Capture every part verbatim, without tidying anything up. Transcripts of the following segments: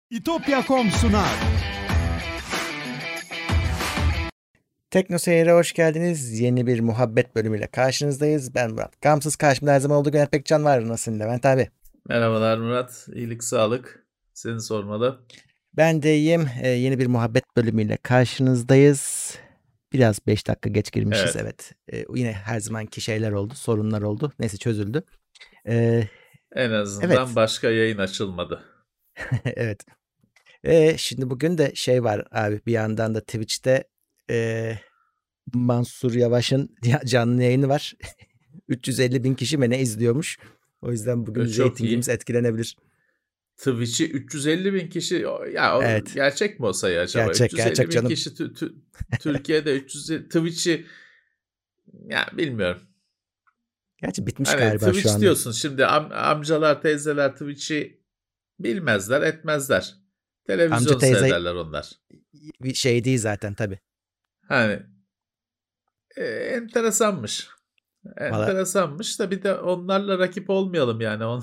İtopya nokta com sunar. Tekno Seyir'e hoş geldiniz. Yeni bir muhabbet bölümüyle karşınızdayız. Ben Murat. Gamsız karşımda her zaman olduğu gibi Pekcan var. Nasılsın Levent abi? Merhabalar Murat. İyilik, sağlık. Seni sormalı. Ben de iyiyim. Ee, yeni bir muhabbet bölümüyle karşınızdayız. Biraz beş dakika geç girmişiz, evet. evet. Ee, yine her zamanki şeyler oldu, sorunlar oldu. Neyse çözüldü. Ee, en azından evet. başka yayın açılmadı. evet. Ee, şimdi bugün de şey var abi, bir yandan da Twitch'te e, Mansur Yavaş'ın canlı yayını var. üç yüz elli bin kişi mi ne izliyormuş. O yüzden bugün reytingimiz etkilenebilir. Twitch'i üç yüz elli bin kişi, ya evet. gerçek mi o sayı acaba? Gerçek, üç yüz elli gerçek bin canım. kişi t- t- Türkiye'de üç yüz Twitch'i ya bilmiyorum. Gerçi bitmiş hani galiba Twitch şu anda. diyorsun şimdi, am- amcalar teyzeler Twitch'i bilmezler etmezler. Televizyon Amca teyze seyrederler onlar. Bir şey değil zaten tabii. Hani e, enteresanmış. Enteresanmış da bir de onlarla rakip olmayalım yani.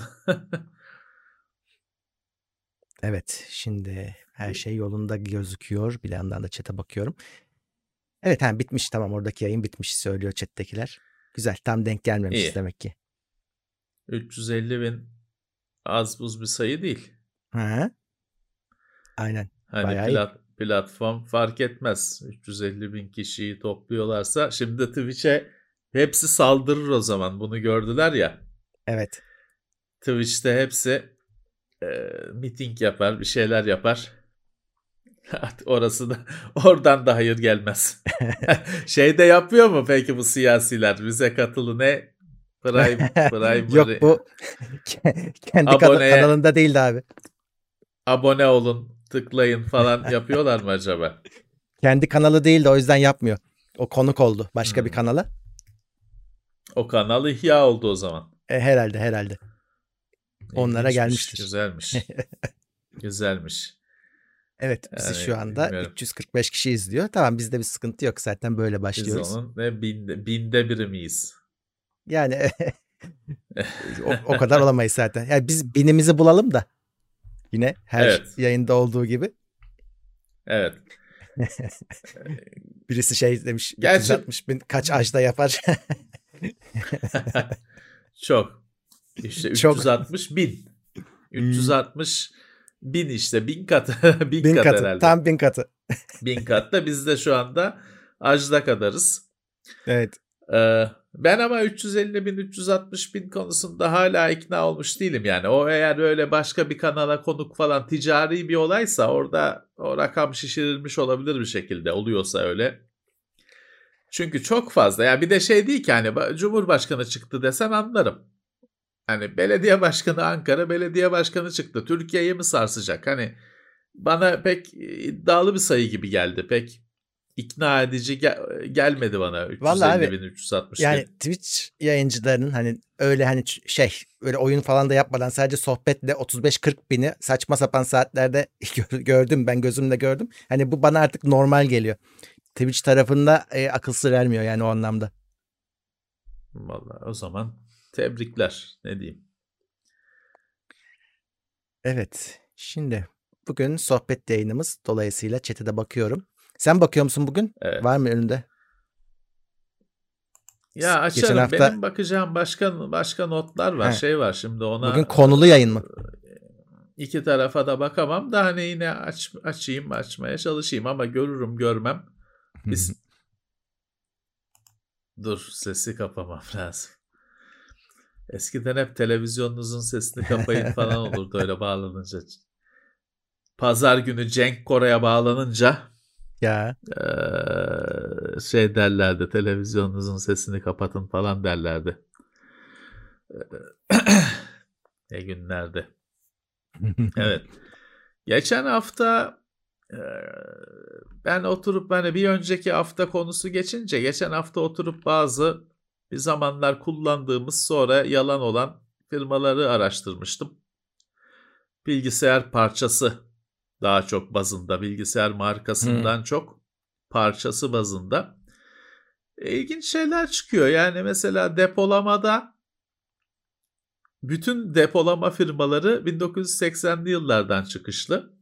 Evet, şimdi her şey yolunda gözüküyor. Bir yandan da chat'e bakıyorum. Evet, ha, bitmiş, tamam, oradaki yayın bitmiş söylüyor chat'tekiler. Güzel, tam denk gelmemişiz İyi. demek ki. üç yüz elli bin az buz bir sayı değil. Hı. Aynen. Hani plat, platform fark etmez. üç yüz elli bin kişiyi topluyorlarsa şimdi Twitch'e hepsi saldırır o zaman. Bunu gördüler ya. Evet. Twitch'te hepsi e, miting yapar, bir şeyler yapar. Orası da, oradan da hayır gelmez. Şey de yapıyor mu peki bu siyasiler? Bize katılı ne? Prime, Prime Yok, bu kendi aboneye, kanalında değildi abi. Abone olun, tıklayın falan yapıyorlar mı acaba? Kendi kanalı değildi, o yüzden yapmıyor. O konuk oldu başka hmm. bir kanala. O kanal ihya oldu o zaman. E, herhalde herhalde. Onlara İlginçmiş, gelmiştir. Güzelmiş. Güzelmiş. Evet, bizi yani, şu anda bilmiyorum. üç yüz kırk beş kişi izliyor. Tamam, bizde bir sıkıntı yok. Zaten böyle başlıyoruz. Biz onun ne binde, binde biri miyiz? Yani o, o kadar olamayız zaten. Yani biz binimizi bulalım da. Yine her evet. yayında olduğu gibi. Evet. Birisi şey demiş. Gerçi... üç yüz altmış bin kaç ajda yapar? Çok. İşte Çok. üç yüz altmış bin. üç yüz altmış bin işte. Bin katı. bin, bin kat katı. Herhalde. Tam bin katı. bin katta biz de şu anda ajda kadarız. Evet. Ee, ben ama üç yüz elli bin, üç yüz altmış bin konusunda hala ikna olmuş değilim yani. O eğer öyle başka bir kanala konuk falan ticari bir olaysa orada o rakam şişirilmiş olabilir bir şekilde, oluyorsa öyle. Çünkü çok fazla. Ya bir de şey değil ki hani Cumhurbaşkanı çıktı desen anlarım. Hani belediye başkanı, Ankara belediye başkanı çıktı. Türkiye'yi mi sarsacak? Hani bana pek iddialı bir sayı gibi geldi. Pek ikna edici gel- gelmedi bana. üç yüz elli bin, üç yüz altmış bin. Yani Twitch yayıncılarının hani öyle hani şey öyle oyun falan da yapmadan sadece sohbetle otuz beş kırk bini saçma sapan saatlerde gördüm, ben gözümle gördüm. Hani bu bana artık normal geliyor. Twitch tarafında e, akıl sır ermiyor yani o anlamda. Vallahi o zaman tebrikler, ne diyeyim. Evet, şimdi bugün sohbet yayınımız dolayısıyla chat'e de bakıyorum. Sen bakıyor musun bugün? Evet. Var mı önünde? Ya açarım. Hafta... Benim bakacağım başka başka notlar var. He. Şey var şimdi ona. Bugün konulu yayın mı? İki tarafa da bakamam da hani yine aç, açayım açmaya çalışayım ama görürüm görmem. Biz... Dur, sesi kapamam lazım. Eskiden hep televizyonunuzun sesini kapayın falan olurdu öyle bağlanınca. Pazar günü Cenk Koray'a bağlanınca ya ee, şey derlerdi, televizyonunuzun sesini kapatın falan derlerdi. Ne günlerdi. Evet. Geçen hafta e, ben oturup hani bir önceki hafta konusu geçince geçen hafta oturup bazı bir zamanlar kullandığımız sonra yalan olan firmaları araştırmıştım. Bilgisayar parçası daha çok bazında, bilgisayar markasından hmm. çok parçası bazında ilginç şeyler çıkıyor. Yani mesela depolamada bütün depolama firmaları bin dokuz yüz seksenli yıllardan çıkışlı.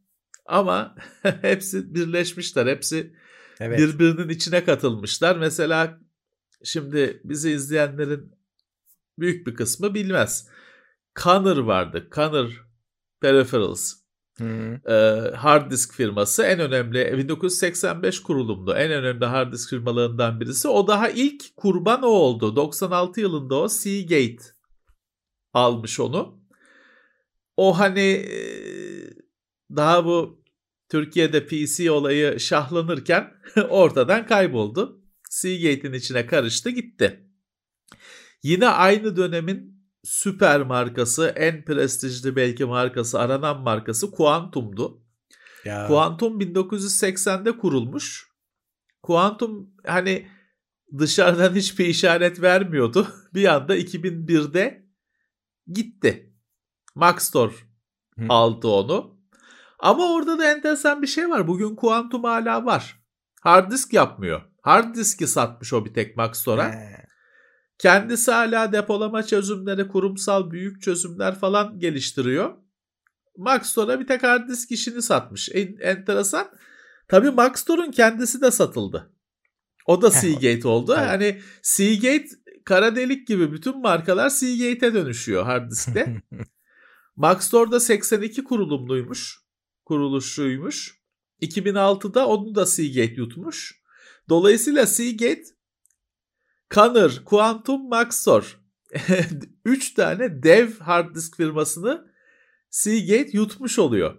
ama hepsi birleşmişler. Hepsi Evet. birbirinin içine katılmışlar. Mesela şimdi bizi izleyenlerin büyük bir kısmı bilmez. Conner vardı. Conner Peripherals. Hı. Ee, hard disk firması en önemli bin dokuz yüz seksen beş kurulumlu en önemli hard disk firmalarından birisi. O daha ilk kurban o oldu. doksan altı yılında o Seagate almış onu. O hani daha bu Türkiye'de P C olayı şahlanırken ortadan kayboldu. Seagate'in içine karıştı gitti. Yine aynı dönemin süper markası, en prestijli belki markası, aranan markası Quantum'du. Ya. Quantum bin dokuz yüz seksende kurulmuş. Quantum hani dışarıdan hiçbir işaret vermiyordu. Bir anda iki bin birde gitti. Maxtor Hı. aldı onu. Ama orada da enteresan bir şey var. Bugün Quantum hala var. Hard disk yapmıyor. Hard diski satmış o bir tek Maxtor'a. He. Kendisi hala depolama çözümleri, kurumsal büyük çözümler falan geliştiriyor. Maxtor'a bir tek hard disk işini satmış. En, enteresan. Tabii Maxtor'un kendisi de satıldı. O da Seagate oldu. Evet. Hani Seagate kara delik gibi bütün markalar Seagate'e dönüşüyor hard diskte. Maxtor'da seksen iki kurulumluymuş. Kuruluşuymuş. iki bin altıda onu da Seagate yutmuş. Dolayısıyla Seagate, Conner, Quantum, Maxtor üç tane dev hard disk firmasını Seagate yutmuş oluyor.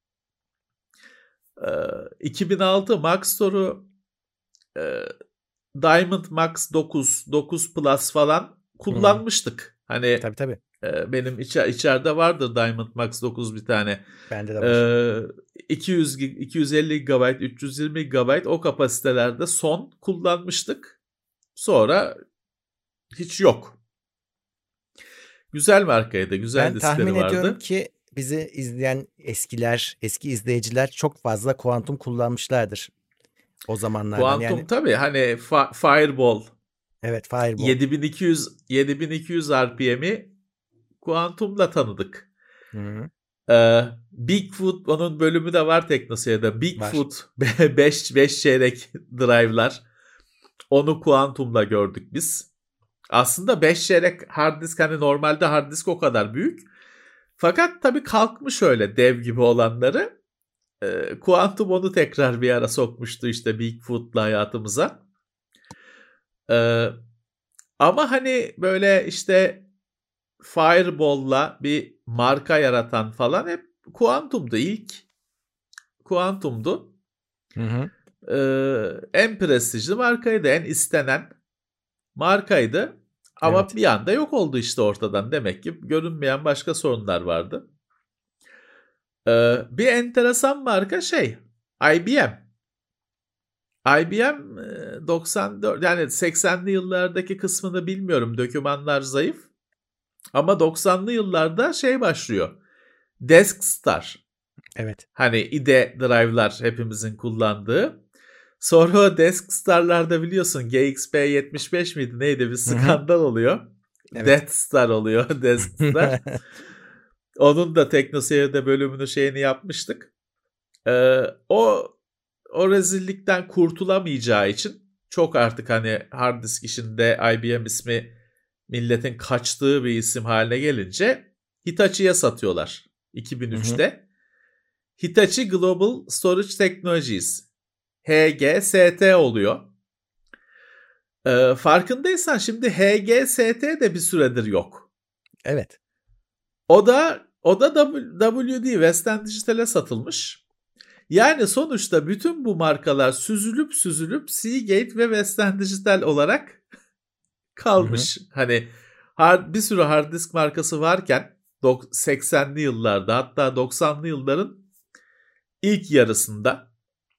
Ee, iki bin altı Maxtor'u e, Diamond Max dokuz, dokuz Plus falan kullanmıştık. Hmm. Hani tabii tabii. E, benim içer, içeride vardır Diamond Max dokuz bir tane. Bende de var. Ee, iki yüz, iki yüz elli gigabayt, üç yüz yirmi gigabayt o kapasitelerde son kullanmıştık. Sonra hiç yok. Güzel markaydı, güzel ben diskleri vardı. Ben tahmin ediyorum ki bizi izleyen eskiler, eski izleyiciler çok fazla Quantum kullanmışlardır o zamanlardan. Quantum yani... tabii hani fa- Fireball. Evet, Fireball. yedi bin iki yüz yedi bin iki yüz R P M'i Quantum'la tanıdık. Hı-hı. Ee, Bigfoot onun bölümü de var Teknoseyir'de. Bigfoot beş çeyrek drive'lar. Onu Quantum'la gördük biz. Aslında beş çeyrek hard disk hani normalde hard disk o kadar büyük. Fakat tabii kalkmış öyle dev gibi olanları. Ee, Quantum onu tekrar bir ara sokmuştu işte Bigfoot'la hayatımıza. Ee, ama hani böyle işte Fireball'la bir marka yaratan falan hep Quantum'du ilk. Quantum'du. Hı hı. Ee, en prestijli markaydı, en istenen markaydı. Ama evet. Bir anda yok oldu işte ortadan. Demek ki görünmeyen başka sorunlar vardı. Ee, bir enteresan marka şey, I B M. I B M doksan dört yani seksenli yıllardaki kısmını bilmiyorum. Dokümanlar zayıf. Ama doksanlı yıllarda şey başlıyor. DeskStar. Evet. Hani I D E drive'lar hepimizin kullandığı. Sonra o DeskStar'larda biliyorsun G X P yetmiş beş miydi neydi bir skandal oluyor. Evet. Death Star oluyor DeskStar. Onun da Teknoseyir'de bölümünü şeyini yapmıştık. Ee, o o rezillikten kurtulamayacağı için çok artık hani hard disk işinde I B M ismi milletin kaçtığı bir isim haline gelince Hitachi'ye satıyorlar iki bin üçte. Hı hı. Hitachi Global Storage Technologies H G S T oluyor. Ee, farkındaysan şimdi H G S T de bir süredir yok. Evet. O da o da W D Western Digital'e satılmış. Yani sonuçta bütün bu markalar süzülüp süzülüp Seagate ve Western Digital olarak kalmış. Hı hı. Hani hard, bir sürü hard disk markası varken seksenli yıllarda hatta doksanlı yılların ilk yarısında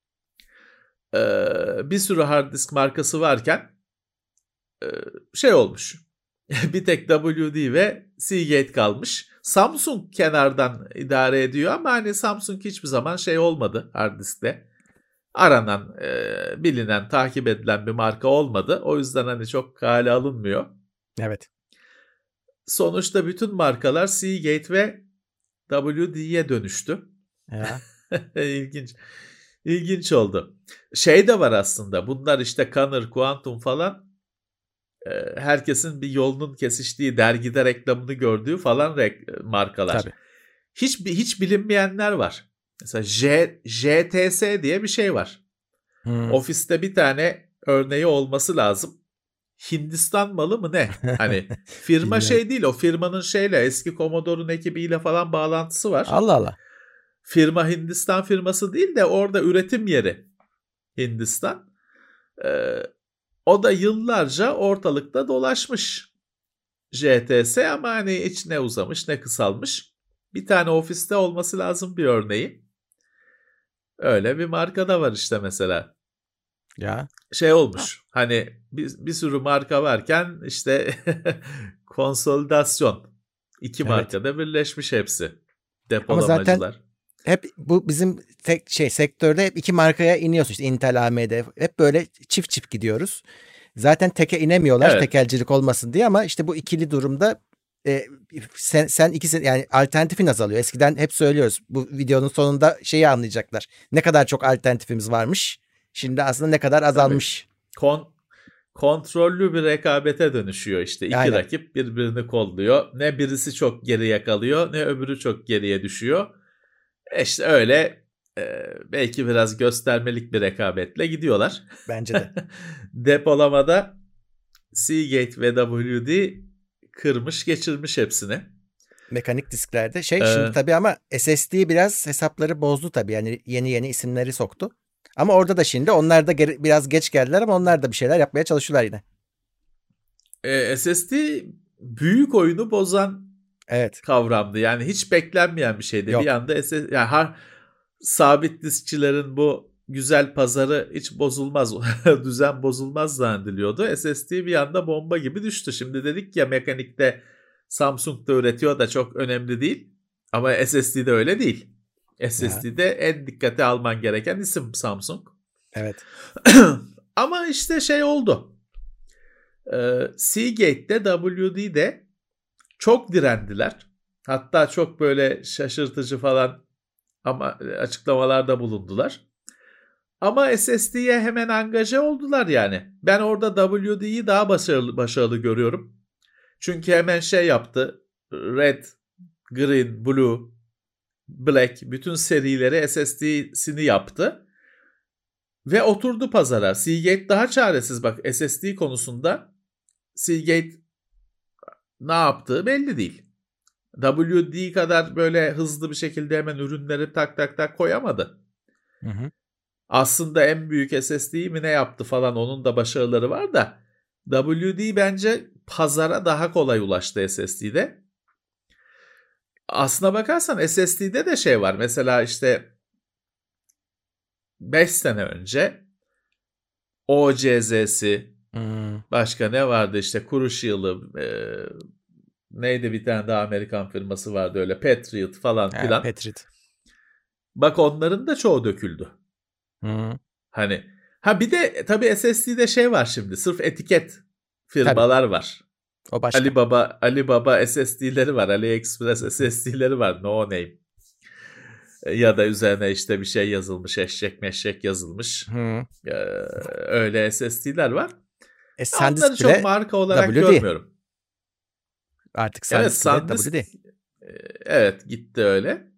e, bir sürü hard disk markası varken e, şey olmuş. Bir tek W D ve Seagate kalmış. Samsung kenardan idare ediyor ama hani Samsung hiçbir zaman şey olmadı hard diskte. Aranan, e, bilinen, takip edilen bir marka olmadı. O yüzden hani çok kale alınmıyor. Evet. Sonuçta bütün markalar Seagate ve W D'ye dönüştü. Ya. İlginç. İlginç oldu. Şey de var aslında. Bunlar işte Conner, Quantum falan. Herkesin bir yolunun kesiştiği, dergide reklamını gördüğü falan rek- markalar. Tabii. Hiç hiç bilinmeyenler var. Mesela J, J T S diye bir şey var. Hmm. Ofiste bir tane örneği olması lazım. Hindistan malı mı ne? Hani firma şey değil, o firmanın şeyle, eski Commodore'un ekibiyle falan bağlantısı var. Allah Allah. Firma Hindistan firması değil de orada üretim yeri Hindistan. Ee, o da yıllarca ortalıkta dolaşmış J T S ama hani hiç ne uzamış ne kısalmış. Bir tane ofiste olması lazım bir örneği. Öyle bir marka da var işte mesela. Ya. Şey olmuş. Hani bir, bir sürü marka varken işte konsolidasyon. İki Evet. markada birleşmiş hepsi. Depolamacılar. Ama zaten hep bu bizim tek şey sektörde hep iki markaya iniyorsun. İşte Intel, A M D hep böyle çift çift gidiyoruz. Zaten teke inemiyorlar, evet, tekelcilik olmasın diye ama işte bu ikili durumda e, sen, sen ikisi yani alternatifin azalıyor. Eskiden hep söylüyoruz. Bu videonun sonunda şeyi anlayacaklar. Ne kadar çok alternatifimiz varmış. Şimdi aslında ne kadar azalmış. Kon, kontrollü bir rekabete dönüşüyor işte. İki Aynen. rakip birbirini kolluyor. Ne birisi çok geriye kalıyor, ne öbürü çok geriye düşüyor. E işte öyle e, belki biraz göstermelik bir rekabetle gidiyorlar. Bence de. Depolamada Seagate ve W D kırmış geçirmiş hepsini. Mekanik disklerde şey ee, şimdi tabii ama S S D biraz hesapları bozdu tabii. Yani yeni yeni isimleri soktu. Ama orada da şimdi onlar da geri, biraz geç geldiler ama onlar da bir şeyler yapmaya çalışıyorlar yine. E, S S D büyük oyunu bozan evet. kavramdı. Yani hiç beklenmeyen bir şeydi. Yok. Bir anda S S D, yani har, sabit diskçilerin bu güzel pazarı hiç bozulmaz, düzen bozulmaz zannediliyordu. S S D bir anda bomba gibi düştü. Şimdi dedik ya mekanikte Samsung da üretiyor da çok önemli değil. Ama S S D'de öyle değil. S S D'de ya. En dikkate alman gereken isim Samsung. Evet. Ama işte şey oldu. Ee, Seagate'de, W D'de çok direndiler. Hatta çok böyle şaşırtıcı falan ama açıklamalarda bulundular. Ama S S D'ye hemen angaje oldular yani. Ben orada W D'yi daha başarılı, başarılı görüyorum. Çünkü hemen şey yaptı. Red, Green, Blue, Black bütün serileri S S D'sini yaptı. Ve oturdu pazara. Seagate daha çaresiz bak S S D konusunda. Seagate ne yaptığı belli değil. W D kadar böyle hızlı bir şekilde hemen ürünleri tak tak tak koyamadı. Hı hı. Aslında en büyük S S D'yi mi ne yaptı falan onun da başarıları var da W D bence pazara daha kolay ulaştı S S D'de. Aslına bakarsan S S D'de de şey var. Mesela işte beş sene önce O C Z'si hmm. başka ne vardı işte Crucial'ı e, neydi bir tane daha Amerikan firması vardı öyle Patriot falan ha, filan. Patriot. Bak onların da çoğu döküldü. Hmm. Hani ha bir de tabii S S D'de şey var şimdi sırf etiket firmalar tabii. var. O başka. Alibaba Alibaba S S D'leri var. AliExpress S S D'leri var. No name. Ya da üzerine işte bir şey yazılmış. Eşek meşek yazılmış. Hmm. Ee, öyle S S D'ler var. E, SanDisk onları çok marka olarak W D. Görmüyorum. Artık SanDisk evet, SanDisk, W D. Evet gitti öyle.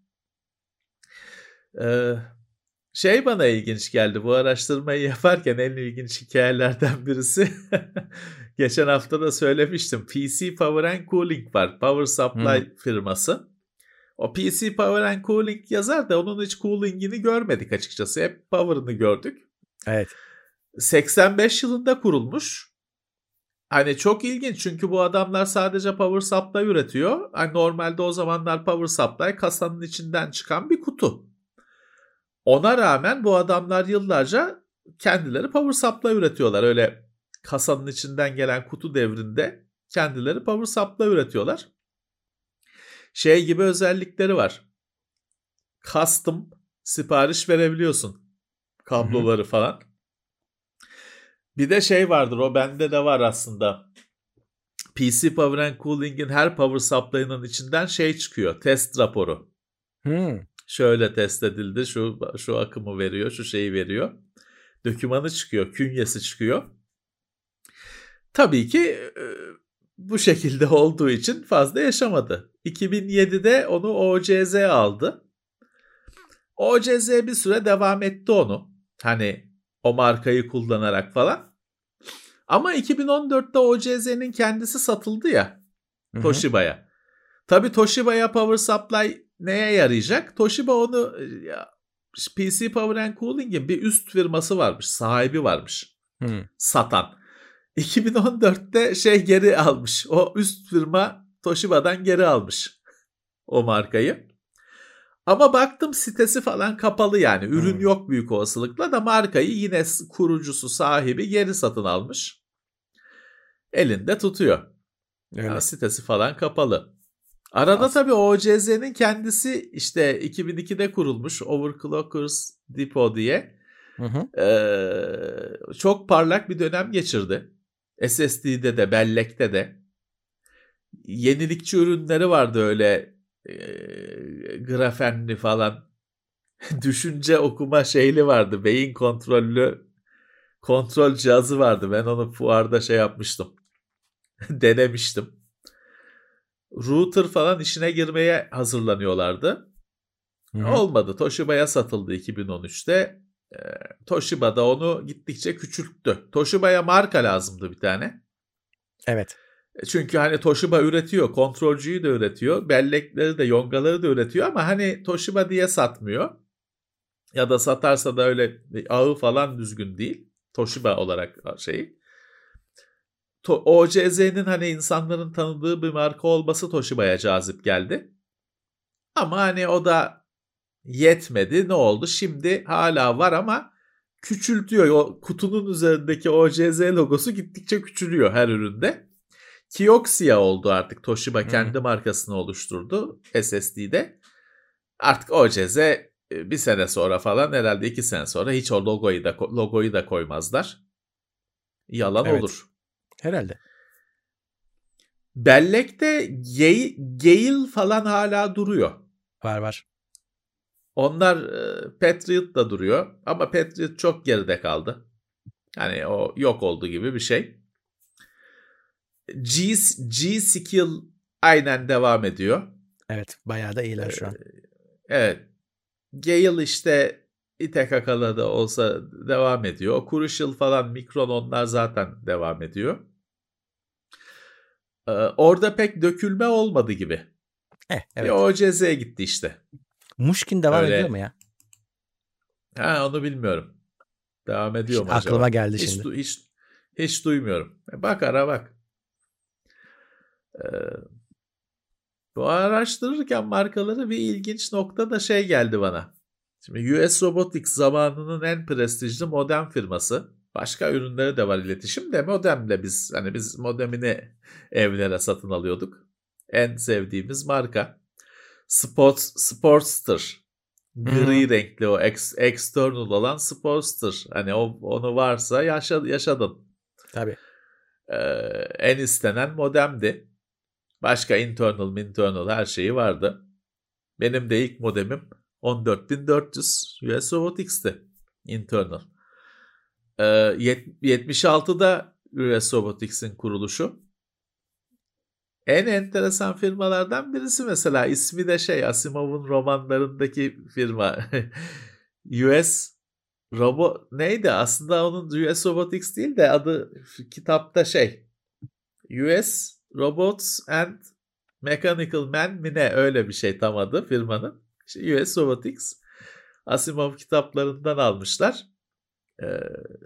Ee, şey bana ilginç geldi. Bu araştırmayı yaparken en ilginç hikayelerden birisi. Geçen hafta da söylemiştim. P C Power and Cooling var. Power Supply hmm. firması. O P C Power and Cooling yazar da onun hiç cooling'ini görmedik açıkçası. Hep power'ını gördük. Evet. seksen beş yılında kurulmuş. Hani çok ilginç çünkü bu adamlar sadece power supply üretiyor. Hani normalde o zamanlar power supply kasanın içinden çıkan bir kutu. Ona rağmen bu adamlar yıllarca kendileri power supply üretiyorlar. Öyle kasanın içinden gelen kutu devrinde kendileri power supply üretiyorlar. Şey gibi özellikleri var. Custom sipariş verebiliyorsun. Kabloları hı hı. falan. Bir de şey vardır o bende de var aslında. P C Power and Cooling'in her power supply'ının içinden şey çıkıyor. Test raporu. Hmm. şöyle test edildi, şu şu akımı veriyor, şu şeyi veriyor. Dokümanı çıkıyor, künyesi çıkıyor. Tabii ki bu şekilde olduğu için fazla yaşamadı. iki bin yedide onu O C Z aldı. O C Z bir süre devam etti onu. Hani o markayı kullanarak falan. Ama iki bin on dörtte O C Z'nin kendisi satıldı ya Toshiba'ya. Tabii Toshiba'ya Power Supply neye yarayacak? Toshiba onu ya, P C Power and Cooling'in bir üst firması varmış, sahibi varmış. Hmm. Satan. iki bin on dörtte şey geri almış. O üst firma Toshiba'dan geri almış o markayı. Ama baktım sitesi falan kapalı yani. Ürün hmm. yok büyük olasılıkla da markayı yine kurucusu, sahibi geri satın almış. Elinde tutuyor. Yani sitesi falan kapalı. Arada As- tabii O C Z'nin kendisi işte iki bin ikide kurulmuş Overclockers Depot diye hı hı. Ee, çok parlak bir dönem geçirdi. S S D'de de, bellekte de. Yenilikçi ürünleri vardı öyle e, grafenli falan. Düşünce okuma şeyli vardı. Beyin kontrollü kontrol cihazı vardı. Ben onu fuarda şey yapmıştım. Denemiştim. Router falan işine girmeye hazırlanıyorlardı. Hı-hı. Olmadı. Toshiba'ya satıldı iki bin on üçte. Ee, Toshiba da onu gittikçe küçülttü. Toshiba'ya marka lazımdı bir tane. Evet. Çünkü hani Toshiba üretiyor, kontrolcüyü de üretiyor, bellekleri de, yongaları da üretiyor ama hani Toshiba diye satmıyor. Ya da satarsa da öyle ağı falan düzgün değil. Toshiba olarak şeyi. O C Z'nin hani insanların tanıdığı bir marka olması Toshiba'ya cazip geldi. Ama hani o da yetmedi. Ne oldu? Şimdi hala var ama küçültüyor. O kutunun üzerindeki O C Z logosu gittikçe küçülüyor her üründe. Kioxia oldu artık. Toshiba kendi hmm. markasını oluşturdu S S D'de. Artık O C Z bir sene sonra falan, herhalde iki sene sonra hiç o logoyu da logoyu da koymazlar. Yalan evet. olur. Herhalde. Bellekte Gale falan hala duruyor. Var var. Onlar Patriot da duruyor ama Patriot çok geride kaldı. Hani o yok oldu gibi bir şey. G, G-Skill aynen devam ediyor. Evet, bayağı da iyiler şu an. Evet. Gale işte İ T K K'da da olsa devam ediyor. Crucial falan, Micron, onlar zaten devam ediyor. Ee, orada pek dökülme olmadı gibi. Eh, evet. Bir O C Z'ye gitti işte. Mushkin devam Öyle... ediyor mu ya? Ha, onu bilmiyorum. Devam ediyor şimdi mu acaba? Aklıma geldi hiç, şimdi. Du- hiç, hiç duymuyorum. Bak ara bak. Ee, bu araştırırken markaları bir ilginç nokta da şey geldi bana. Şimdi U S Robotics zamanının en prestijli modem firması. Başka ürünleri de var iletişim de, modemle biz hani biz modemini evlere satın alıyorduk. En sevdiğimiz marka. Sport, Sportster. Gri hmm. renkli o ex, external olan Sportster. Hani o, onu varsa yaşa, yaşadın. Tabii. Ee, en istenen modemdi. Başka internal, internal her şeyi vardı. Benim de ilk modemim on dört bin dört yüz U S Robotics'ti. Internal. Ee, yetmiş altıda U S Robotics'in kuruluşu. En enteresan firmalardan birisi mesela. İsmi de şey, Asimov'un romanlarındaki firma. U S Robo neydi? Aslında onun U S Robotics değil de adı kitapta şey. U S Robots and Mechanical Man mi ne, öyle bir şey tam adı firmanın. İşte U S Robotics. Asimov kitaplarından almışlar. Ee,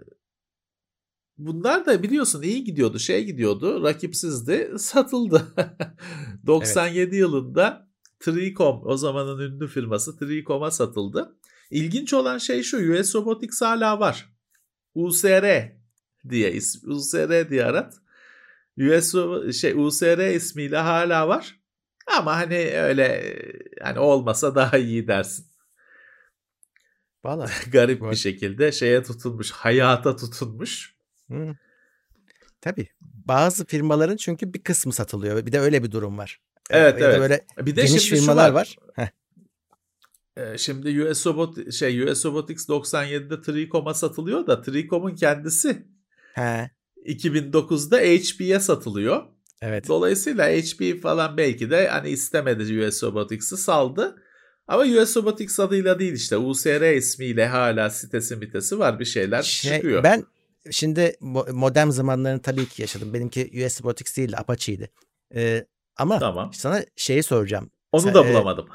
bunlar da biliyorsun iyi gidiyordu, şey gidiyordu, rakipsizdi, satıldı. doksan yedi evet. yılında Tricom, o zamanın ünlü firması Tricom'a satıldı. İlginç olan şey şu, U S Robotics hala var. U S R diye U S R diye arat. U S şey U S R ismiyle hala var. Ama hani öyle hani olmasa daha iyi dersin. Vallahi garip bir şekilde şeye tutunmuş, hayata tutunmuş. Hı. Tabii. Bazı firmaların çünkü bir kısmı satılıyor. Bir de öyle bir durum var. Evet, ya evet. Da böyle bir de geniş firmalar var. var. e, şimdi U S Robot şey U S Robotics doksan yedide Tricom'a satılıyor da Tricom'un kendisi He. iki bin dokuzda H P'ye satılıyor. Evet. Dolayısıyla H P falan belki de hani istemedi U S Robotics'i, saldı. Ama U S Robotics adıyla değil, işte U S R ismiyle hala sitesi mitesi var, bir şeyler Şey, çıkıyor. Ben şimdi modem zamanlarını tabii ki yaşadım. Benimki U S Robotics değil, Apache'ydi. Ee, ama Tamam. sana şeyi soracağım. Onu Sen, da e, bulamadım.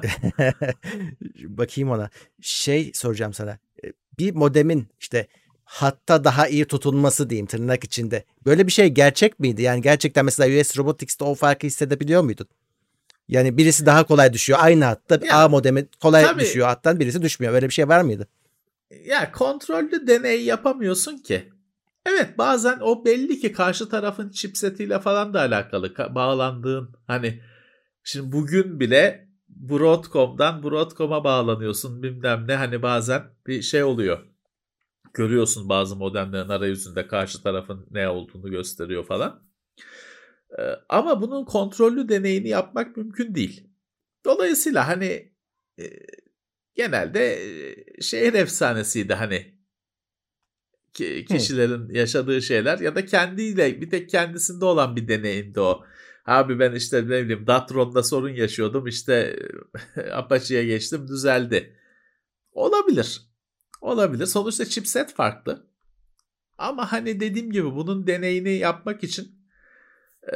bakayım ona. Şey soracağım sana. Bir modemin işte hatta daha iyi tutulması diyeyim tırnak içinde. Böyle bir şey gerçek miydi? Yani gerçekten mesela U S Robotics'te o farkı hissedebiliyor muydun? Yani birisi daha kolay düşüyor. Aynı hatta Ya, A modemi kolay tabii, düşüyor hattan, birisi düşmüyor. Böyle bir şey var mıydı? Ya kontrollü deney yapamıyorsun ki. Evet, bazen o belli ki karşı tarafın chipsetiyle falan da alakalı. Ka- bağlandığın hani şimdi bugün bile Broadcom'dan Broadcom'a bağlanıyorsun bilmem ne, hani bazen bir şey oluyor. Görüyorsun bazı modemlerin arayüzünde karşı tarafın ne olduğunu gösteriyor falan. Ee, ama bunun kontrollü deneyini yapmak mümkün değil. Dolayısıyla hani e, genelde e, şehir efsanesiydi hani ki, kişilerin yaşadığı şeyler ya da kendiyle bir tek kendisinde olan bir deneyimdi o. Abi ben işte ne bileyim Datron'da sorun yaşıyordum, işte Apache'ye geçtim, düzeldi. Olabilir. Olabilir. Sonuçta chipset farklı. Ama hani dediğim gibi bunun deneyini yapmak için e,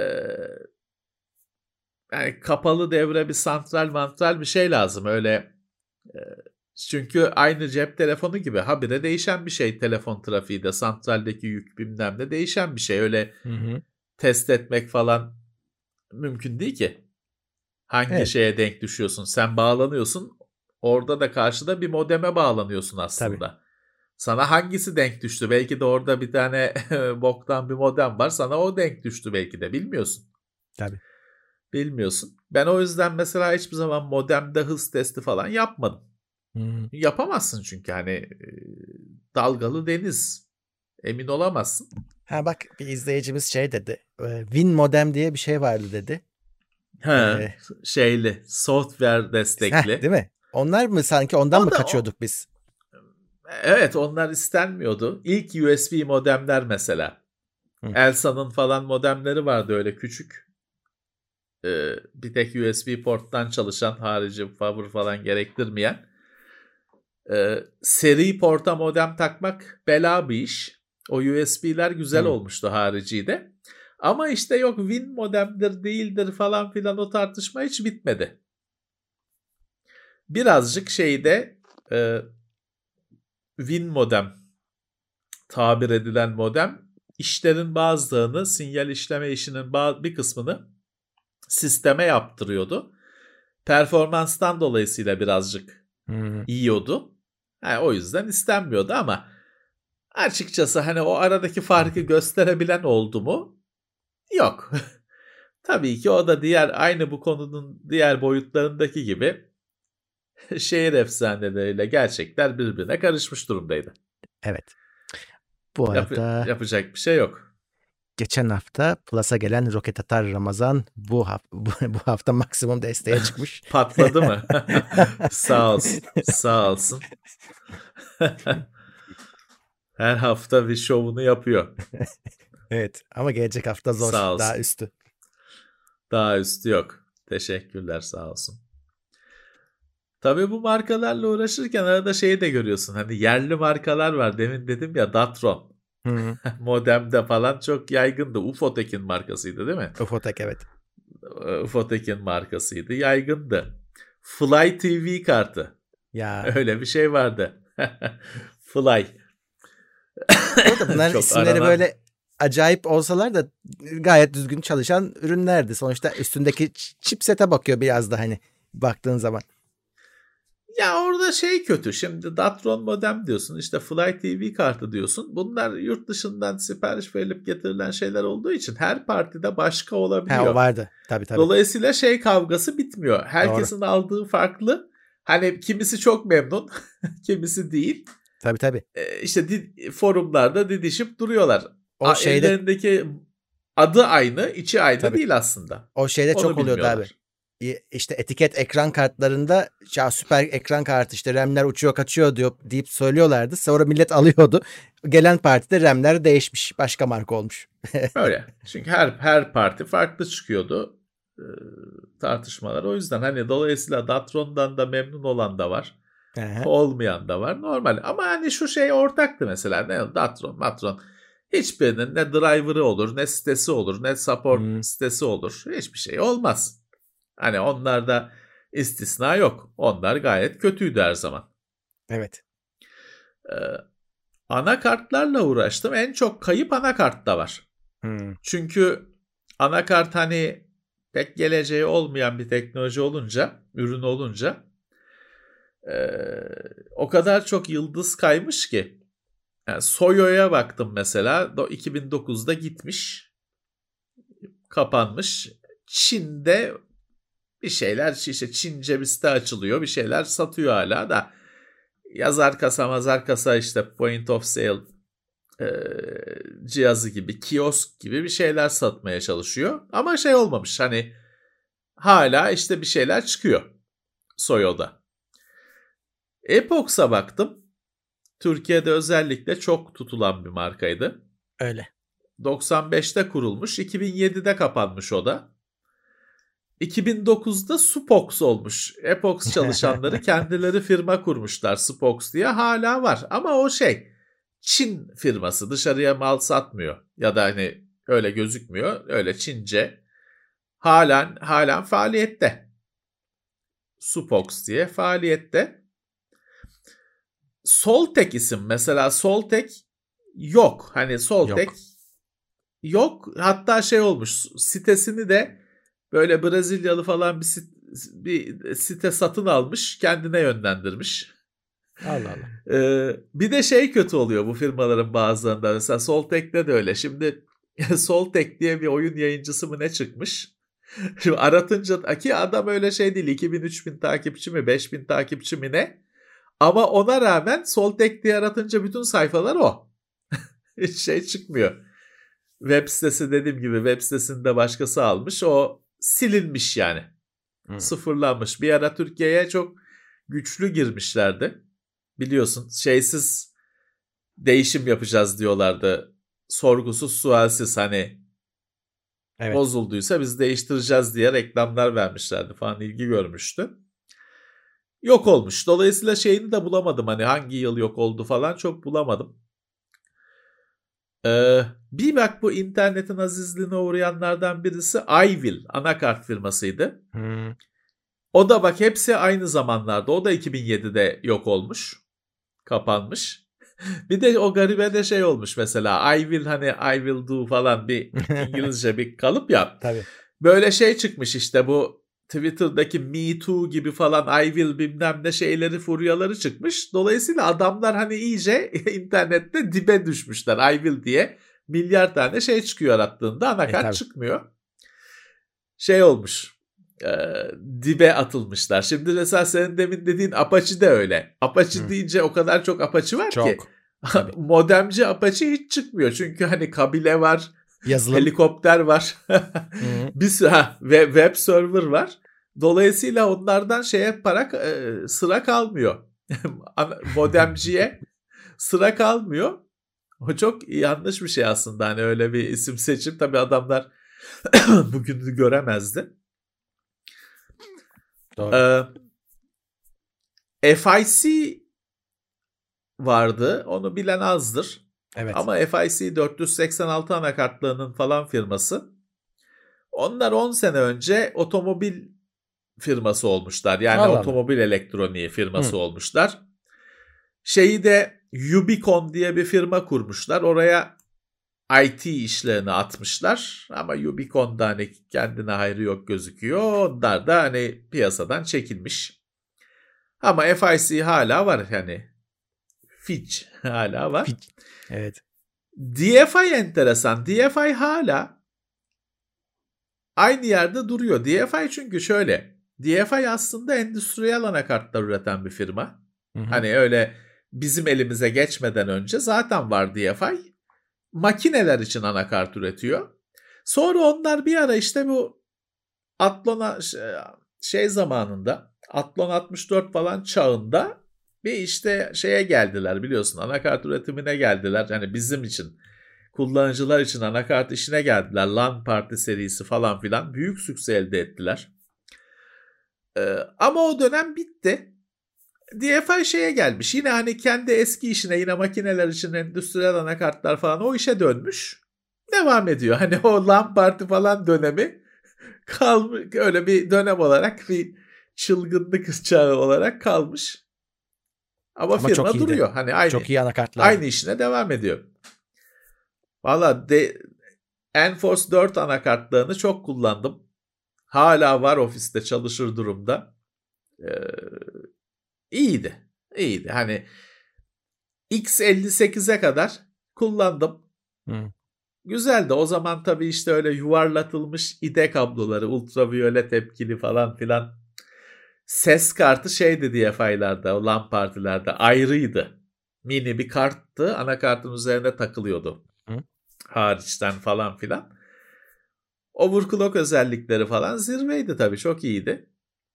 yani kapalı devre bir santral mantral bir şey lazım. Öyle e, çünkü aynı cep telefonu gibi habire değişen bir şey, telefon trafiği de, santraldeki yük bilmem ne değişen bir şey. Öyle Hı hı. test etmek falan mümkün değil ki. Hangi Evet. şeye denk düşüyorsun? Sen bağlanıyorsun. Orada da karşıda bir modeme bağlanıyorsun aslında. Tabii. Sana hangisi denk düştü? Belki de orada bir tane boktan bir modem var. Sana o denk düştü belki de. Bilmiyorsun. Tabii. Bilmiyorsun. Ben o yüzden mesela hiçbir zaman modemde hız testi falan yapmadım. Hı. Yapamazsın çünkü hani e, dalgalı deniz. Emin olamazsın. Ha bak, bir izleyicimiz şey dedi. e, Win modem diye bir şey vardı dedi. He, Ee, şeyli, software heh, değil destekli. mi? Onlar mı, sanki ondan O mı da o. kaçıyorduk biz? Evet, onlar istenmiyordu. İlk U S B modemler mesela. Hı. Elsa'nın falan modemleri vardı öyle küçük. Ee, bir tek U S B porttan çalışan, harici power falan gerektirmeyen. Ee, seri porta modem takmak bela bir iş. O U S B'ler güzel Hı. olmuştu harici de. Ama işte yok Win modemdir değildir falan filan, o tartışma hiç bitmedi. Birazcık şeyde e, Win modem tabir edilen modem işlerin bazılarını, sinyal işleme işinin bir kısmını sisteme yaptırıyordu. Performanstan dolayısıyla birazcık Hı. yiyordu. Yani o yüzden istenmiyordu ama açıkçası hani o aradaki farkı gösterebilen oldu mu? Yok. Tabii ki o da diğer aynı bu konunun diğer boyutlarındaki gibi şehir efsaneleriyle gerçekler birbirine karışmış durumdaydı. Evet. Bu Yap arada yapacak bir şey yok. geçen hafta Plus'a gelen Roket Atar Ramazan bu, haf- bu, bu hafta maksimum desteğe çıkmış. Patladı mı? Sağ olsun. Sağ olsun. Her hafta bir şovunu yapıyor. Evet, ama gelecek hafta zor. Sağ Daha olsun. üstü. Daha üstü yok. Teşekkürler, sağ olsun. Tabii bu markalarla uğraşırken arada şeyi de görüyorsun. Hani yerli markalar var. Demin dedim ya, Datron. Hı. Modemde falan çok yaygındı. Ufotek'in markasıydı değil mi? Ufotek, evet. Ufotek'in markasıydı. Yaygındı. Fly T V kartı. Ya. Öyle bir şey vardı. Fly. Bu arada bunların Çok isimleri aranan. böyle acayip olsalar da gayet düzgün çalışan ürünlerdi. Sonuçta üstündeki ç- chipsete bakıyor biraz da hani baktığın zaman. Ya orada şey kötü. Şimdi Datron modem diyorsun, işte Fly T V kartı diyorsun. Bunlar yurt dışından sipariş verilip getirilen şeyler olduğu için her partide başka Ha, o olabiliyor. vardı. Tabii tabii. Dolayısıyla şey kavgası bitmiyor. Doğru. Herkesin aldığı farklı. Hani kimisi çok memnun, kimisi değil. Tabii tabii. Ee, işte di- forumlarda didişip duruyorlar. O A, şeyde ellerindeki adı aynı, içi aynı tabii. değil aslında. O şeyde Onu çok oluyordu abi. bilmiyorlar. işte etiket ekran kartlarında ya süper ekran kartı işte RAM'ler uçuyor kaçıyor diyor deyip söylüyorlardı. Sonra millet alıyordu. Gelen partide RAM'ler değişmiş. Başka marka olmuş. Öyle. Çünkü her her parti farklı çıkıyordu e, tartışmalar. O yüzden hani dolayısıyla Datron'dan da memnun olan da var. Olmayan da var. Normal. Ama hani şu şey ortaktı mesela. Ne Datron, Matron. Hiçbirinin ne driver'ı olur, ne sitesi olur, ne support hmm. sitesi olur. Hiçbir şey olmaz. Hani onlarda istisna yok. Onlar gayet kötüydü her zaman. Evet. Ee, anakartlarla uğraştım. En çok kayıp anakartta var. Hmm. Çünkü anakart hani pek geleceği olmayan bir teknoloji olunca, ürün olunca Ee, o kadar çok yıldız kaymış ki. Yani Soyo'ya baktım mesela. iki bin dokuzda gitmiş. Kapanmış. Çin'de bir şeyler işte Çince bir site açılıyor. Bir şeyler satıyor hala da. Yazar kasa mazar kasa işte point of sale e, cihazı gibi, kiosk gibi bir şeyler satmaya çalışıyor. Ama şey olmamış hani hala işte bir şeyler çıkıyor Soyo'da. Epox'a baktım. Türkiye'de özellikle çok tutulan bir markaydı. Öyle. doksan beşte kurulmuş, iki bin yedide kapanmış o da. iki bin dokuzda Supox olmuş. Epox çalışanları kendileri firma kurmuşlar Supox diye. Hala var ama o şey Çin firması, dışarıya mal satmıyor. Ya da hani öyle gözükmüyor. Öyle Çince. Halen halen faaliyette. Supox diye faaliyette. Soltek isim mesela Soltek yok. Hani Soltek yok. yok. Hatta şey olmuş sitesini de böyle Brezilyalı falan bir site, bir site satın almış kendine yönlendirmiş. Allah Allah. Ee, bir de şey kötü oluyor bu firmaların bazılarında. Mesela Soltek'te de öyle. Şimdi Soltek diye bir oyun yayıncısı mı ne çıkmış? Şimdi aratınca ki adam öyle şey değil. iki bin üç bin takipçi mi beş bin takipçi mi ne? Ama ona rağmen Soltek diye aratınca bütün sayfalar o. Hiç şey çıkmıyor. Web sitesi dediğim gibi web sitesinde başkası almış. O silinmiş yani. Hmm. Sıfırlanmış. Bir ara Türkiye'ye çok güçlü girmişlerdi. Biliyorsun şeysiz değişim yapacağız diyorlardı. Sorgusuz sualsiz hani evet. Bozulduysa biz değiştireceğiz diye reklamlar vermişlerdi falan ilgi görmüştü. Yok olmuş. Dolayısıyla şeyini de bulamadım. Hani hangi yıl yok oldu falan çok bulamadım. Ee, bir bak bu internetin azizliğine uğrayanlardan birisi iWill anakart firmasıydı. Hmm. O da bak hepsi aynı zamanlarda. O da iki bin yedide yok olmuş. Kapanmış. Bir de o garibe de şey olmuş mesela. I will hani I will do falan bir İngilizce bir kalıp ya. Tabii. Böyle şey çıkmış işte bu Twitter'daki Me Too gibi falan I will bilmem ne şeyleri furyaları çıkmış. Dolayısıyla adamlar hani iyice internette dibe düşmüşler I will diye. Milyar tane şey çıkıyor attığında anakart e, çıkmıyor. Şey olmuş. E, dibe atılmışlar. Şimdi mesela senin demin dediğin Apache de öyle. Apache Hı. deyince o kadar çok Apache var çok. ki. Modemci Apache hiç çıkmıyor. Çünkü hani kabile var. Yazılım. Helikopter var. bir ha, ve web server var. Dolayısıyla onlardan şeye para e, sıra kalmıyor. Modemciye sıra kalmıyor. O çok yanlış bir şey aslında. Hani öyle bir isim seçim tabii adamlar bugünü göremezdi. Doğru. Ee, F I C vardı. Onu bilen azdır. Evet. Ama F I C dört yüz seksen altı anakartlığının falan firması. Onlar on sene önce otomobil firması olmuşlar. Yani Allah otomobil Allah. elektroniği firması Hı. olmuşlar. Şeyi de Ubicon diye bir firma kurmuşlar. Oraya I T işlerini atmışlar. Ama Ubicon'da hani kendine hayrı yok gözüküyor. Onlar da hani piyasadan çekilmiş. Ama F I C hala var yani. Fitch hala var. Fitch. Evet. D F I enteresan. D F I hala aynı yerde duruyor. D F I çünkü şöyle. D F I aslında endüstriyel anakartlar üreten bir firma. Hı hı. Hani öyle bizim elimize geçmeden önce zaten var D F I. Makineler için anakart üretiyor. Sonra onlar bir ara işte bu Atlona şey zamanında Athlon altmış dört falan çağında bir işte şeye geldiler biliyorsun, anakart üretimine geldiler. Yani bizim için, kullanıcılar için anakart işine geldiler. LAN Party serisi falan filan büyük sükse elde ettiler. Ee, ama o dönem bitti. D F I şeye gelmiş. Yine hani kendi eski işine, yine makineler için endüstriyel anakartlar falan o işe dönmüş. Devam ediyor. Hani o LAN Party falan dönemi kalmış, öyle bir dönem olarak, bir çılgınlık çağı olarak kalmış. Ama, Ama firma duruyor. Hani aynı, çok iyi anakartlar. Aynı işine devam ediyor. Valla de, Enforce dört anakartlarını çok kullandım. Hala var, ofiste çalışır durumda. Ee, iyiydi. İyiydi. Hani X elli sekize kadar kullandım. Hı. Güzeldi. O zaman tabii işte öyle yuvarlatılmış I D E kabloları, ultraviyole tepkili falan filan. Ses kartı şeydi D F I'larda, o LAN partilerde ayrıydı. Mini bir karttı. Anakartın üzerine takılıyordu. Hı. Hariçten falan filan. Overclock özellikleri falan zirveydi tabii. Çok iyiydi.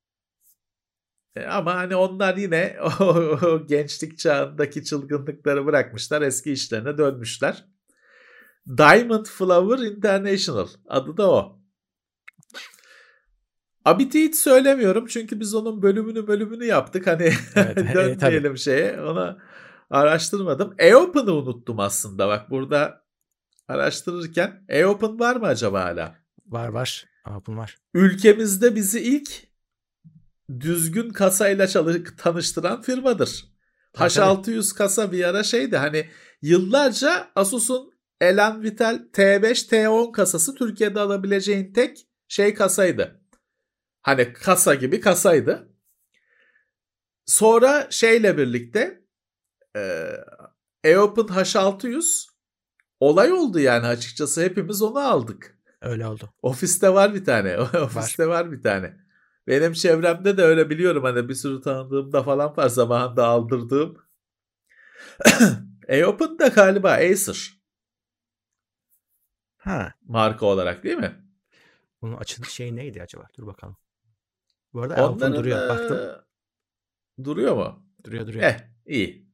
E ama hani onlar yine o, o gençlik çağındaki çılgınlıkları bırakmışlar. Eski işlerine dönmüşler. Diamond Flower International. Adı da o. Abit'i hiç söylemiyorum. Çünkü biz onun bölümünü bölümünü yaptık. Hani evet, dönmeyelim e, şeye. Ona araştırmadım. E-Open'ı unuttum aslında. Bak burada araştırırken. E-Open var mı acaba hala? Var var. E-Open var. Ülkemizde bizi ilk düzgün kasayla çalış- tanıştıran firmadır. H altı yüz kasa bir ara şeydi. Hani yıllarca Asus'un Elan-Vital T beş T on kasası Türkiye'de alabileceğin tek şey kasaydı. Hani kasa gibi kasaydı. Sonra şeyle birlikte E-Open H altı yüz olay oldu yani, açıkçası hepimiz onu aldık. Öyle oldu. Ofiste var bir tane. Ofiste var. var bir tane. Benim çevremde de öyle, biliyorum hani bir sürü tanıdığım da falan var zamanında aldırdığım. E-Open da galiba Acer. Ha. Marka olarak değil mi? Bunun açılış şeyi neydi acaba? Dur bakalım. Bu arada E-Open duruyor. Baktım. Duruyor mu? Duruyor duruyor. Eh iyi.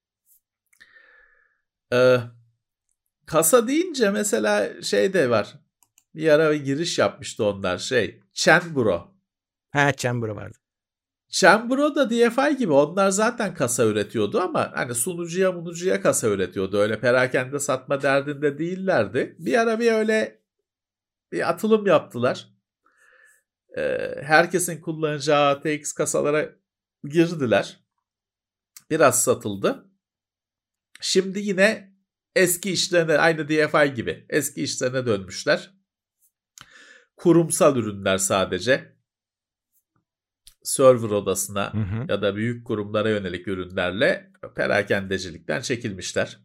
Ee, kasa deyince mesela şey de var. Bir ara bir giriş yapmıştı onlar şey. Chenburo. Ha, Chenburo vardı. Chenburo da D F I gibi, onlar zaten kasa üretiyordu ama hani sunucuya munucuya kasa üretiyordu. Öyle perakende satma derdinde değillerdi. Bir ara bir öyle bir atılım yaptılar. Ee, herkesin kullanacağı A T X kasalara girdiler. Biraz satıldı. Şimdi yine eski işlerine, aynı D F I gibi eski işlerine dönmüşler. Kurumsal ürünler sadece. Server odasına hı hı. ya da büyük kurumlara yönelik ürünlerle perakendecilikten çekilmişler.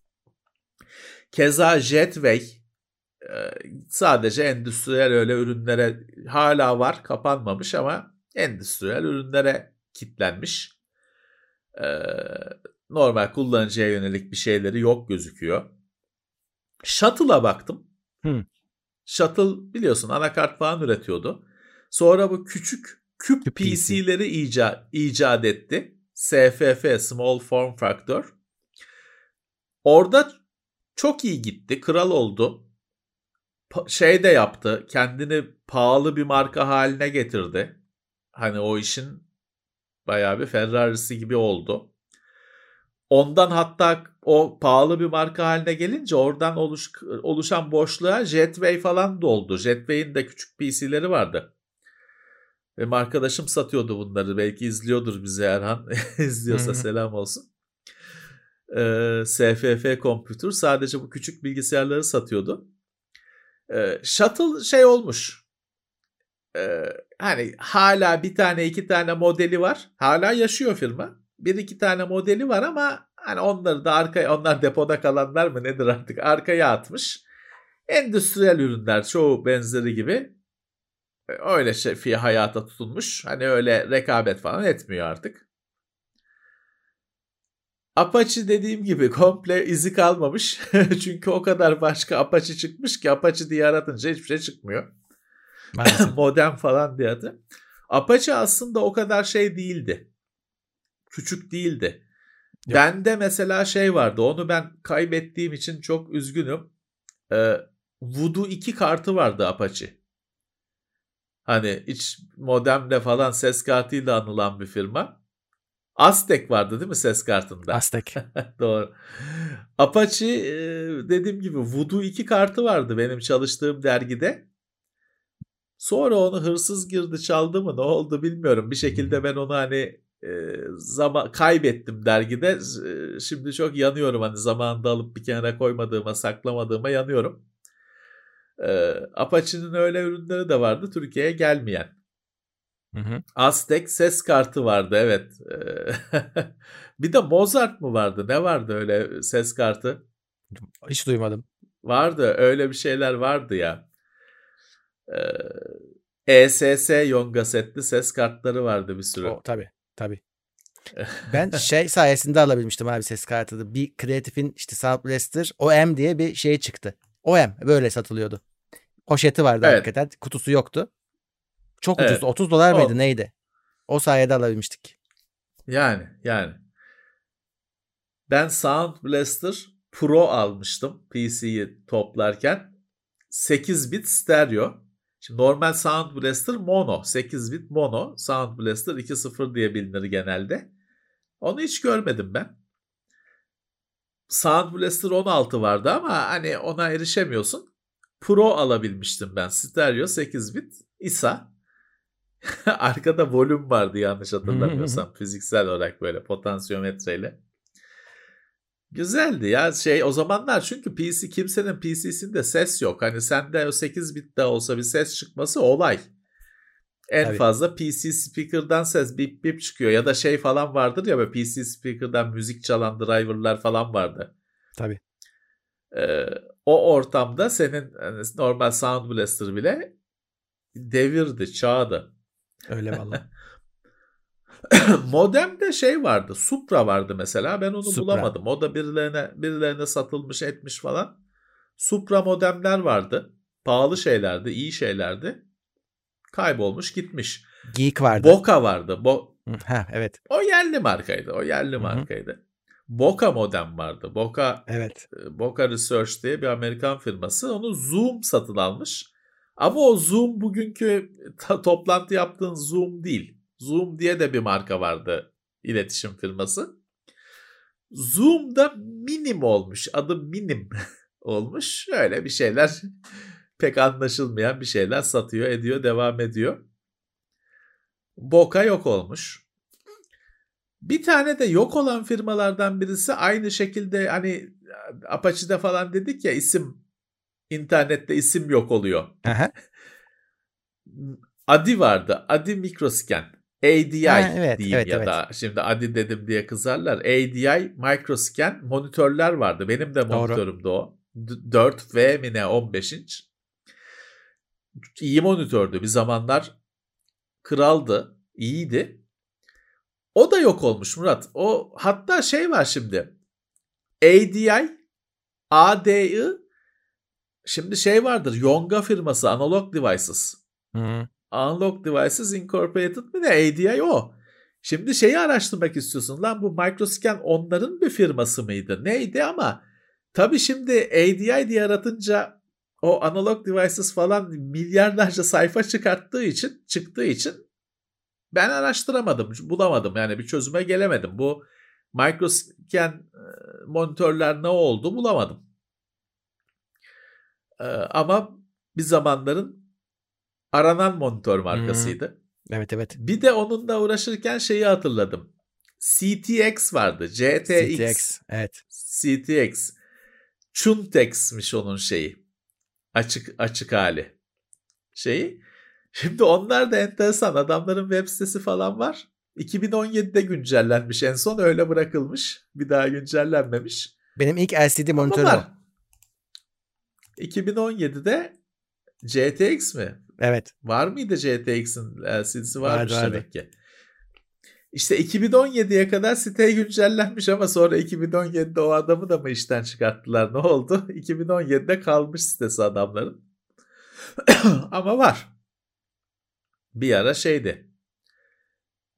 Keza Jetway sadece endüstriyel öyle ürünlere hala var, kapanmamış ama endüstriyel ürünlere kitlenmiş. Normal kullanıcıya yönelik bir şeyleri yok gözüküyor. Shuttle'a baktım. Hmm. Shuttle biliyorsun anakart falan üretiyordu. Sonra bu küçük küp P C'leri icat, icat etti. S F F, Small Form Factor. Orada çok iyi gitti. Kral oldu. Pa- şey de yaptı. Kendini pahalı bir marka haline getirdi. Hani o işin bayağı bir Ferrari'si gibi oldu. Ondan hatta o pahalı bir marka haline gelince oradan oluş, oluşan boşluğa Jetway falan doldu. Jetway'in de küçük P C'leri vardı. Benim arkadaşım satıyordu bunları. Belki izliyordur bizi Erhan. İzliyorsa selam olsun. Ee, S F F Computer sadece bu küçük bilgisayarları satıyordu. Ee, Shuttle şey olmuş. Ee, hani hala bir tane iki tane modeli var. Hala yaşıyor firma. Bir iki tane modeli var ama hani onları da arkaya, onlar depoda kalanlar mı nedir artık, arkaya atmış. Endüstriyel ürünler çoğu benzeri gibi öyle şey hayata tutulmuş. Hani öyle rekabet falan etmiyor artık. Apache dediğim gibi komple izi kalmamış. Çünkü o kadar başka Apache çıkmış ki Apache diye aratınca hiçbir şey çıkmıyor. Modem falan diye adı. Apache aslında o kadar şey değildi. Küçük değildi. Yok. Bende mesela şey vardı. Onu ben kaybettiğim için çok üzgünüm. Ee, Voodoo iki kartı vardı Apache. Hani iç modemle falan ses kartıyla anılan bir firma. Aztek vardı değil mi ses kartında? Aztek. Doğru. Apache dediğim gibi Voodoo iki kartı vardı benim çalıştığım dergide. Sonra onu hırsız girdi çaldı mı ne oldu bilmiyorum. Bir şekilde ben onu hani e, zaman kaybettim dergide. E, şimdi çok yanıyorum hani zamanında alıp bir kenara koymadığıma, saklamadığıma yanıyorum. E, Apache'nin öyle ürünleri de vardı Türkiye'ye gelmeyen. Hı hı. Aztek ses kartı vardı evet. Bir de Mozart mı vardı? Ne vardı öyle ses kartı? Hiç duymadım. Vardı öyle bir şeyler vardı ya. E S S Yonga setli ses kartları vardı bir sürü. O, tabii tabii. Ben şey sayesinde alabilmiştim abi ses kartını. Bir Creative'in işte Sound Blaster O M diye bir şey çıktı. O M böyle satılıyordu. Poşeti vardı evet. Hakikaten. Kutusu yoktu. Çok ucuzdu. Evet. otuz dolar mıydı o... neydi? O sayede alabilmiştik. Yani yani. Ben Sound Blaster Pro almıştım P C'yi toplarken. sekiz bit stereo. Şimdi normal Sound Blaster mono. sekiz bit mono. Sound Blaster iki nokta sıfır diye bilinir genelde. Onu hiç görmedim ben. Sound Blaster on altı vardı ama hani ona erişemiyorsun. Pro alabilmiştim ben. Stereo sekiz bit. I S A. Arkada volüm vardı yanlış hatırlamıyorsam. Fiziksel olarak böyle potansiyometreyle. Güzeldi ya şey o zamanlar çünkü P C kimsenin P C'sinde ses yok. Hani sende o sekiz bit de olsa bir ses çıkması olay. En Tabii. fazla P C speaker'dan ses bip bip çıkıyor ya da şey falan vardır ya böyle P C speaker'dan müzik çalan driver'lar falan vardı. Tabii. Ee, o ortamda senin hani normal Sound Blaster bile devirdi, çağdı. Öyle vallahi. Modemde şey vardı, Supra vardı mesela. Ben onu Supra. bulamadım. O da birilerine birilerine satılmış, etmiş falan. Supra modemler vardı. Pahalı şeylerdi, iyi şeylerdi. Kaybolmuş, gitmiş. Geek vardı. Boka vardı. Bo- ha evet. O yerli markaydı. O yerli Hı-hı. markaydı. Boka modem vardı. Boka Evet. Boka Research diye bir Amerikan firması. Onu Zoom satın almış. Ama o Zoom bugünkü ta- toplantı yaptığın Zoom değil. Zoom diye de bir marka vardı, iletişim firması. Zoom'da minim olmuş. Adı minim olmuş. Öyle bir şeyler pek anlaşılmayan bir şeyler satıyor, ediyor, devam ediyor. Boka yok olmuş. Bir tane de yok olan firmalardan birisi aynı şekilde hani Apache'de falan dedik ya isim internette isim yok oluyor. Aha. Adi vardı. Adi Microscan. A D I ha, evet, diyeyim evet, ya evet. da şimdi Adi dedim diye kızarlar. A D I Microscan monitörler vardı. Benim de monitörümdü o. dört V mi ne on beş inç. İyi monitördü. Bir zamanlar kraldı. İyiydi. O da yok olmuş Murat. O hatta şey var şimdi. A D I A D I şimdi şey vardır. Yonga firması Analog Devices. Hı. Analog Devices Incorporated mi de A D I o. Şimdi şeyi araştırmak istiyorsun. Lan bu Microscan onların bir firması mıydı? Neydi ama tabii şimdi A D I diye aratınca o Analog Devices falan milyarlarca sayfa çıkarttığı için çıktığı için ben araştıramadım. Bulamadım. Yani bir çözüme gelemedim. Bu Microscan monitörler ne oldu bulamadım. Ee, ama bir zamanların aranan monitör markasıydı. Hmm. Evet evet. Bir de onunla uğraşırken şeyi hatırladım. C T X vardı. C T X. C T X. Evet. C T X. Chuntex'miş onun şeyi. Açık açık hali. Şeyi. Şimdi onlar da enteresan. Adamların web sitesi falan var. iki bin on yedide güncellenmiş. En son öyle bırakılmış. Bir daha güncellenmemiş. Benim ilk L C D monitörüm o. iki bin on yedide C T X mi? Evet. Var mıydı C T X'in L C D'si varmış vardı, demek ki. İşte iki bin on yediye kadar site güncellenmiş ama sonra iki bin on yedide o adamı da mı işten çıkarttılar? Ne oldu? iki bin on yedide kalmış sitesi adamların. Ama var. Bir ara şeydi.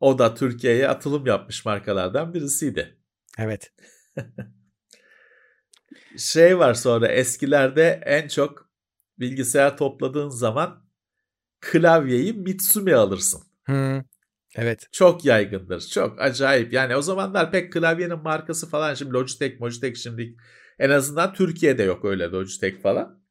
O da Türkiye'ye atılım yapmış markalardan birisiydi. Evet. Şey var, sonra eskilerde en çok bilgisayar topladığın zaman klavyeyi Mitsumi alırsın. Hmm. Evet. Çok yaygındır. Çok acayip. Yani o zamanlar pek klavyenin markası falan, şimdi Logitech, Logitech şimdi en azından Türkiye'de yok öyle Logitech falan.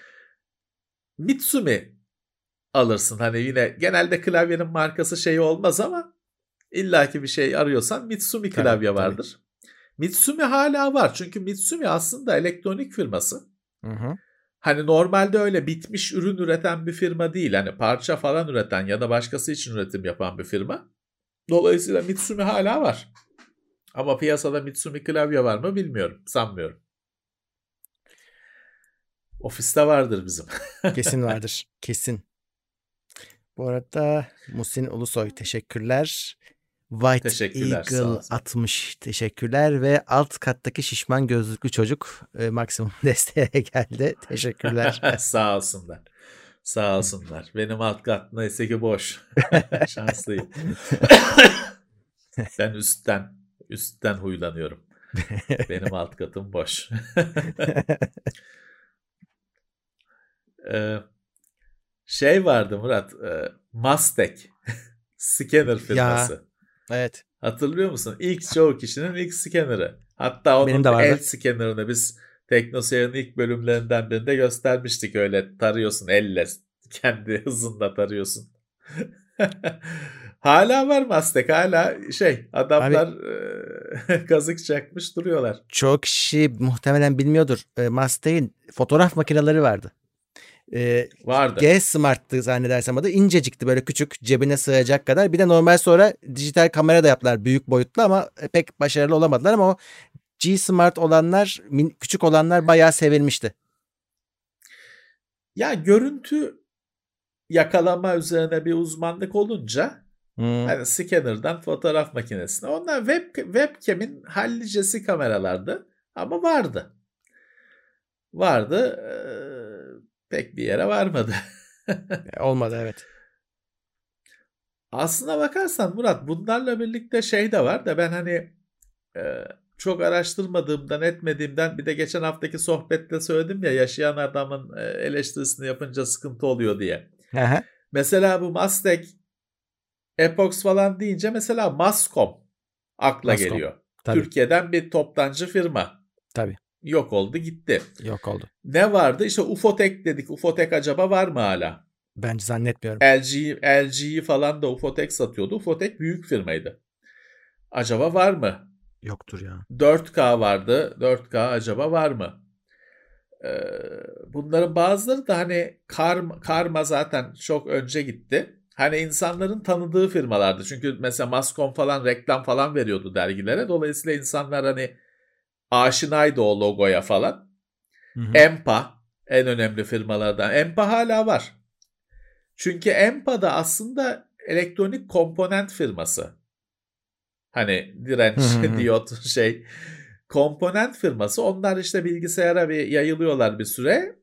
Mitsumi alırsın. Hani yine genelde klavyenin markası şey olmaz ama illaki bir şey arıyorsan Mitsumi Tabii, klavye tabii. vardır. Mitsumi hala var. Çünkü Mitsumi aslında elektronik firması. Hı hı. Hani normalde öyle bitmiş ürün üreten bir firma değil. Hani parça falan üreten ya da başkası için üretim yapan bir firma. Dolayısıyla Mitsumi hala var. Ama piyasada Mitsumi klavye var mı bilmiyorum. Sanmıyorum. Ofiste vardır bizim. Kesin vardır. Kesin. Bu arada Muhsin Ulusoy teşekkürler. White Teşekkürler, sağ Eagle olsun. altmış teşekkürler ve alt kattaki şişman gözlüklü çocuk e, maksimum desteğe geldi. Teşekkürler. Sağ olsunlar. Sağ olsunlar. Benim alt kat neyse ki boş. Şanslıyım. Ben üstten, üstten huylanıyorum. Benim alt katım boş. ee, şey vardı Murat, e, Mastek scanner firması. Ya evet. Hatırlıyor musun? İlk çoğu kişinin ilk scanner'ı. Hatta Benim onun de el vardı. scanner'ını biz TeknoSeyir'in ilk bölümlerinden birinde göstermiştik. Öyle tarıyorsun elle. Kendi hızında tarıyorsun. Hala var Mastek. Hala şey, Abi adamlar e, kazık çakmış duruyorlar. çok kişi muhtemelen bilmiyordur. E, Mustang'in fotoğraf makineleri vardı. E, Vardı. G Smart'tı zannedersem adı. İncecikti, böyle küçük, cebine sığacak kadar. Bir de normal sonra dijital kamera da yaptılar büyük boyutlu ama pek başarılı olamadılar ama o G Smart olanlar, min- küçük olanlar bayağı sevilmişti. Ya görüntü yakalama üzerine bir uzmanlık olunca Hmm. hani scanner'dan fotoğraf makinesine. Onlar web, webcam'in hallicesi kameralardı ama vardı. Vardı. Ee, pek bir yere varmadı. Olmadı evet. Aslına bakarsan Murat, bunlarla birlikte şey de var da ben hani e, çok araştırmadığımdan etmediğimden, bir de geçen haftaki sohbette söyledim ya, yaşayan adamın e, eleştirisini yapınca sıkıntı oluyor diye. Aha. Mesela bu Mastek, Epox falan deyince mesela Mascom akla Mascom. geliyor. Tabii. Türkiye'den bir toptancı firma. Tabii. Yok oldu gitti. Yok oldu. Ne vardı? İşte Ufotek dedik. Ufotek acaba var mı hala? Bence zannetmiyorum. L G, L G'yi falan da Ufotek satıyordu. Ufotek büyük firmaydı. Acaba var mı? Yoktur ya. dört K vardı. dört K acaba var mı? Ee, bunların bazıları da hani Karma, Karma zaten çok önce gitti. Hani insanların tanıdığı firmalardı. Çünkü mesela Mascom falan reklam falan veriyordu dergilere. Dolayısıyla insanlar hani aşinaydı o logoya falan. Hı hı. Empa en önemli firmalardan. Empa hala var. Çünkü Empa da aslında elektronik komponent firması. Hani direnç, Hı hı hı. diyot şey komponent firması. Onlar işte bilgisayara bir yayılıyorlar bir süre.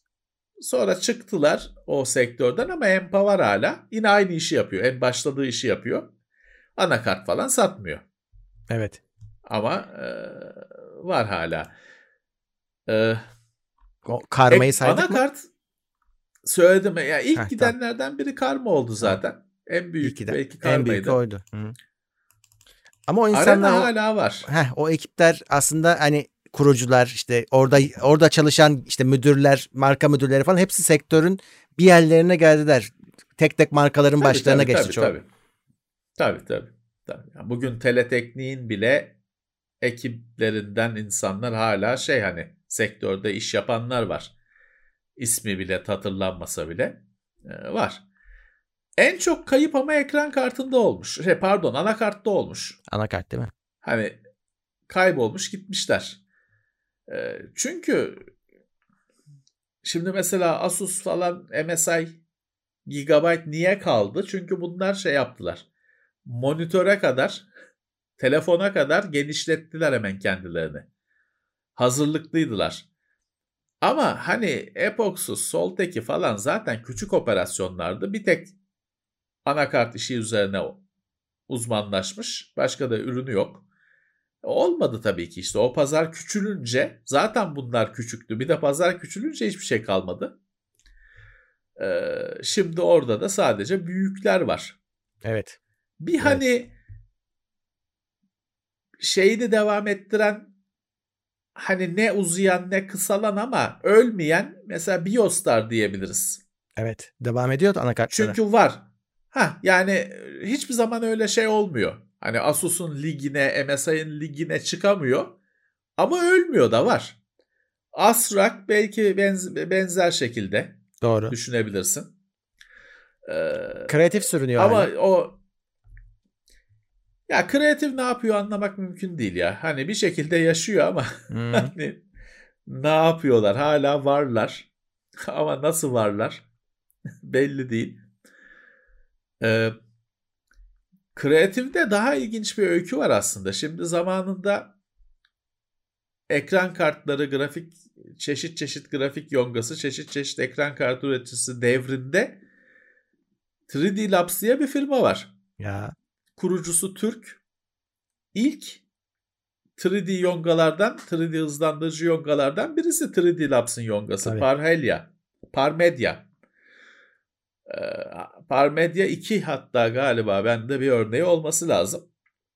Sonra çıktılar o sektörden ama Empa var hala. Yine aynı işi yapıyor. En başladığı işi yapıyor. Anakart falan satmıyor. Evet. Ama e, var hala. E, O karmayı e, saydık mı? anakart söyledim. Ya ilk Heh, tamam. gidenlerden biri Karma oldu Tamam. zaten. En İyi büyük ki de. belki En büyük Karma'ydı. oydu. Hı. Ama o insanlar, Arena o hala var. heh, o ekipler aslında hani kurucular, işte orada orada çalışan işte müdürler, marka müdürleri falan hepsi sektörün bir yerlerine geldiler. Tek tek markaların Tabii başlarına tabii geçti tabii çoğu. tabii. Tabii tabii. tabii. Yani bugün Teleteknik'in bile ekiplerinden insanlar hala şey, hani sektörde iş yapanlar var. İsmi bile hatırlanmasa bile e, var. En çok kayıp ama ekran kartında olmuş. Şey pardon, anakartta olmuş. Anakart değil mi? Hani kaybolmuş gitmişler. E, çünkü şimdi mesela Asus falan, M S I, Gigabyte niye kaldı? Çünkü bunlar şey yaptılar. Monitöre kadar, telefona kadar genişlettiler hemen kendilerini. Hazırlıklıydılar. Ama hani Epox'u, Soltek'i falan zaten küçük operasyonlardı. Bir tek anakart işi üzerine uzmanlaşmış. Başka da ürünü yok. Olmadı tabii ki işte o pazar küçülünce zaten bunlar küçüktü. Bir de pazar küçülünce hiçbir şey kalmadı. Ee, şimdi orada da sadece büyükler var. Evet. Bir evet. hani şeyi de devam ettiren hani ne uzayan ne kısalan ama ölmeyen mesela Biostar diyebiliriz. Evet. Devam ediyor anakartlara. Çünkü var. Ha yani hiçbir zaman öyle şey olmuyor. Hani Asus'un ligine, M S I'ın ligine çıkamıyor. Ama ölmüyor da var. ASRock belki benz- benzer şekilde Doğru. düşünebilirsin. Ee, Kreatif sürünüyor ama hala. o ya kreatif ne yapıyor anlamak mümkün değil ya. Hani bir şekilde yaşıyor ama Hmm. hani ne yapıyorlar? Hala varlar. Ama nasıl varlar? Belli değil. Ee, Kreatif'te daha ilginç bir öykü var aslında. Şimdi zamanında ekran kartları, grafik çeşit çeşit grafik yongası, çeşit çeşit ekran kartı üreticisi devrinde üç D Labs diye bir firma var. Ya. Kurucusu Türk. İlk üç D yongalardan, üç D hızlandırıcı yongalardan birisi üç D Labs'ın yongası. Tabii. Parhelia, Parmedia. Ee, Parmedia iki hatta galiba bende bir örneği olması lazım.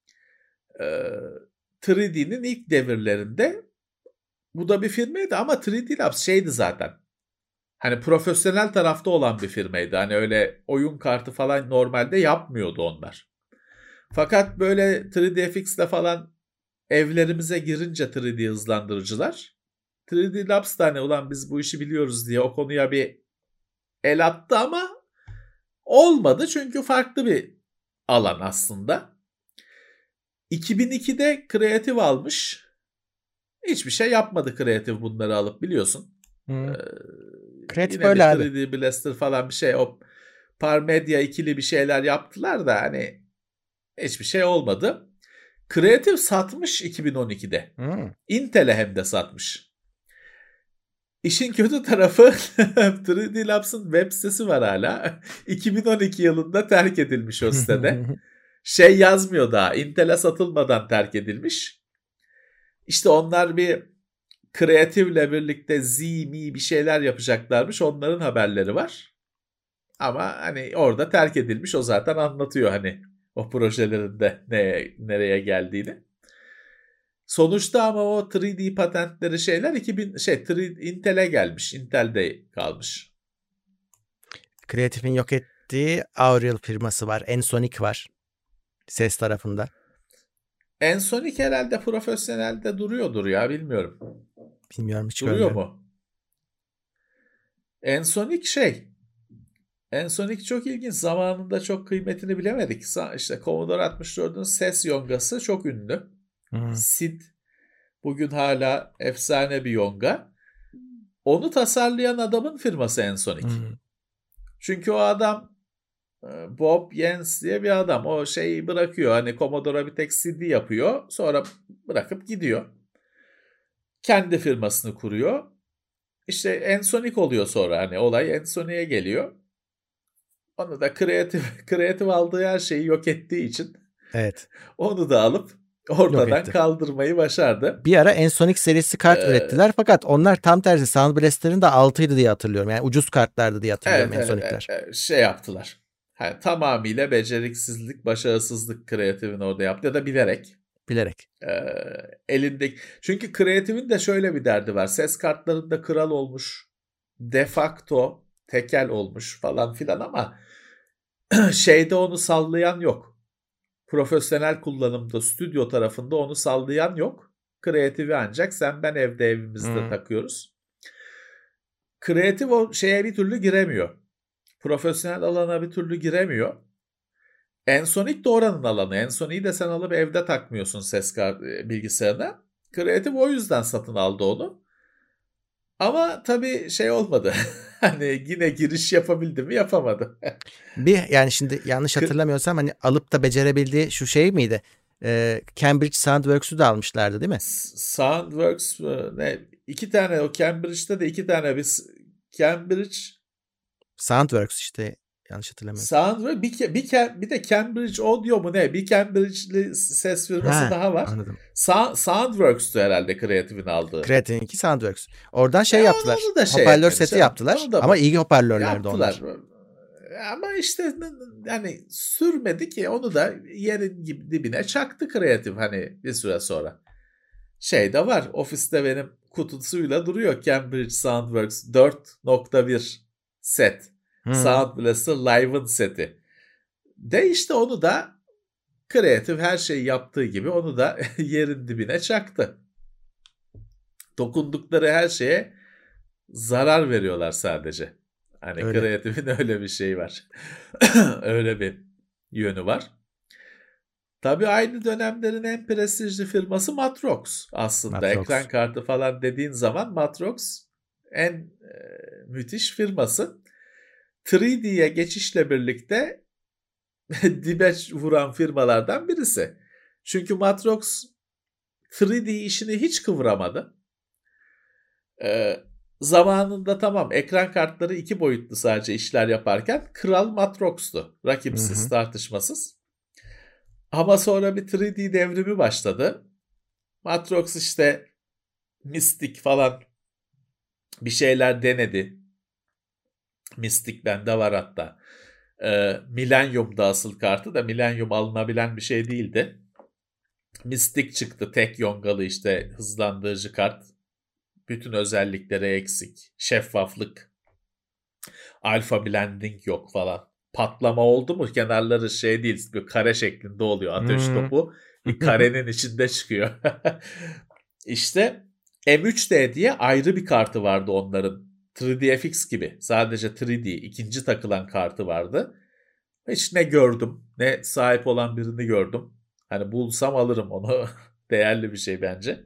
Ee, üç D'nin ilk devirlerinde bu da bir firmaydı ama üç D Labs şeydi zaten. Hani profesyonel tarafta olan bir firmaydı. Hani öyle oyun kartı falan normalde yapmıyordu onlar. Fakat böyle üç D F X'le falan evlerimize girince üç D hızlandırıcılar üç D Labs da hani ulan biz bu işi biliyoruz diye o konuya bir el attı ama olmadı çünkü farklı bir alan aslında. iki bin ikide Creative almış. Hiçbir şey yapmadı Creative bunları alıp biliyorsun. Hmm. Ee, Kreatif yine öyle bir abi. üç D Blaster falan bir şey. O Parmedia ikili bir şeyler yaptılar da hani hiçbir şey olmadı. Creative satmış iki bin on ikide. Hmm. Intel'e hem de satmış. İşin kötü tarafı üç D Labs'ın web sitesi var hala. iki bin on iki yılında terk edilmiş o sitede. Şey yazmıyor daha. Intel'e satılmadan terk edilmiş. İşte onlar bir Creative'le birlikte Z, Mi bir şeyler yapacaklarmış. Onların haberleri var. Ama hani orada terk edilmiş. O zaten anlatıyor hani o projelerin de neye, nereye geldiğini. Sonuçta ama o üç D patentleri şeyler iki bin şey Intel'e gelmiş. Intel'de kalmış. Kreatif'in yok ettiği Auriel firması var. Ensoniq var. Ses tarafında. Ensoniq herhalde profesyonelde duruyordur ya bilmiyorum. Bilmiyorum hiç Duruyor görmedim. mu? Ensoniq şey. Ensoniq çok ilginç. Zamanında çok kıymetini bilemedik. İşte Commodore altmış dördün ses yongası çok ünlü. Hmm. S I D bugün hala efsane bir yonga. Onu tasarlayan adamın firması Ensoniq. Hmm. Çünkü o adam Bob Jens diye bir adam. O şeyi bırakıyor. Hani Commodore'a bir tek C D yapıyor. Sonra bırakıp gidiyor. Kendi firmasını kuruyor. İşte Ensoniq oluyor sonra. Hani olay Ensonic'e geliyor. Onu da kreatif kreatif aldığı her şeyi yok ettiği için Evet. onu da alıp ortadan kaldırmayı başardı. Bir ara Ensoniq serisi kart ee, ürettiler fakat onlar tam tersi Sound Blaster'ın da altıydı diye hatırlıyorum. Yani ucuz kartlardı diye hatırlıyorum evet, Ensoniq'ler. Evet, şey yaptılar. Yani tamamıyla beceriksizlik, başarısızlık kreatifin orada yaptı ya da bilerek. Bilerek. E, elindeki. Çünkü kreatifin de şöyle bir derdi var. Ses kartlarında kral olmuş. De facto tekel olmuş falan filan ama şeyde onu sallayan yok. Profesyonel kullanımda stüdyo tarafında onu sallayan yok. Kreatifi ancak sen ben evde evimizde hmm. takıyoruz. Kreatif o şeye bir türlü giremiyor. Profesyonel alana bir türlü giremiyor. Ensoniq de oranın alanı. Ensonic'i de sen alıp evde takmıyorsun ses kart bilgisayarına. Kreatif o yüzden satın aldı onu. Ama tabii şey olmadı. Hani yine giriş yapabildi mi yapamadı. Bir yani şimdi yanlış hatırlamıyorsam hani alıp da becerebildiği şu şey miydi? Ee, Cambridge Soundworks'u da almışlardı değil mi? Soundworks ne? İki tane o Cambridge'de de iki tane biz Cambridge Soundworks işte Yanlış hatırlamıyorum. Soundworks bir, ke, bir, ke, bir de Cambridge Audio mu ne? Bir Cambridge'li ses firması Ha, daha var. anladım. Sa- Soundworks'tu herhalde Creative'in aldığı. Creative'inki Soundworks. Oradan şey E, yaptılar. onu da şey Hoparlör etmedi seti canım. yaptılar. Onu da Ama iyi hoparlörlerdi yaptılar. onlar. Ama işte yani sürmedi ki, onu da yerin gibi dibine çaktı Creative hani bir süre sonra. Şey de var, ofiste benim kutusuyla duruyor Cambridge Soundworks dört nokta bir set. Hmm. Sound Blaster Live'ın seti. De işte onu da Creative her şeyi yaptığı gibi onu da yerin dibine çaktı. Dokundukları her şeye zarar veriyorlar sadece. Hani Öyle. Creative'in öyle bir şeyi var. Öyle bir yönü var. Tabii aynı dönemlerin en prestijli firması Matrox aslında. Matrox. Ekran kartı falan dediğin zaman Matrox en e, müthiş firması. üç D'ye geçişle birlikte dibe vuran firmalardan birisi. Çünkü Matrox üç D işini hiç kıvıramadı. Ee, zamanında tamam, ekran kartları iki boyutlu sadece işler yaparken kral Matrox'tu. Rakipsiz, hı hı. tartışmasız. Ama sonra bir üç D devrimi başladı. Matrox işte Mystic falan bir şeyler denedi. Mystic bende var hatta. Ee, Millennium'da asıl kartı da Millennium alınabilen bir şey değildi. Mystic çıktı, tek yongalı işte hızlandırıcı kart. Bütün özellikleri eksik. Şeffaflık. Alfa blending yok falan. Patlama oldu mu kenarları şey değil, bir kare şeklinde oluyor. Ateş Hmm. topu bir karenin içinde çıkıyor. İşte M üç D diye ayrı bir kartı vardı onların. üç D F X gibi. Sadece üç D ikinci takılan kartı vardı. Hiç ne gördüm ne sahip olan birini gördüm. Hani bulsam alırım onu. Değerli bir şey bence.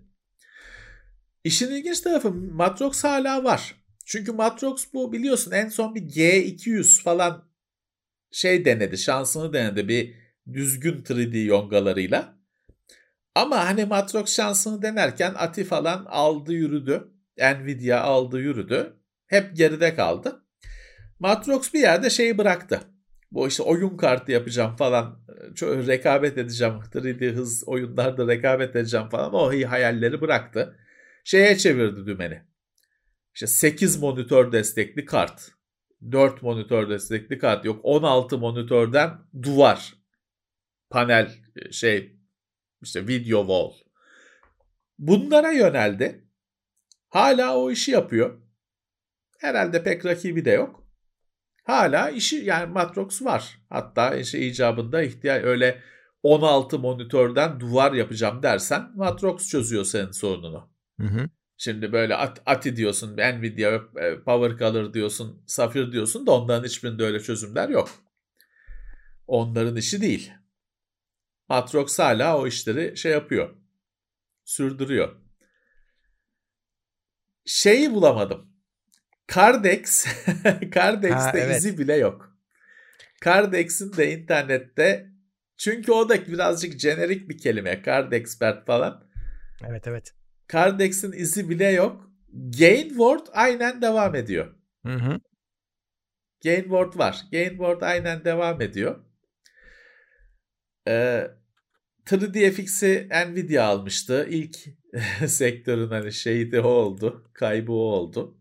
İşin ilginç tarafı Matrox hala var. Çünkü Matrox bu biliyorsun en son bir G iki yüz falan şey denedi. Şansını denedi bir düzgün üç D yongalarıyla. Ama hani Matrox şansını denerken A T I falan aldı yürüdü. Nvidia aldı yürüdü. Hep geride kaldı. Matrox bir yerde şeyi bıraktı. Bu işte oyun kartı yapacağım falan. Çok rekabet edeceğim. üç D hız oyunlarda rekabet edeceğim falan. O hayalleri bıraktı. Şeye çevirdi dümeni. İşte sekiz monitör destekli kart. dört monitör destekli kart. Yok on altı monitörden duvar. Panel şey işte video wall. Bunlara yöneldi. Hala o işi yapıyor. Herhalde pek rakibi de yok. Hala işi yani Matrox var. Hatta işte icabında ihtiyaç öyle on altı monitörden duvar yapacağım dersen Matrox çözüyor senin sorununu. Hı hı. Şimdi böyle A T I diyorsun, Nvidia, PowerColor diyorsun, Safir diyorsun da onların hiçbirinde öyle çözümler yok. Onların işi değil. Matrox hala o işleri şey yapıyor. Sürdürüyor. Şeyi bulamadım. Cardex. Cardex'te evet. izi bile yok. Cardex'in de internette, çünkü o da birazcık jenerik bir kelime. Cardexpert falan. Evet evet. Cardex'in izi bile yok. Gainward aynen devam ediyor. Hı hı. Gainward var. Gainward aynen devam ediyor. Ee, üç D F X'i Nvidia almıştı. İlk sektörün hani şeyi de o oldu. Kaybı o oldu.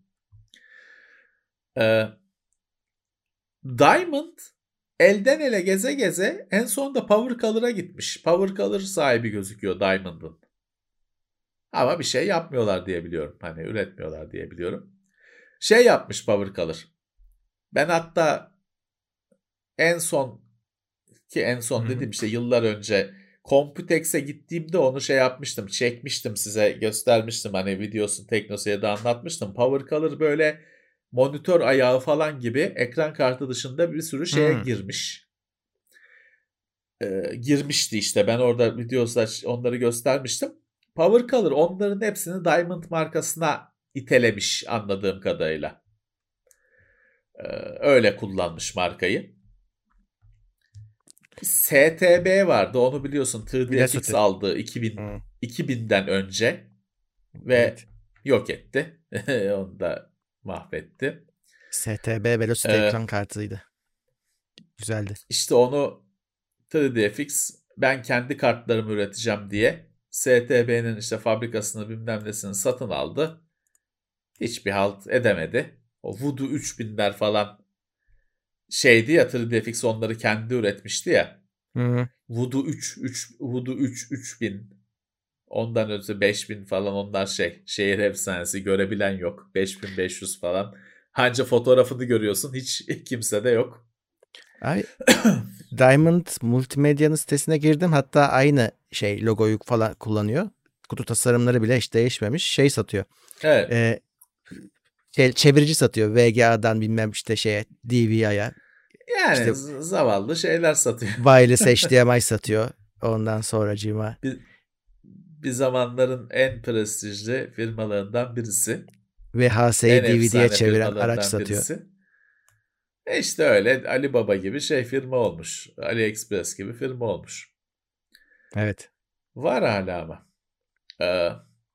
Ee, Diamond elden ele geze geze en sonunda PowerColor'a gitmiş. PowerColor sahibi gözüküyor Diamond'ın. Ama bir şey yapmıyorlar diye biliyorum. Hani üretmiyorlar diye biliyorum. Şey yapmış PowerColor. Ben hatta en son ki en son dediğim işte yıllar önce Computex'e gittiğimde onu şey yapmıştım. Çekmiştim, size göstermiştim. Hani videosunu Teknoseyir'de anlatmıştım. PowerColor böyle monitör ayağı falan gibi ekran kartı dışında bir sürü şeye hmm. girmiş. Ee, girmişti işte. Ben orada videoda onları göstermiştim. PowerColor onların hepsini Diamond markasına itelemiş anladığım kadarıyla. Ee, öyle kullanmış markayı. S T B vardı, onu biliyorsun. üç D F X aldı iki bin, hmm. iki binden önce ve evet. yok etti. Onu da mahvetti. S T B Velocity ee, ekran kartıydı. Güzeldi. İşte onu üç D F X ben kendi kartlarımı üreteceğim diye S T B'nin işte fabrikasını bilmem nesini satın aldı. Hiçbir halt edemedi. O Voodoo üç binler falan şeydi ya, üç D F X onları kendi üretmişti ya. Hı-hı. Voodoo üç, üç, Voodoo üç, üç bin. Ondan önce beş bin falan, onlar şey, şehir efsanesi, görebilen yok. beş bin beş yüz falan. Anca fotoğrafını görüyorsun, hiç kimse de yok. Ay, Diamond Multimedya'nın sitesine girdim. Hatta aynı şey logoyu falan kullanıyor. Kutu tasarımları bile hiç değişmemiş. Şey satıyor. Evet. Ee, şey, çevirici satıyor. V G A'dan bilmem işte şeye, D V I'ya. Yani İşte z- zavallı şeyler satıyor. wireless H D M I satıyor. Ondan sonracığıma. bir, bir zamanların en prestijli firmalarından birisi. Ve H S'yi En D V D'ye efsane çeviren araç firmalarından satıyor. birisi. E işte öyle Ali Baba gibi şey firma olmuş. AliExpress gibi firma olmuş. Evet. Var hala ama. Ee,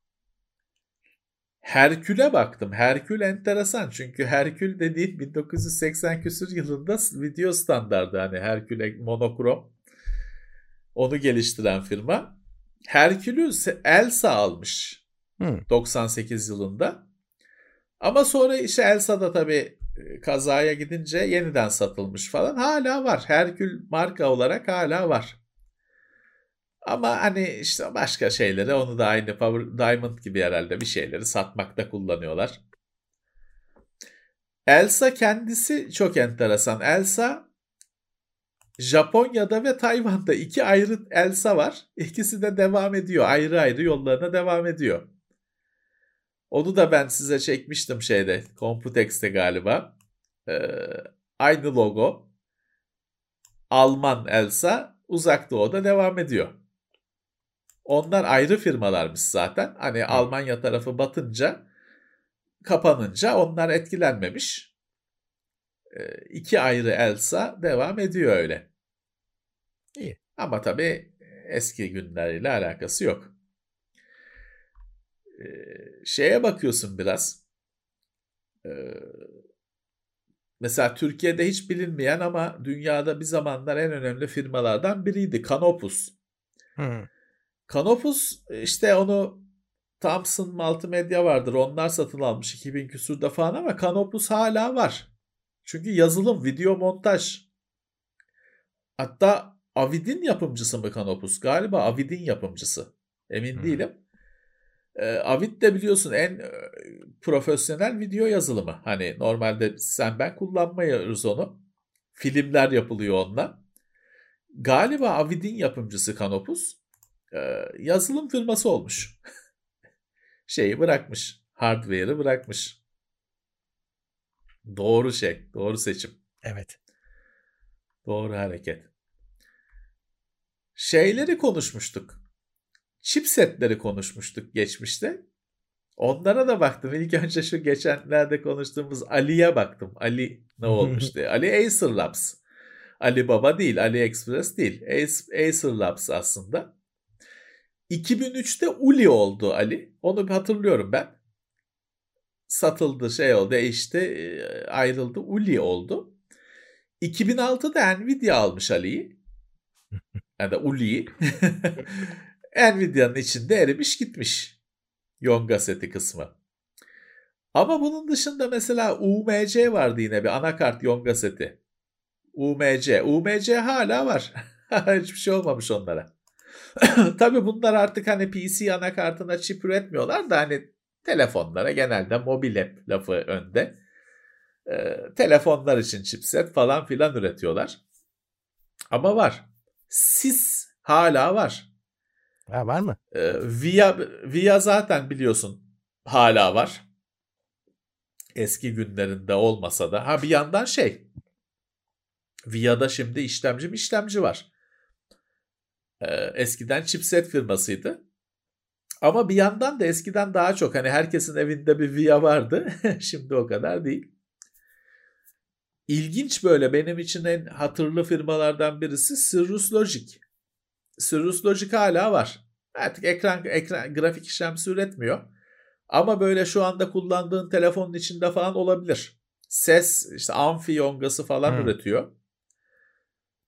Herkül'e baktım. Herkül enteresan, çünkü Herkül dediğin bin dokuz yüz seksen küsur yılında video standardı, hani Herkül monokrom. Onu geliştiren firma. Herkül'ü Elsa almış Hmm. doksan sekiz yılında. Ama sonra işte Elsa da tabii kazaya gidince yeniden satılmış falan. Hala var. Herkül marka olarak hala var. Ama hani işte başka şeyleri, onu da aynı Power Diamond gibi herhalde bir şeyleri satmakta kullanıyorlar. Elsa kendisi çok enteresan. Elsa Japonya'da ve Tayvan'da iki ayrı Elsa var. İkisi de devam ediyor. Ayrı ayrı yollarına devam ediyor. Onu da ben size çekmiştim şeyde. Computex'te galiba. Ee, aynı logo. Alman Elsa Uzak Doğu'da devam ediyor. Onlar ayrı firmalarmış zaten. Hani Hmm. Almanya tarafı batınca, kapanınca onlar etkilenmemiş. Ee, iki ayrı Elsa devam ediyor öyle. İyi. Ama tabii eski günleriyle alakası yok. Ee, şeye bakıyorsun biraz. Ee, mesela Türkiye'de hiç bilinmeyen ama dünyada bir zamanlar en önemli firmalardan biriydi. Canopus. Hmm. Canopus işte onu Thomson Multimedya vardır. Onlar satın almış iki bin küsurda falan ama Canopus hala var. Çünkü yazılım, video montaj. Hatta Avid'in yapımcısı mı Canopus? Galiba Avid'in yapımcısı. Emin Hmm. değilim. Ee, Avid de biliyorsun en e, profesyonel video yazılımı. Hani normalde sen ben kullanmıyoruz onu. Filmler yapılıyor onunla. Galiba Avid'in yapımcısı Canopus. Ee, yazılım firması olmuş. Şeyi bırakmış. Hardware'ı bırakmış. Doğru şey. Doğru seçim. Evet. Doğru hareket. Şeyleri konuşmuştuk. Chipsetleri konuşmuştuk geçmişte. Onlara da baktım. İlk önce şu geçenlerde konuştuğumuz Ali'ye baktım. Ali ne olmuş diye. Ali Acer Labs. Ali Baba değil, AliExpress değil. Acer Labs aslında. iki bin üçte Uli oldu Ali. Onu bir hatırlıyorum ben. Satıldı, şey oldu, değişti, ayrıldı. Uli oldu. iki bin altıda Nvidia almış Ali'yi. Yani da Uli'yi. Nvidia'nın içinde erimiş gitmiş. Yonga seti kısmı. Ama bunun dışında mesela U M C vardı, yine bir anakart Yonga seti. U M C. U M C hala var. Hiçbir şey olmamış onlara. Tabii bunlar artık hani P C anakartına çip üretmiyorlar da hani telefonlara genelde mobil app lafı önde. Ee, telefonlar için chipset falan filan üretiyorlar. Ama var. Sis hala var. Ha, var mı? Ee, Via, Via zaten biliyorsun hala var. Eski günlerinde olmasa da. Ha bir yandan şey. Via'da şimdi işlemci mi işlemci var. Ee, eskiden chipset firmasıydı. Ama bir yandan da eskiden daha çok hani herkesin evinde bir Via vardı. Şimdi o kadar değil. İlginç, böyle benim için en hatırlı firmalardan birisi Cirrus Logic. Cirrus Logic hala var. Artık ekran, ekran grafik işlemcisi üretmiyor. Ama böyle şu anda kullandığın telefonun içinde falan olabilir. Ses, işte amfi yongası falan Hmm. üretiyor.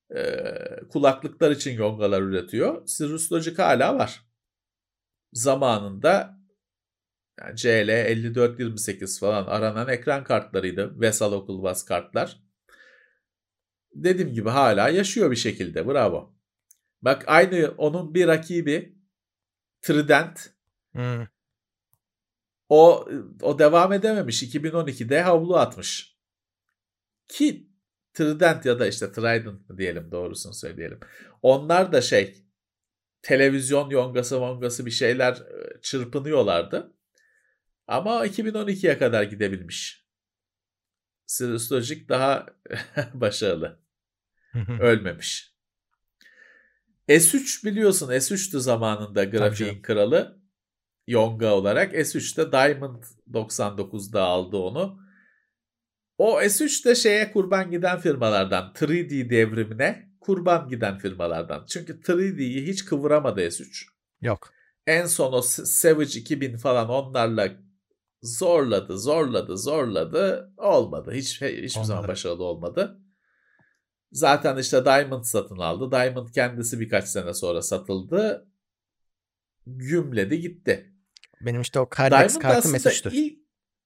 e, kulaklıklar için yongalar üretiyor. Cirrus Logic hala var. Zamanında yani C L elli dört yirmi sekiz falan aranan ekran kartlarıydı. Vesal Okul Bas kartlar. Dediğim gibi hala yaşıyor bir şekilde. Bravo. Bak aynı onun bir rakibi Trident. Hmm. O o devam edememiş. iki bin on ikide havlu atmış. Ki Trident ya da işte Trident mı diyelim, doğrusunu söyleyelim. Onlar da şey televizyon yongası mongası bir şeyler çırpınıyorlardı. Ama iki bin on ikiye kadar gidebilmiş. Cirrus Logic daha başarılı. Ölmemiş. S üç biliyorsun, S üç'tü zamanında grafiğin kralı yonga olarak. S üç'te Diamond doksan dokuzda aldı onu. O S üç de şeye kurban giden firmalardan. üç D devrimine kurban giden firmalardan. Çünkü üç D'yi hiç kıvıramadı S üç. Yok. En son o Savage iki bin falan onlarla zorladı, zorladı, zorladı. Olmadı. Hiç, hiçbir olmadı. Zaman başarılı olmadı. Zaten işte Diamond satın aldı. Diamond kendisi birkaç sene sonra satıldı. Gümledi gitti. Benim işte o Cardex kartım S üç'tü. Ilk...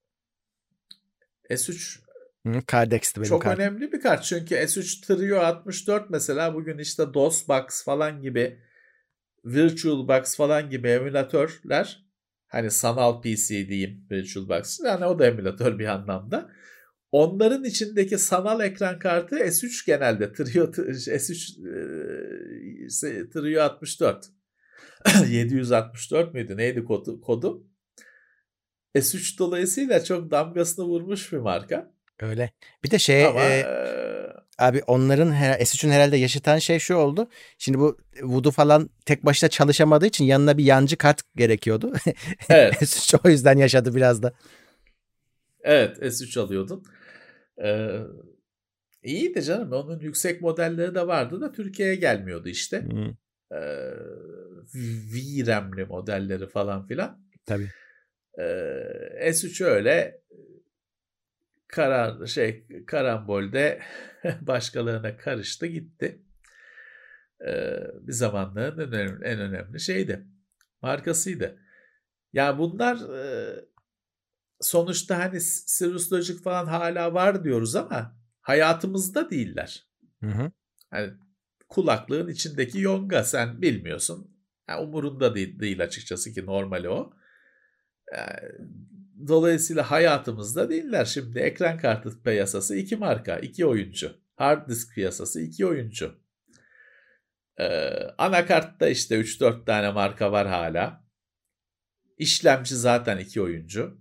S üç Hı, Cardex'ti benim çok kartım. önemli bir kart. Çünkü S üç Trio altmış dört mesela bugün işte DOSBox falan gibi, VirtualBox falan gibi emülatörler, hani sanal P C diyeyim VirtualBox, yani o da emülatör bir anlamda. Onların içindeki sanal ekran kartı S üç genelde Trio S üç e, Trio altmış dört. yedi yüz altmış dört müydü? Neydi kodu? kodu? S üç dolayısıyla çok damgasını vurmuş bir marka. Öyle. Bir de şey Ama, e, abi onların her, S üçün herhalde yaşatan şey şu oldu. Şimdi bu Voodoo falan tek başına çalışamadığı için yanına bir yancı kart gerekiyordu. Evet. S üç o yüzden yaşadı biraz da. Evet, S üç alıyordun. Ee, iyiydi canım. Onun yüksek modelleri de vardı da Türkiye'ye gelmiyordu işte. Hmm. Ee, V RAM'li modelleri falan filan. Tabii. Ee, S üç öyle karar şey karambolde başkalarına karıştı gitti. Ee, bir zamanların en önemli, en önemli şeydi. Markasıydı. Ya bunlar e, sonuçta hani Cirrus Logic falan hala var diyoruz ama hayatımızda değiller. Hı hı. Yani kulaklığın içindeki yonga sen bilmiyorsun. Yani umurunda değil, değil açıkçası ki normali o. Yani, dolayısıyla hayatımızda değiller. Şimdi ekran kartı piyasası iki marka, iki oyuncu. Hard disk piyasası iki oyuncu. Ee, anakartta işte üç dört tane marka var hala. İşlemci zaten iki oyuncu.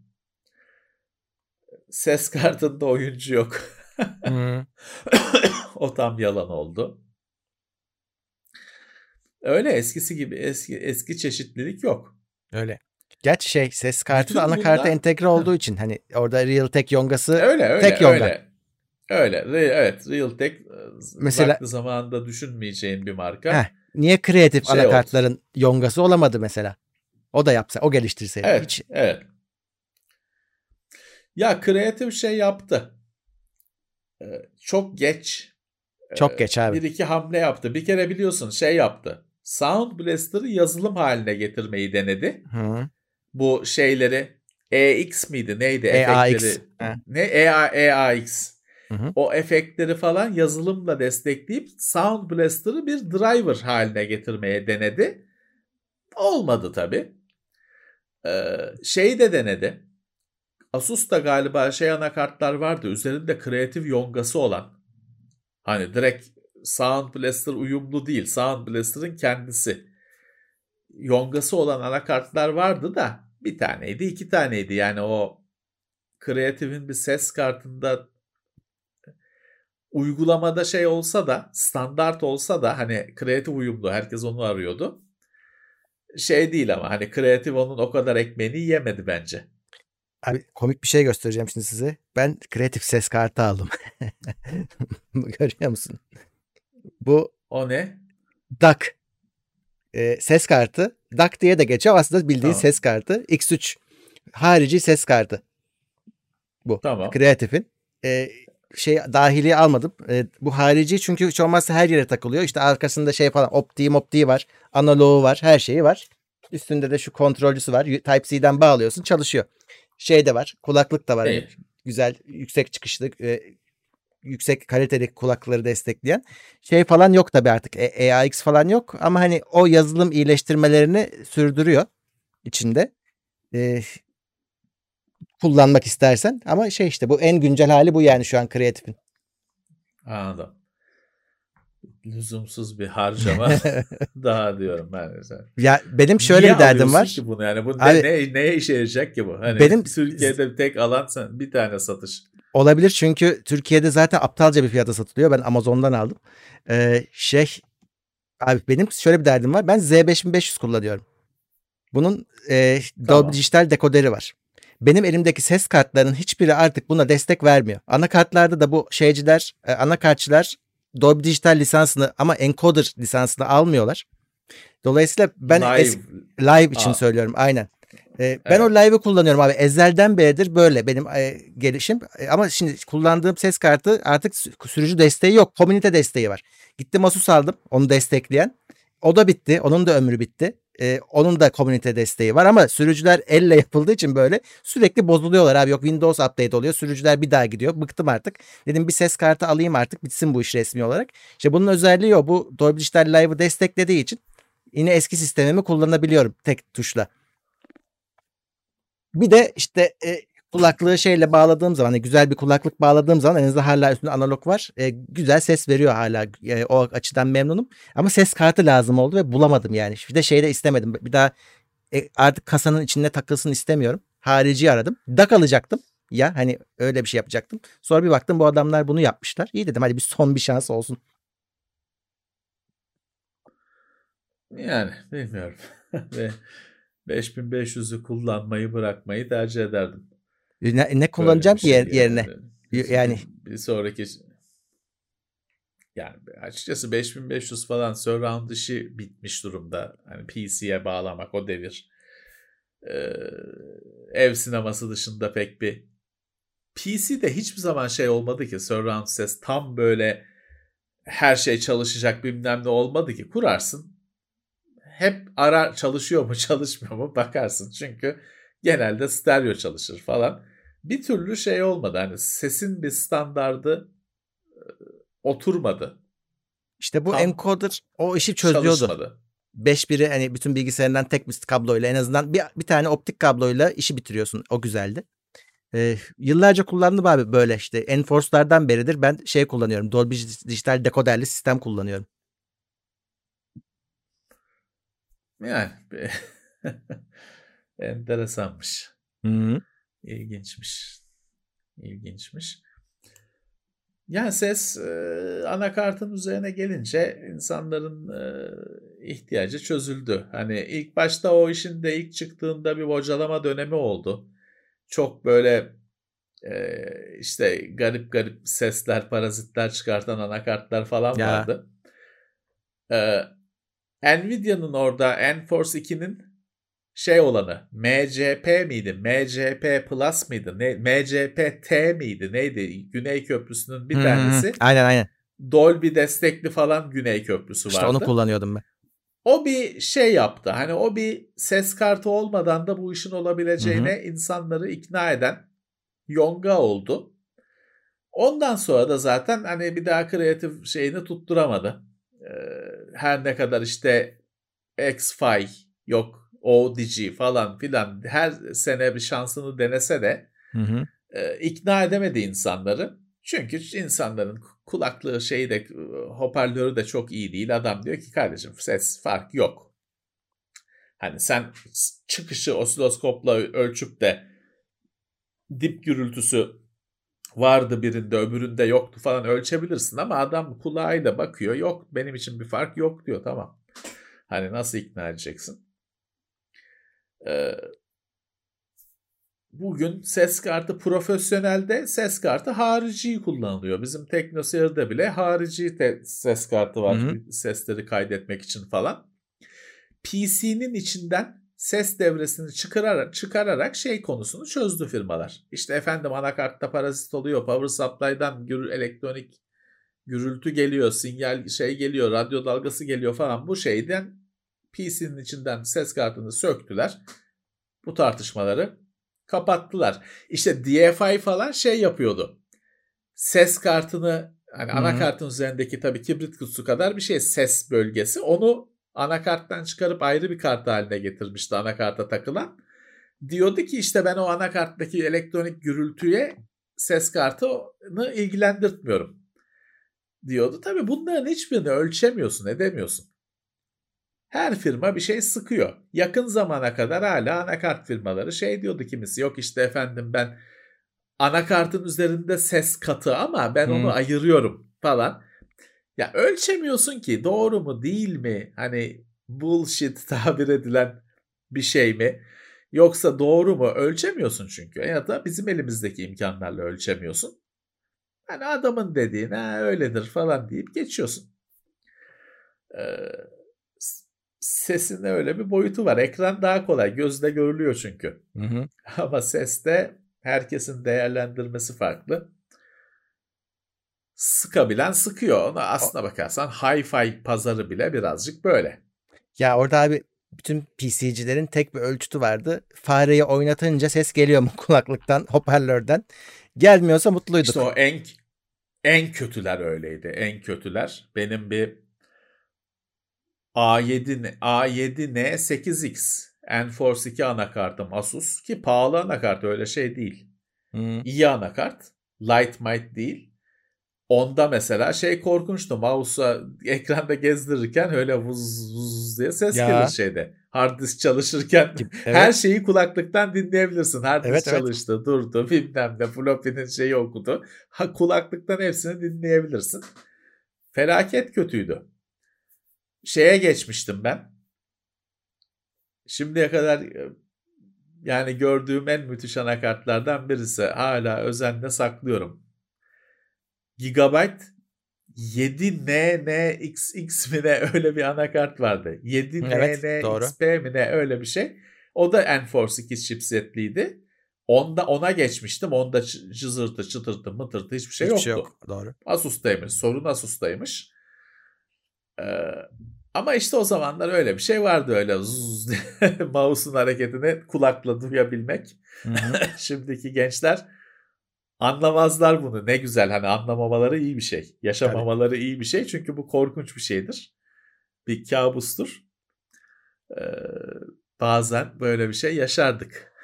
Ses kartında oyuncu yok. Hmm. O tam yalan oldu. Öyle eskisi gibi eski eski çeşitlilik yok. Öyle. Gerçi şey ses kartı Bütün da anakarta bunlar... entegre olduğu için hani orada Realtek yongası öyle, öyle, tek yonga. Öyle. Öyle. Evet, Realtek mesela vakti zamanında düşünmeyeceğin bir marka. Heh, niye kreatif şey anakartların oldu. yongası olamadı mesela? O da yapsa, o geliştirseydi. Evet, Hiç... evet. Ya kreatif şey yaptı. Çok geç. Çok geç abi. Bir iki hamle yaptı. Bir kere biliyorsun şey yaptı. Sound Blaster'ı yazılım haline getirmeyi denedi. Hı. Bu şeyleri E X miydi neydi E A X. efektleri? He. Ne? E A X. Hı hı. O efektleri falan yazılımla destekleyip Sound Blaster'ı bir driver haline getirmeye denedi. Olmadı tabii. Ee, şeyi de denedi. Asus'ta galiba şey anakartlar vardı. Üzerinde kreatif yongası olan. Hani direkt Sound Blaster uyumlu değil. Sound Blaster'ın kendisi. Yongası olan anakartlar vardı da bir taneydi, iki taneydi. Yani o kreatifin bir ses kartında uygulamada şey olsa da, standart olsa da hani kreatif uyumlu, herkes onu arıyordu. Şey değil ama hani kreatif onun o kadar ekmeğini yemedi bence. Abi komik bir şey göstereceğim şimdi size. Ben kreatif ses kartı aldım. Görüyor musun? Bu O ne? D A C. Ee, ses kartı. D A C diye de geçiyor. Aslında bildiğin Tamam. ses kartı. X üç harici ses kartı. Bu. Tamam. Kreatifin. Ee, şey dahiliye almadım. E, bu harici çünkü hiç olmazsa her yere takılıyor. İşte arkasında şey falan optiği moptiği var. Analoğu var. Her şeyi var. Üstünde de şu kontrolcüsü var. Type-C'den bağlıyorsun, çalışıyor. Şey de var. Kulaklık da var. Hani İyi. güzel yüksek çıkışlı e, yüksek kaliteli kulaklıkları destekleyen şey falan yok tabii artık. E, E A X falan yok ama hani o yazılım iyileştirmelerini sürdürüyor içinde. E, kullanmak istersen ama şey işte bu en güncel hali bu yani şu an Creative'in. Anladım. Lüzumsuz bir harcama daha diyorum ben de. Ya benim şöyle Niye bir derdim alıyorsun var. ki bunu yani? Bu ne, Abi ne neye işe yarayacak ki bu? Hani benim Türkiye'de tek alan sen bir tane satış. olabilir çünkü Türkiye'de zaten aptalca bir fiyata satılıyor. Ben Amazon'dan aldım. Ee, şey abi benim şöyle bir derdim var. Ben Z beş bin beş yüz kullanıyorum. Bunun e, Dolby Tamam. Dijital dekoderi var. Benim elimdeki ses kartlarının hiçbiri artık buna destek vermiyor. Anakartlarda da bu şeyciler, e, anakartçılar Dolby Dijital lisansını ama encoder lisansını almıyorlar. Dolayısıyla ben Live. eski live için Aa, söylüyorum aynen. Ee, ben o evet. live'ı kullanıyorum abi. Ezelden beridir böyle benim e, gelişim. E, ama şimdi kullandığım ses kartı artık sü- sürücü desteği yok. Komünite desteği var. Gittim Asus aldım onu destekleyen. O da bitti. Onun da ömrü bitti. E, onun da komünite desteği var ama sürücüler elle yapıldığı için böyle sürekli bozuluyorlar abi. Yok Windows update oluyor. Sürücüler bir daha gidiyor. Bıktım artık. Dedim bir ses kartı alayım artık bitsin bu iş resmi olarak. İşte bunun özelliği o. Bu Dolby Digital Live'ı desteklediği için yine eski sistemimi kullanabiliyorum tek tuşla. Bir de işte e, kulaklığı şeyle bağladığım zaman hani güzel bir kulaklık bağladığım zaman en azından hala üstünde analog var. E, güzel ses veriyor hala. E, o açıdan memnunum. Ama ses kartı lazım oldu ve bulamadım yani. Bir de şey de istemedim. Bir daha e, artık kasanın içinde takılsın istemiyorum. Harici aradım. D A C alacaktım. Ya hani öyle bir şey yapacaktım. Sonra bir baktım bu adamlar bunu yapmışlar. İyi dedim hadi bir son bir şans olsun. Yani bilmiyorum. Ve beş bin beş yüzü kullanmayı bırakmayı tercih ederdim. E, Ne, ne Böyle kullanacağım bir ki şey yer- yani. yerine? Bir, bir, Yani bir sonraki yani açıkçası beş bin beş yüz falan surround işi bitmiş durumda. Hani P C'ye bağlamak o devir. Ee, ev sineması dışında pek bir P C'de hiçbir zaman şey olmadı ki surround ses tam böyle her şey çalışacak bilmem ne olmadı ki kurarsın. Hep arar çalışıyor mu çalışmıyor mu bakarsın. Çünkü genelde stereo çalışır falan. Bir türlü şey olmadı. Hani sesin bir standardı oturmadı. işte bu Tam encoder o işi çözüyordu. çalışmadı. beş biri hani bütün bilgisayarından tek bir kabloyla en azından bir, bir tane optik kabloyla işi bitiriyorsun. O güzeldi. Ee, yıllarca kullandım abi böyle işte. Enforce'lardan beridir ben şey kullanıyorum. Dolby Dijital dekoderli sistem kullanıyorum. Yani enteresanmış. Hı-hı. İlginçmiş. İlginçmiş. Yani ses e, anakartın üzerine gelince insanların e, ihtiyacı çözüldü. Hani ilk başta o işin de ilk çıktığında bir bocalama dönemi oldu. Çok böyle e, işte garip garip sesler, parazitler çıkartan anakartlar falan Ya vardı. E, Nvidia'nın orada Enforce ikinin şey olanı M C P miydi? M C P Plus mıydı? Ne, M C P T miydi? Neydi? Güney Köprüsü'nün bir Hı-hı. tanesi Aynen aynen. Dolby destekli falan Güney Köprüsü İşte onu vardı. kullanıyordum ben. O bir şey yaptı. Hani o bir ses kartı olmadan da bu işin Hı-hı. olabileceğine insanları ikna eden yonga oldu. Ondan sonra da zaten hani bir daha kreatif şeyini tutturamadı. Ee, her ne kadar işte X-Fi yok O D G falan filan her sene bir şansını denese de Hı-hı. e, ikna edemedi insanları. Çünkü insanların kulaklığı şeyi de hoparlörü de çok iyi değil. Adam diyor ki kardeşim ses fark yok. Hani sen çıkışı osiloskopla ölçüp de dip gürültüsü vardı birinde öbüründe yoktu falan ölçebilirsin ama adam kulağıyla bakıyor yok benim için bir fark yok diyor tamam. Hani nasıl ikna edeceksin? Ee, Bugün ses kartı profesyonelde ses kartı harici kullanılıyor. Bizim TeknoSeyir'de bile harici te- ses kartı var Hı-hı. sesleri kaydetmek için falan. P C'nin içinden ses devresini çıkararak, çıkararak şey konusunu çözdü firmalar. İşte efendim anakartta parazit oluyor, power supply'dan gür, elektronik gürültü geliyor, sinyal şey geliyor, radyo dalgası geliyor falan. Bu şeyden P C'nin içinden ses kartını söktüler. Bu tartışmaları kapattılar. İşte D F I falan şey yapıyordu. Ses kartını hani anakartın üzerindeki tabii kibrit kutusu kadar bir şey, ses bölgesi. Onu anakarttan çıkarıp ayrı bir kart haline getirmişti anakarta takılan. Diyordu ki işte ben o anakarttaki elektronik gürültüye ses kartını ilgilendirtmiyorum diyordu. Tabii bunların hiçbirini ölçemiyorsun, edemiyorsun. Her firma bir şey sıkıyor. Yakın zamana kadar hala anakart firmaları şey diyordu kimisi. Yok işte efendim ben anakartın üzerinde ses katı ama ben onu hmm. ayırıyorum falan. Ya ölçemiyorsun ki doğru mu değil mi? Hani bullshit tabir edilen bir şey mi? Yoksa doğru mu? Ölçemiyorsun çünkü. Ya da bizim elimizdeki imkanlarla ölçemiyorsun. Hani adamın dediğine öyledir falan deyip geçiyorsun. Ee, sesin öyle bir boyutu var. Ekran daha kolay. Gözle görülüyor çünkü. Hı hı. Ama seste herkesin değerlendirmesi farklı. Sıkabilen sıkıyor. Ona aslına bakarsan hi-fi pazarı bile birazcık böyle. Ya orada abi bütün P C'cilerin tek bir ölçütü vardı. Fareyi oynatınca ses geliyor mu kulaklıktan, hoparlörden? Gelmiyorsa mutluyduk. İşte o en en kötüler öyleydi. En kötüler. Benim bir A yedi A yedi N sekiz X Enforce iki anakartım Asus ki pahalı anakart öyle şey değil. Hmm. İyi anakart. Light might değil. Onda mesela şey korkunçtu. Mouse'a ekranda gezdirirken öyle vuz vuz diye ses ya. Gelir şeyde. Hard disk çalışırken evet. Her şeyi kulaklıktan dinleyebilirsin. Hard disk evet, çalıştı, evet. durdu, bilmem ne, floppy'nin şeyi okudu. Ha, kulaklıktan hepsini dinleyebilirsin. Felaket kötüydü. Şeye geçmiştim ben. Şimdiye kadar yani gördüğüm en müthiş anakartlardan birisi. Hala özenle saklıyorum. Gigabyte yedi N N X X mi ne öyle bir anakart vardı. yedi N N X P mi ne öyle bir şey. O da Enforce iki chipsetliydi. Onda ona geçmiştim. Onda cızırtı, çıtırtı, mıtırtı hiçbir şey hiçbir yoktu. Şey yok. Doğru. Asus'taymış. Sorun Asus'taymış. Ee, ama işte o zamanlar öyle bir şey vardı öyle zzz diye mouse'un hareketini kulakla duyabilmek. Şimdiki gençler anlamazlar bunu. Ne güzel hani anlamamaları iyi bir şey. Yaşamamaları Tabii. iyi bir şey. Çünkü bu korkunç bir şeydir. Bir kabustur. Ee, bazen böyle bir şey yaşardık.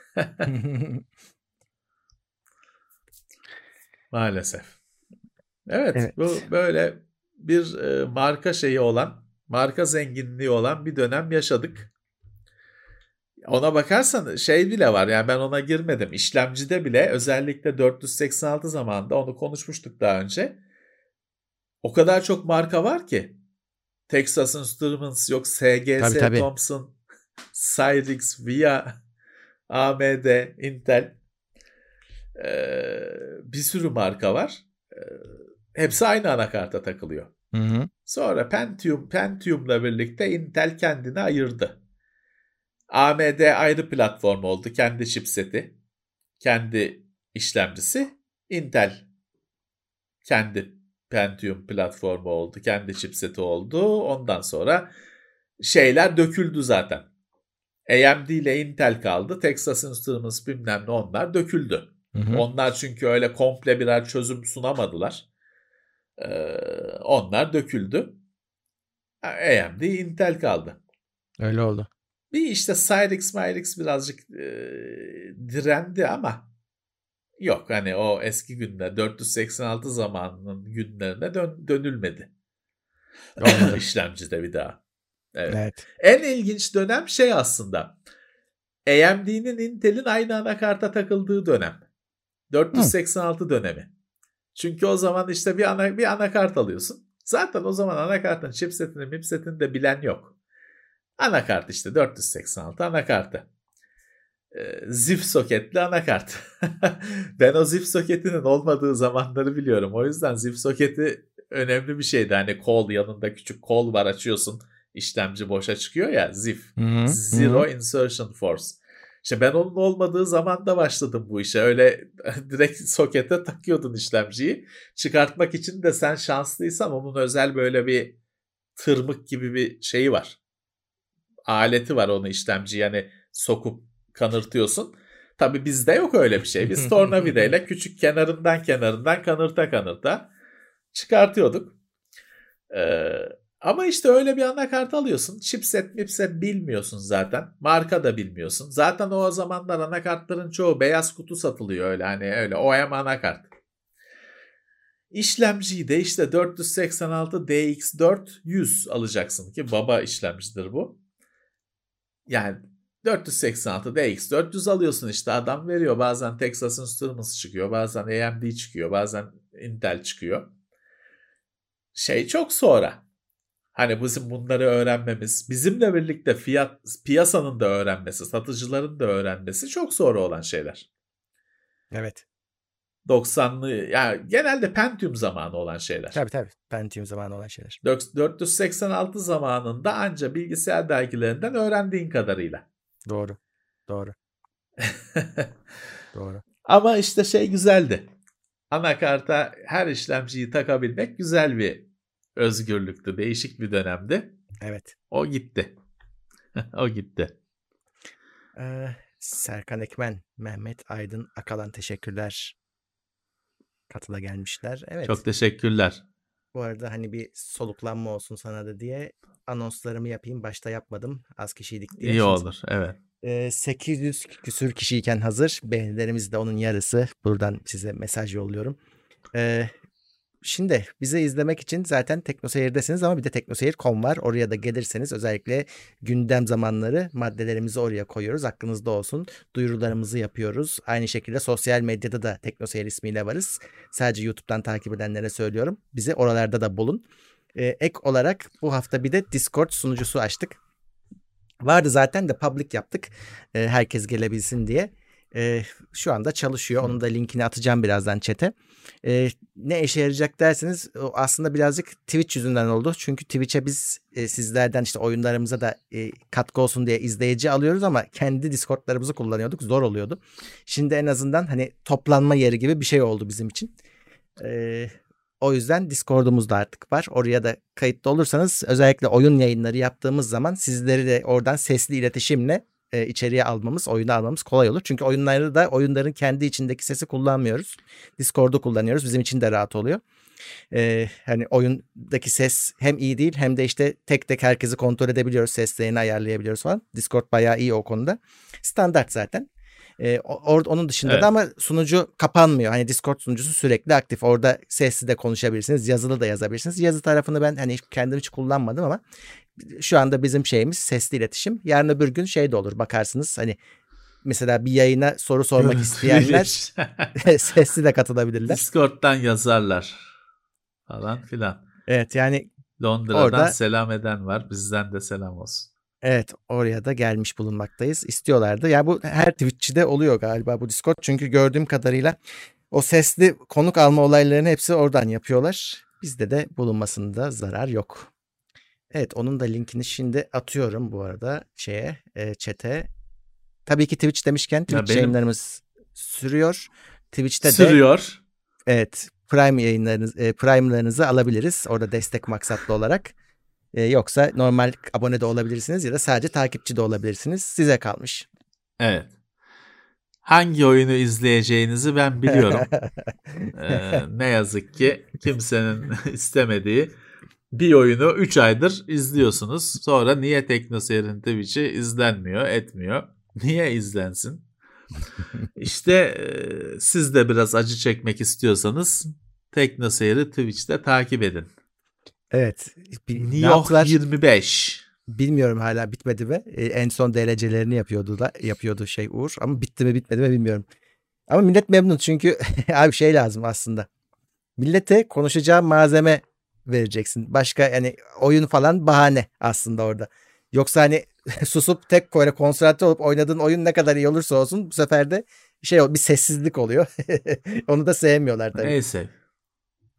Maalesef. Evet, evet. Bu böyle bir e, marka şeyi olan, marka zenginliği olan bir dönem yaşadık. Ona bakarsan şey bile var yani ben ona girmedim. İşlemcide bile özellikle dört yüz seksen altı zamanında onu konuşmuştuk daha önce. O kadar çok marka var ki. Texas Instruments yok, S G S, tabii, tabii. Thomson, Cyrix, Via, A M D, Intel. Ee, bir sürü marka var. Ee, hepsi aynı anakarta takılıyor. Hı hı. Sonra Pentium, Pentium'la birlikte Intel kendini ayırdı. A M D ayrı platform oldu. Kendi chipseti, kendi işlemcisi. Intel kendi Pentium platformu oldu. Kendi chipseti oldu. Ondan sonra şeyler döküldü zaten. A M D ile Intel kaldı. Texas Instruments bilmem ne onlar döküldü. Hı hı. Onlar çünkü öyle komple birer çözüm sunamadılar. Ee, onlar döküldü. A M D Intel kaldı. Öyle oldu. Bir işte Cyrix Myrix birazcık e, direndi ama yok hani o eski günler dört yüz seksen altı zamanının günlerine dön, dönülmedi. İşlemcide bir daha. Evet. Evet. En ilginç dönem şey aslında. A M D'nin Intel'in aynı anakarta takıldığı dönem. dört yüz seksen altı Hı. dönemi. Çünkü o zaman işte bir ana bir anakart alıyorsun. Zaten o zaman anakartın chipsetini, mipsetini de bilen yok. Anakart işte dört yüz seksen altı anakartı. Ee, zip soketli anakart. Ben o zip soketinin olmadığı zamanları biliyorum. O yüzden zip soketi önemli bir şeydi. Hani kol yanında küçük kol var açıyorsun. işlemci boşa çıkıyor ya, Z I F. Hı-hı. Zero Hı-hı. Insertion Force. İşte ben onun olmadığı zaman da başladım bu işe. Öyle direkt sokete takıyordun işlemciyi. Çıkartmak için de sen şanslıysan onun özel böyle bir tırmık gibi bir şeyi var. Aleti var onu işlemci yani sokup kanırtıyorsun. Tabii bizde yok öyle bir şey. Biz tornavidayla küçük kenarından kenarından kanırta kanırta çıkartıyorduk. Ee, ama işte öyle bir anakart alıyorsun. Chipset mipset bilmiyorsun zaten. Marka da bilmiyorsun. Zaten o zamanlar anakartların çoğu beyaz kutu satılıyor öyle hani öyle O E M anakart. İşlemciyi de işte dört yüz seksen altı D X dört yüz alacaksın ki baba işlemcidir bu. Yani dört yüz seksen altı D X dört yüz alıyorsun işte adam veriyor. Bazen Texas Instruments çıkıyor, bazen A M D çıkıyor, bazen Intel çıkıyor. Şey çok sonra. Hani bizim bunları öğrenmemiz, bizimle birlikte fiyat piyasanın da öğrenmesi, satıcıların da öğrenmesi çok sonra olan şeyler. Evet. doksanlı yani genelde Pentium zamanı olan şeyler. Tabii tabii. Pentium zamanı olan şeyler. dört yüz seksen altı zamanında anca bilgisayar dergilerinden öğrendiğin kadarıyla. Doğru. Doğru. Doğru. Ama işte şey güzeldi. Anakarta her işlemciyi takabilmek güzel bir özgürlüktü. Değişik bir dönemdi. Evet. O gitti. O gitti. Ee, Serkan Ekmen, Mehmet Aydın Akalan teşekkürler. Katıla gelmişler. Evet. Çok teşekkürler. Bu arada hani bir soluklanma olsun sana da diye anonslarımı yapayım. Başta yapmadım. Az kişiydik diye. İyi Şimdi, olur. Evet. e, sekiz yüz küsür kişiyken hazır. Beğenilerimiz de onun yarısı. Buradan size mesaj yolluyorum. E, Şimdi bizi izlemek için zaten TeknoSeyir'desiniz ama bir de teknoseyir nokta com var. Oraya da gelirseniz özellikle gündem zamanları maddelerimizi oraya koyuyoruz. Aklınızda olsun. Duyurularımızı yapıyoruz. Aynı şekilde sosyal medyada da TeknoSeyir ismiyle varız. Sadece YouTube'dan takip edenlere söylüyorum. Bizi oralarda da bulun. Ee, ek olarak bu hafta bir de Discord sunucusu açtık. Vardı zaten de public yaptık. Ee, herkes gelebilsin diye. Ee, şu anda çalışıyor. Onun da linkini atacağım birazdan chat'e. Ee, ne işe yarayacak derseniz aslında birazcık Twitch yüzünden oldu. Çünkü Twitch'e biz e, sizlerden işte oyunlarımıza da e, katkı olsun diye izleyici alıyoruz ama kendi Discord'larımızı kullanıyorduk. Zor oluyordu. Şimdi en azından hani toplanma yeri gibi bir şey oldu bizim için. Ee, o yüzden Discord'umuz da artık var. Oraya da kayıtlı olursanız özellikle oyun yayınları yaptığımız zaman sizleri de oradan sesli iletişimle e, içeriye almamız, oyunu almamız kolay olur. Çünkü oyunlarda da oyunların kendi içindeki sesi kullanmıyoruz. Discord'u kullanıyoruz. Bizim için de rahat oluyor. Ee, hani oyundaki ses hem iyi değil hem de işte tek tek herkesi kontrol edebiliyoruz. Seslerini ayarlayabiliyoruz falan. Discord bayağı iyi o konuda. Standart zaten. Ee, or- onun dışında evet. da ama sunucu kapanmıyor. Hani Discord sunucusu sürekli aktif. Orada sesli de konuşabilirsiniz. Yazılı da yazabilirsiniz. Yazı tarafını ben hani kendim hiç kullanmadım ama şu anda bizim şeyimiz sesli iletişim. Yarın öbür gün şey de olur bakarsınız hani mesela bir yayına soru sormak Görüntü isteyenler sesli de katılabilirler. Discord'dan yazarlar falan filan. Evet yani Londra'dan orada, selam eden var. Bizden de selam olsun. Evet oraya da gelmiş bulunmaktayız. İstiyorlardı. Yani bu her Twitch'de oluyor galiba bu Discord. Çünkü gördüğüm kadarıyla o sesli konuk alma olaylarını hepsi oradan yapıyorlar. Bizde de bulunmasında zarar yok. Evet onun da linkini şimdi atıyorum bu arada şeye e, chat'e. Tabii ki Twitch demişken Twitch benim... yayınlarımız sürüyor. Twitch'te sürüyor. de sürüyor. Evet Prime yayınlarınız e, Prime'larınızı alabiliriz. Orada destek maksatlı olarak. Ee, yoksa normal abone de olabilirsiniz ya da sadece takipçi de olabilirsiniz. Size kalmış. Evet. Hangi oyunu izleyeceğinizi ben biliyorum. ee, ne yazık ki kimsenin istemediği bir oyunu üç aydır izliyorsunuz. Sonra niye TeknoSeyir'in Twitch'i izlenmiyor, etmiyor? Niye izlensin? İşte e, siz de biraz acı çekmek istiyorsanız TeknoSeyir'i Twitch'te takip edin. Evet. New York yirmi beş. Bilmiyorum hala bitmedi mi? Ee, en son D L C'lerini yapıyordu da yapıyordu şey Uğur ama bitti mi bitmedi mi bilmiyorum. Ama millet memnun çünkü abi şey lazım aslında. Millete konuşacağı malzeme vereceksin. Başka yani oyun falan bahane aslında orada. Yoksa hani susup tek böyle konsantre olup oynadığın oyun ne kadar iyi olursa olsun bu sefer de şey bir sessizlik oluyor. Onu da sevmiyorlar tabii. Neyse.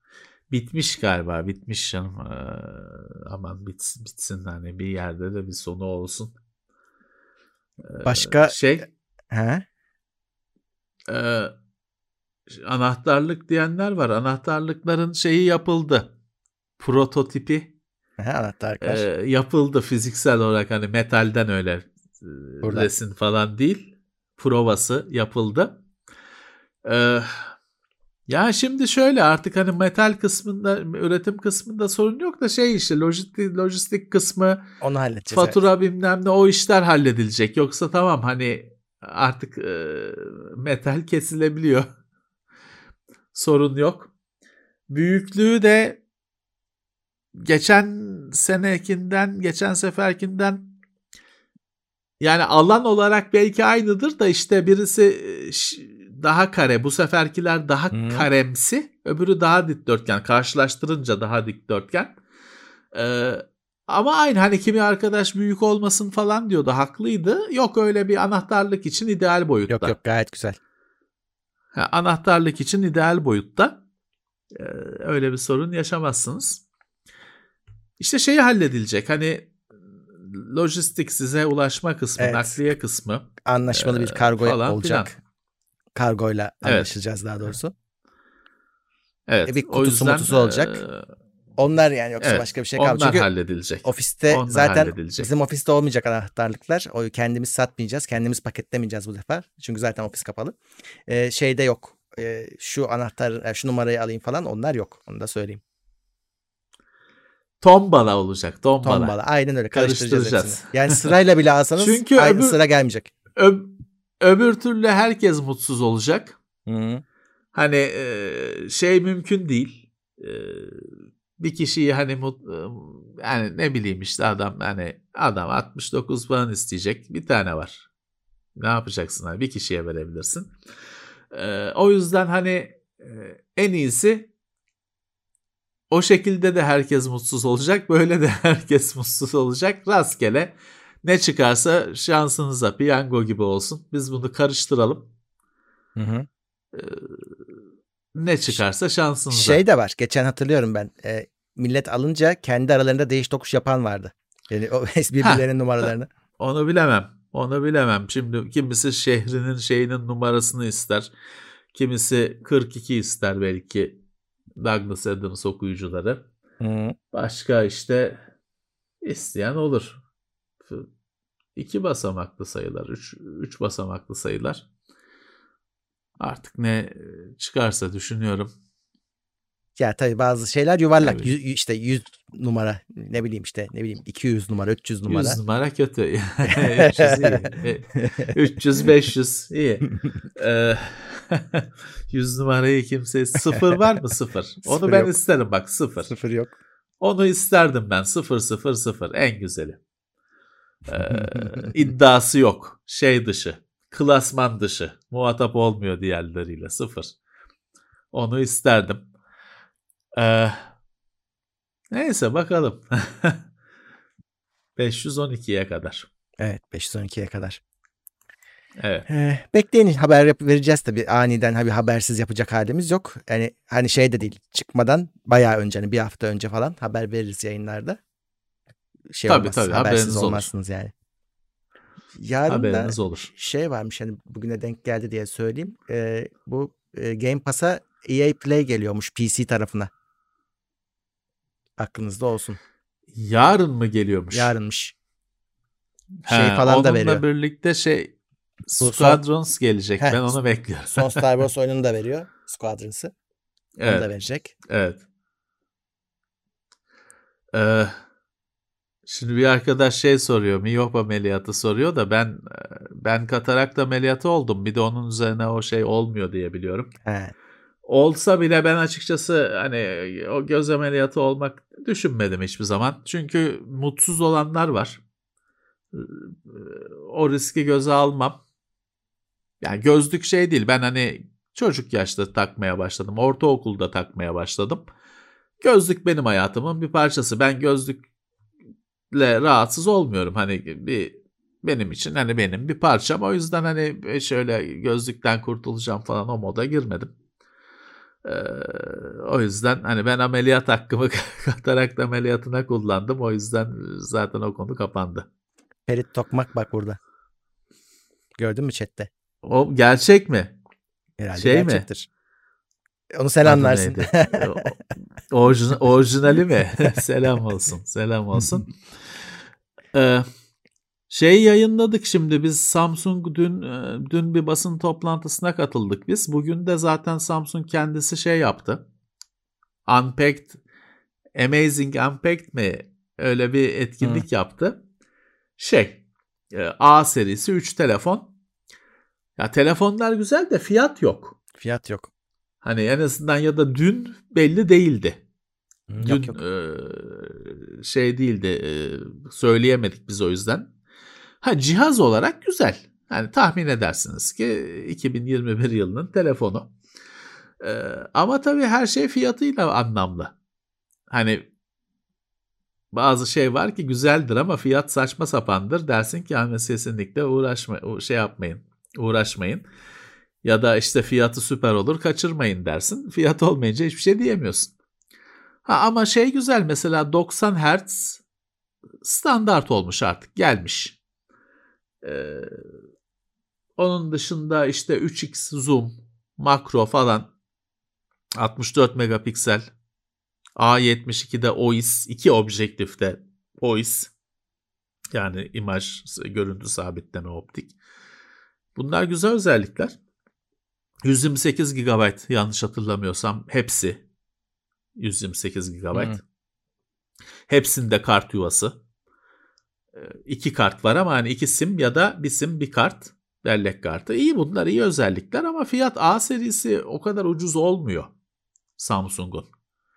Bitmiş galiba, bitmiş canım. Ee, aman bitsin, bitsin hani bir yerde de bir sonu olsun. Ee, Başka şey he? e, anahtarlık diyenler var. Anahtarlıkların şeyi yapıldı. Prototipi He, e, anahtarlıklar. yapıldı fiziksel olarak, hani metalden öyle e, Buradan. resim falan değil. Provası yapıldı. Ee, Ya şimdi şöyle, artık hani metal kısmında, üretim kısmında sorun yok da şey işte lojistik, lojistik kısmı, Onu halledeceğiz, evet. fatura bilmem ne, o işler halledilecek. Yoksa tamam hani artık e, metal kesilebiliyor. Sorun yok. Büyüklüğü de geçen senekinden, geçen seferkinden, yani alan olarak belki aynıdır da işte birisi e, ş- daha kare, bu seferkiler daha Hı. karemsi, öbürü daha dikdörtgen. Karşılaştırınca daha dikdörtgen. Ee, Ama aynı, hani kimi arkadaş büyük olmasın falan diyordu, haklıydı. Yok, öyle bir anahtarlık için ideal Yok boyutta. yok, gayet güzel. Ha, anahtarlık için ideal boyutta. Ee, Öyle bir sorun yaşamazsınız. İşte şeyi halledilecek, hani lojistik, size ulaşma kısmı, Evet. nakliye kısmı e, Anlaşmalı bir kargo falan filan. olacak. Kargoyla Evet. anlaşacağız daha doğrusu. E, Evet. bir O kutusu yüzden mutusu olacak. e, Onlar, yani yoksa evet, başka bir şey kalmıyor. onlar Çünkü halledilecek. ofiste Onlar zaten halledilecek. bizim ofiste olmayacak anahtarlıklar. O kendimiz satmayacağız. Kendimiz paketlemeyeceğiz bu sefer. Çünkü zaten ofis kapalı. Ee, şeyde yok. Ee, şu anahtar, e, şu numarayı alayım falan, onlar yok. Onu da söyleyeyim. Tombala olacak, tombala. Tombala. Aynen öyle. Karıştıracağız hepsini. Karıştıracağız. Yani sırayla bile alsanız Çünkü aynı öbür sıra gelmeyecek. ö- öbür türlü herkes mutsuz olacak. Hı. Hani e, şey mümkün değil. E, Bir kişiyi hani mut, e, yani ne bileyim işte, adam hani adam altmış dokuz puan isteyecek. Bir tane var. Ne yapacaksın? Hani bir kişiye verebilirsin. E, o yüzden hani e, en iyisi, o şekilde de herkes mutsuz olacak. Böyle de herkes mutsuz olacak. Rastgele ne çıkarsa şansınıza, piyango gibi olsun. Biz bunu karıştıralım. Hı hı. Ee, Ne Ş- çıkarsa Şey şansınıza. de var. Geçen hatırlıyorum ben. E, millet alınca kendi aralarında değiş tokuş yapan vardı. Yani o Ha, birbirlerinin numaralarını. onu bilemem. Onu bilemem. Şimdi kimisi şehrinin şeyinin numarasını ister. Kimisi kırk iki ister belki, Douglas Adams okuyucuları. Hı. Başka işte isteyen olur. İki basamaklı sayılar, üç, üç basamaklı sayılar. Artık ne çıkarsa düşünüyorum. Ya tabii bazı şeyler yuvarlak. Yani Yüz, işte yüz numara, ne bileyim işte, ne bileyim iki yüz numara, üç yüz numara. yüz numara kötü. üç yüz iyi. E, üç yüz beş yüz iyi. Ee, yüz numarayı kimse... Sıfır var mı? Sıfır. Onu Sıfır ben yok. isterim, bak, sıfır. Sıfır yok. Onu isterdim ben. Sıfır, sıfır, sıfır. En güzeli. Ee, iddiası yok. Şey dışı. Klasman dışı. Muhatap olmuyor diğerleriyle. Sıfır. Onu isterdim. Ee, Neyse bakalım. beş yüz on ikiye kadar. Evet, beş yüz on ikiye kadar. Evet. Ee, bekleyin, haber yap vereceğiz tabii. Aniden hani habersiz yapacak halimiz yok. Yani hani şey de değil, çıkmadan bayağı önce, hani bir hafta önce falan haber veririz yayınlarda. Şey Tabii olmaz, tabii, habersiz haberiniz olur. olmazsınız yani. Yarın da Haberiniz olur. şey varmış, hani bugüne denk geldi diye söyleyeyim. Ee, bu e, Game Pass'a E A Play geliyormuş P C tarafına. Aklınızda olsun. Yarın mı geliyormuş? Yarınmış. Şey He, falan da veriyor. onunla birlikte şey, Bu son Squadrons gelecek. heh, Ben onu bekliyorum. son Star Wars oyununu da veriyor. Squadrons'ı. Onu da Evet. verecek. Evet. Ee, Şimdi bir arkadaş şey soruyor. Miyop ameliyatı soruyor da ben ben katarakt ameliyatı oldum. Bir de onun üzerine o şey olmuyor diye biliyorum. He. Olsa bile ben açıkçası hani o göz ameliyatı olmak düşünmedim hiçbir zaman. Çünkü mutsuz olanlar var. O riski göze almam. Yani gözlük şey değil. Ben hani çocuk yaşta takmaya başladım. Ortaokulda takmaya başladım. Gözlük benim hayatımın bir parçası. Ben gözlükle rahatsız olmuyorum. Hani bir benim için hani benim bir parçam. O yüzden hani şöyle gözlükten kurtulacağım falan o moda girmedim. Ee, o yüzden hani ben ameliyat hakkımı katarakt ameliyatına kullandım. O yüzden zaten o konu kapandı. Ferit Tokmak bak burada. Gördün mü chatte? O gerçek mi? Herhalde Şey gerçektir. Mi? Onu sen Adı anlarsın. Orijin, orijinali mi? Selam olsun. Selam olsun. Ee, şey yayınladık şimdi biz Samsung dün dün bir basın toplantısına katıldık biz. Bugün de zaten Samsung kendisi şey yaptı. Unpacked, Amazing Unpacked mi? Öyle bir etkinlik Hı. yaptı. Şey, A serisi üç telefon. Ya telefonlar güzel de fiyat yok. Fiyat yok. Hani en azından ya da dün belli değildi. Yok, dün yok. E, şey değildi. E, söyleyemedik biz o yüzden. Ha cihaz olarak güzel. Yani tahmin edersiniz ki iki bin yirmi bir yılının telefonu. E, ama tabii her şey fiyatıyla anlamlı. Hani bazı şey var ki güzeldir ama fiyat saçma sapandır. Dersin ki yani kesinlikle uğraşma, şey yapmayın, uğraşmayın. Ya da işte fiyatı süper olur, kaçırmayın dersin. Fiyat olmayınca hiçbir şey diyemiyorsun. Ha ama şey güzel mesela doksan hertz standart olmuş artık, gelmiş. Ee, onun dışında işte üç x zoom, makro falan, altmış dört megapiksel, A yetmiş iki'de O I S, iki objektifte O I S, yani imaj görüntü sabitleme optik. Bunlar güzel özellikler. yüz yirmi sekiz gigabayt yanlış hatırlamıyorsam hepsi yüz yirmi sekiz gigabayt. Hmm. Hepsinde kart yuvası. İki kart var ama hani iki sim ya da bir sim bir kart. Bellek kartı. İyi, bunlar iyi özellikler ama fiyat A serisi o kadar ucuz olmuyor Samsung'un.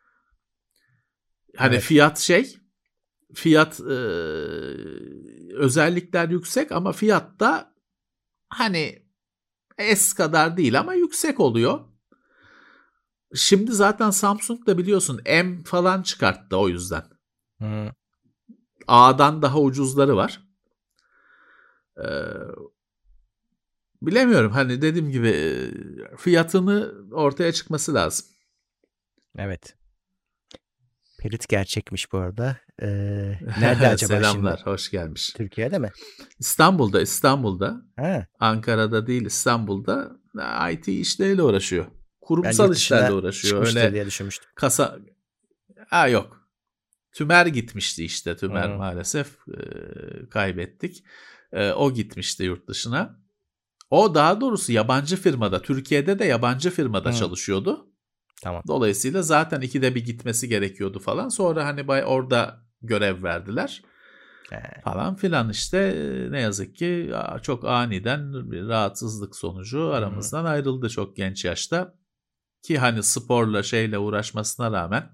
Hani evet. fiyat şey fiyat e, özellikler yüksek ama fiyat da hani S kadar değil ama yüksek oluyor. Şimdi zaten Samsung da biliyorsun M falan çıkarttı o yüzden. Hmm. A'dan daha ucuzları var. Ee, bilemiyorum, hani dediğim gibi fiyatını ortaya çıkması lazım. Evet. Perit gerçekmiş bu arada. Ee, nerede acaba Selamlar, şimdi? hoş gelmiş. Türkiye'de mi? İstanbul'da, İstanbul'da. Ha. Ankara'da değil, İstanbul'da I T işleriyle uğraşıyor. Kurumsal işlerle uğraşıyor. Öyle diye düşünmüştüm. Kasa... Ha yok. Tümer gitmişti işte. Tümer hmm. maalesef e, kaybettik. E, o gitmişti yurt dışına. O daha doğrusu yabancı firmada, Türkiye'de de yabancı firmada hmm. çalışıyordu. Tamam. Dolayısıyla zaten ikide bir gitmesi gerekiyordu falan. Sonra hani bay orada görev verdiler. He. Falan filan işte, ne yazık ki çok aniden bir rahatsızlık sonucu aramızdan hmm. ayrıldı çok genç yaşta. Ki hani sporla şeyle uğraşmasına rağmen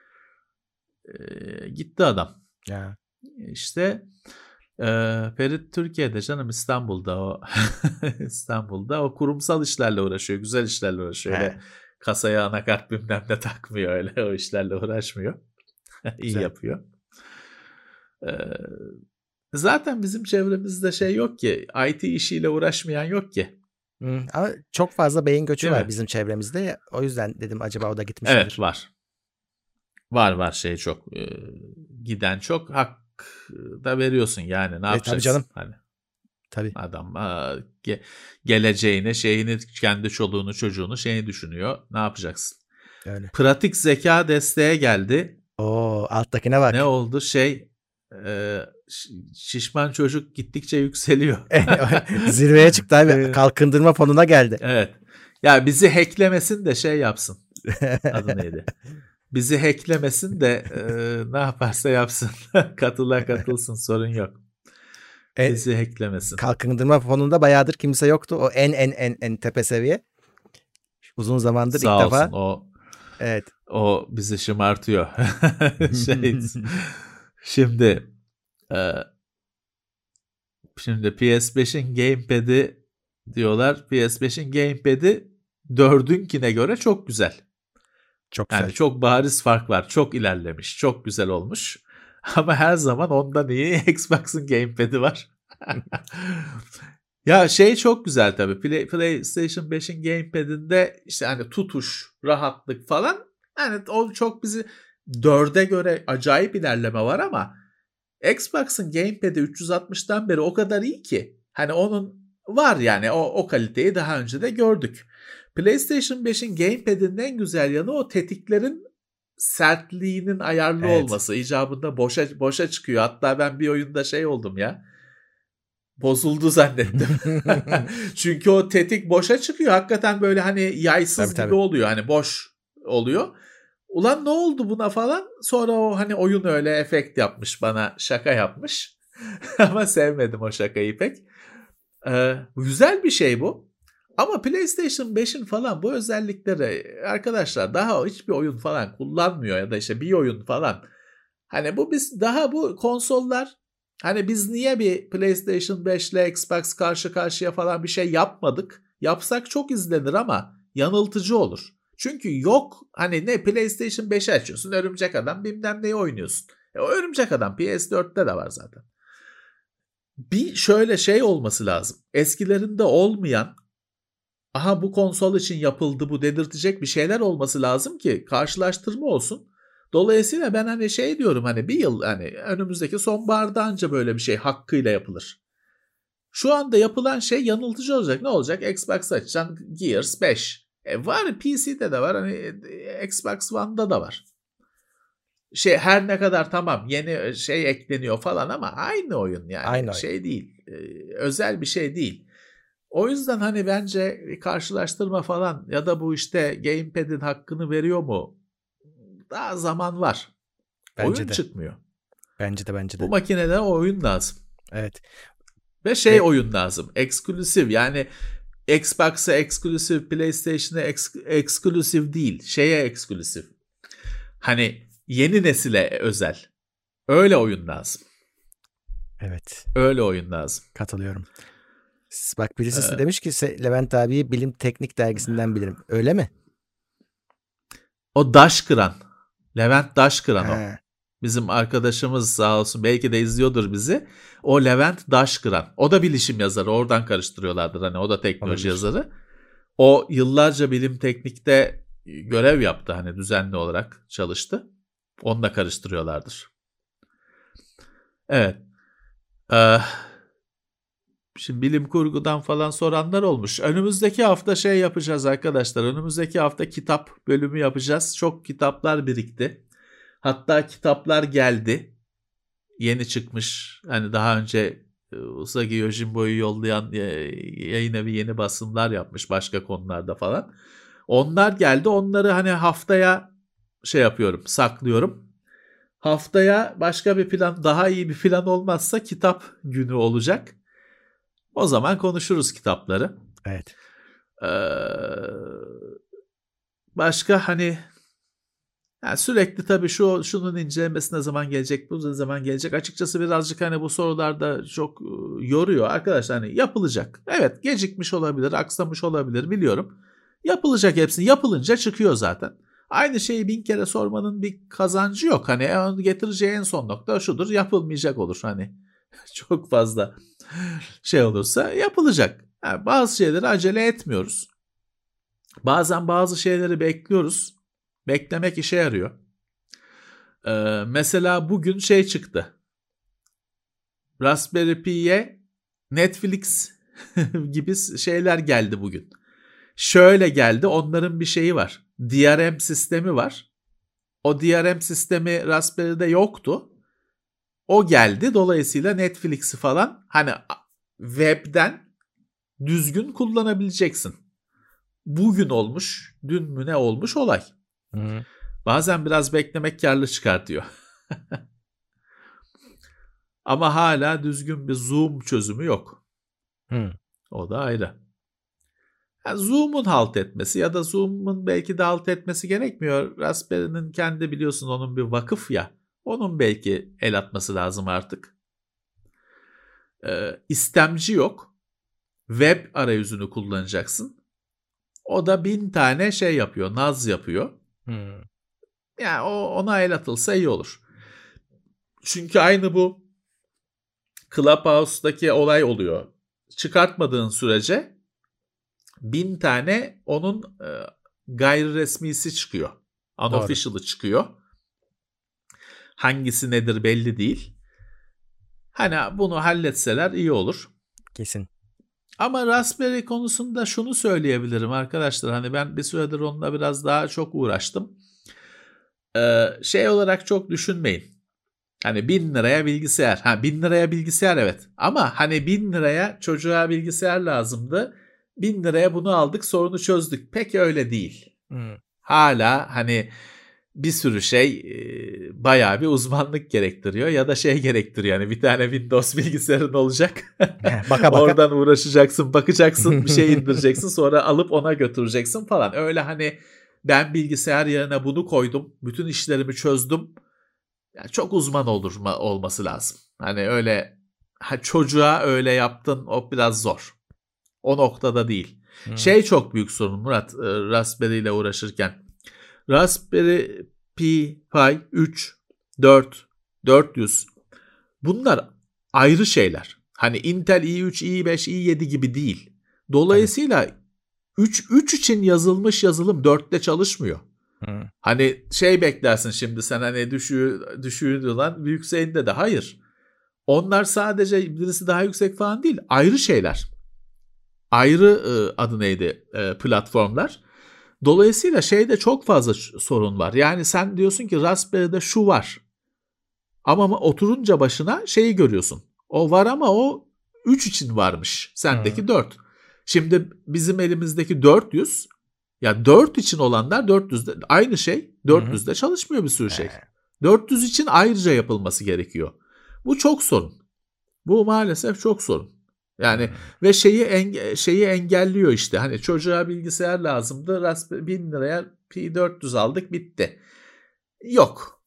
e, gitti adam. Ya. İşte e, Ferit Türkiye'de canım, İstanbul'da o İstanbul'da o kurumsal işlerle uğraşıyor, güzel işlerle uğraşıyor. Öyle kasaya anakart bilmem ne takmıyor, öyle o işlerle uğraşmıyor. İyi yapıyor. E, zaten bizim çevremizde şey yok ki, I T işiyle uğraşmayan yok ki. Hmm, ama çok fazla beyin göçü Değil var mi? Bizim çevremizde. O yüzden dedim acaba o da gitmiş midir? Evet, var. Var var şey çok. E, giden çok. Hak da veriyorsun yani. Ne e, yapacaksın? Tabii canım. Hani, tabii. Adam a, ge, geleceğini, şeyini, kendi çoluğunu, çocuğunu, şeyini düşünüyor. Ne yapacaksın? Öyle. Pratik zeka desteğe geldi. Oo, alttakine bak. Ne oldu? Şey e, şişman çocuk gittikçe yükseliyor. Zirveye çıktı abi. Kalkındırma fonuna geldi. Evet. Ya bizi hacklemesin de şey yapsın. Adı neydi? Bizi hacklemesin de e, ne yaparsa yapsın. Katıla katılsın, sorun yok. Bizi e, hacklemesin. Kalkındırma fonunda bayağıdır kimse yoktu. O en en en en tepe seviye. Uzun zamandır Sağ ilk olsun, defa. o evet. O bizi şımartıyor. şey, şimdi e, şimdi P S beşin gamepad'i diyorlar. P S beşin gamepad'i dördünkine göre çok güzel. Çok yani güzel. Çok bariz fark var. Çok ilerlemiş. Çok güzel olmuş. Ama her zaman ondan iyi Xbox'ın gamepad'i var. Ya şey çok güzel tabii. Play, PlayStation beşin gamepad'inde işte hani tutuş, rahatlık falan. Yani o çok bizi dörde göre acayip ilerleme var ama Xbox'ın gamepad'i üç yüz altmıştan beri o kadar iyi ki. Hani onun var yani o, o kaliteyi daha önce de gördük. PlayStation beşin gamepad'in en güzel yanı o tetiklerin sertliğinin ayarlı Evet. olması. İcabında boşa boşa çıkıyor. Hatta ben bir oyunda şey oldum ya. Bozuldu zannettim. Çünkü o tetik boşa çıkıyor. Hakikaten böyle hani yaysız Tabii, gibi tabii. oluyor. Hani boş oluyor. Ulan ne oldu buna falan? Sonra o hani oyun öyle efekt yapmış bana. Şaka yapmış. Ama sevmedim o şakayı pek. Ee, güzel bir şey bu. Ama PlayStation beşin falan bu özellikleri arkadaşlar daha hiçbir oyun falan kullanmıyor ya da işte bir oyun falan. Hani bu biz daha bu konsollar hani biz niye bir PlayStation beş ile Xbox karşı karşıya falan bir şey yapmadık? Yapsak çok izlenir ama yanıltıcı olur. Çünkü yok hani ne PlayStation beşi açıyorsun Örümcek Adam bilmem neyi oynuyorsun. E, o Örümcek Adam P S dörtte de var zaten. Bir şöyle şey olması lazım. Eskilerinde olmayan aha bu konsol için yapıldı bu dedirtecek bir şeyler olması lazım ki karşılaştırma olsun. Dolayısıyla ben hani şey diyorum hani bir yıl hani önümüzdeki sonbaharda anca böyle bir şey hakkıyla yapılır. Şu anda yapılan şey yanıltıcı olacak. Ne olacak? Xbox açacaksın Gears beş. E var P C'de de var hani Xbox One'da da var. Şey her ne kadar tamam yeni şey ekleniyor falan ama aynı oyun yani Aynı oyun. şey değil. E, özel bir şey değil. O yüzden hani bence karşılaştırma falan ya da bu işte gamepad'in hakkını veriyor mu? Daha zaman var. Bence Oyun de. çıkmıyor. Bence de bence de. Bu makinede oyun lazım. Evet. Ve şey Ve oyun lazım. Eksklusif yani Xbox'a eksklusif, PlayStation'a eks- eksklusif değil. Şeye eksklusif. Hani yeni nesile özel. Öyle oyun lazım. evet. Öyle oyun lazım. Katılıyorum. Bak birisi size Ee, demiş ki "Se- Levent abiyi Bilim Teknik dergisinden bilirim." Öyle mi? o Daşkıran. Levent Daşkıran o. Ha, Bizim arkadaşımız sağ olsun belki de izliyordur bizi. O Levent Daşkıran. O da bilişim yazarı. Oradan karıştırıyorlardır. Hani o da teknoloji olabilir. yazarı. O yıllarca bilim teknikte görev yaptı. Hani düzenli olarak çalıştı. Onunla karıştırıyorlardır. Evet. Ee, şimdi bilim kurgudan falan soranlar olmuş. Önümüzdeki hafta şey yapacağız arkadaşlar. Önümüzdeki hafta kitap bölümü yapacağız. Çok kitaplar birikti. Hatta kitaplar geldi. Yeni çıkmış hani daha önce e, Usagi Yojimbo'yu yollayan e, yayın evi yeni basımlar yapmış başka konularda falan. Onlar geldi. Onları hani haftaya şey yapıyorum, saklıyorum. Haftaya başka bir plan, daha iyi bir plan olmazsa kitap günü olacak. O zaman konuşuruz kitapları. Evet. Ee, başka hani yani sürekli tabii şu şunun incelemesi ne zaman gelecek, bu ne zaman gelecek. Açıkçası birazcık hani bu sorularda çok e, yoruyor arkadaşlar. Hani yapılacak. Evet gecikmiş olabilir, aksamış olabilir biliyorum. Yapılacak hepsini. Yapılınca çıkıyor zaten. Aynı şeyi bin kere sormanın bir kazancı yok. Hani onu getireceği en son nokta şudur. Yapılmayacak olur. Hani çok fazla şey olursa yapılacak. Yani bazı şeyleri acele etmiyoruz. Bazen bazı şeyleri bekliyoruz. Beklemek işe yarıyor. Ee, mesela bugün şey çıktı. Raspberry Pi'ye Netflix gibi şeyler geldi bugün. Şöyle geldi, onların bir şeyi var. D R M sistemi var. O D R M sistemi Raspberry'de yoktu. O geldi. Dolayısıyla Netflix'i falan hani webden düzgün kullanabileceksin. Bugün olmuş, dün mü ne olmuş olay. Hı-hı. Bazen biraz beklemek karlı çıkartıyor. Ama hala düzgün bir Zoom çözümü yok. Hı. O da ayrı. Yani Zoom'un halt etmesi ya da Zoom'un belki de halt etmesi gerekmiyor. Raspberry'nin kendi biliyorsun onun bir vakıf ya. Onun belki el atması lazım artık. Ee, istemci yok. Web arayüzünü kullanacaksın. O da bin tane şey yapıyor, naz yapıyor. Hı. Yani o ona el atılsa iyi olur. Çünkü aynı bu Clubhouse'daki olay oluyor. çıkartmadığın sürece bin tane onun e, gayri resmisi çıkıyor. Unofficial'ı çıkıyor. Hangisi nedir belli değil. Hani bunu halletseler iyi olur. Kesin. Ama Raspberry konusunda şunu söyleyebilirim arkadaşlar. Hani ben bir süredir onunla biraz daha çok uğraştım. Ee, şey olarak çok düşünmeyin. Hani bin liraya bilgisayar. Ha bin liraya bilgisayar evet. Ama hani bin liraya çocuğa bilgisayar lazımdı. Bin liraya bunu aldık, sorunu çözdük. Pek öyle değil. Hmm. Hala hani bir sürü şey e, bayağı bir uzmanlık gerektiriyor ya da şey gerektiriyor. Yani bir tane Windows bilgisayarın olacak. Baka baka. Oradan uğraşacaksın, bakacaksın, bir şey indireceksin, sonra alıp ona götüreceksin falan. Öyle hani ben bilgisayar yerine bunu koydum, bütün işlerimi çözdüm. Yani çok uzman olur olması lazım. Hani öyle ha, çocuğa öyle yaptın, o biraz zor. O noktada değil. Hmm. Şey çok büyük sorun Murat, Raspberry ile uğraşırken. Raspberry Pi üç, dört, dört yüz bunlar ayrı şeyler. Hani Intel i üç, i beş, i yedi gibi değil. Dolayısıyla evet. üç, üç için yazılmış yazılım dörtte çalışmıyor. Hmm. Hani şey beklersin şimdi sen hani düşüğü, düşüğü olan yükseğinde de. Hayır. Onlar sadece birisi daha yüksek falan değil. Ayrı şeyler. Ayrı adı neydi platformlar. Dolayısıyla şeyde çok fazla sorun var. Yani sen diyorsun ki Raspberry'de şu var. Ama oturunca başına şeyi görüyorsun. O var ama o üç için varmış. Sendeki hmm. dört. Şimdi bizim elimizdeki dört yüz ya dört için olanlar dört yüzde aynı şey. dört yüzde hmm. çalışmıyor bir sürü şey. dört yüz için ayrıca yapılması gerekiyor. Bu çok sorun. Bu maalesef çok sorun. Yani hmm. ve şeyi enge- şeyi engelliyor işte. Hani çocuğa bilgisayar lazımdı. Raspberry bin liraya Pi dört yüz aldık, bitti. Yok.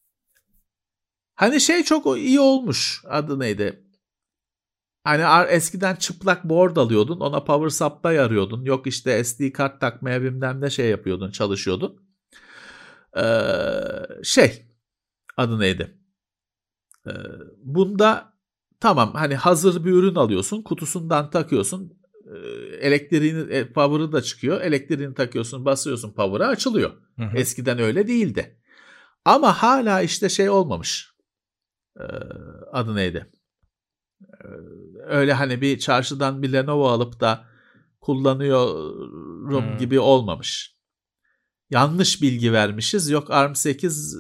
Hani şey çok iyi olmuş. Adı neydi? Hani eskiden çıplak board alıyordun. Ona power supply arıyordun. Yok işte S D kart takmaya bilmem ne şey yapıyordun, çalışıyordun. Ee, şey adı neydi? Ee, bunda tamam hani hazır bir ürün alıyorsun, kutusundan takıyorsun, elektriğini, power'ı da çıkıyor, elektriğini takıyorsun, basıyorsun power'a, açılıyor. Hı hı. Eskiden öyle değildi. Ama hala işte şey olmamış. Ee, adı neydi? Ee, öyle hani bir çarşıdan bir Lenovo alıp da kullanıyorum hmm. gibi olmamış. Yanlış bilgi vermişiz. Yok A R M sekiz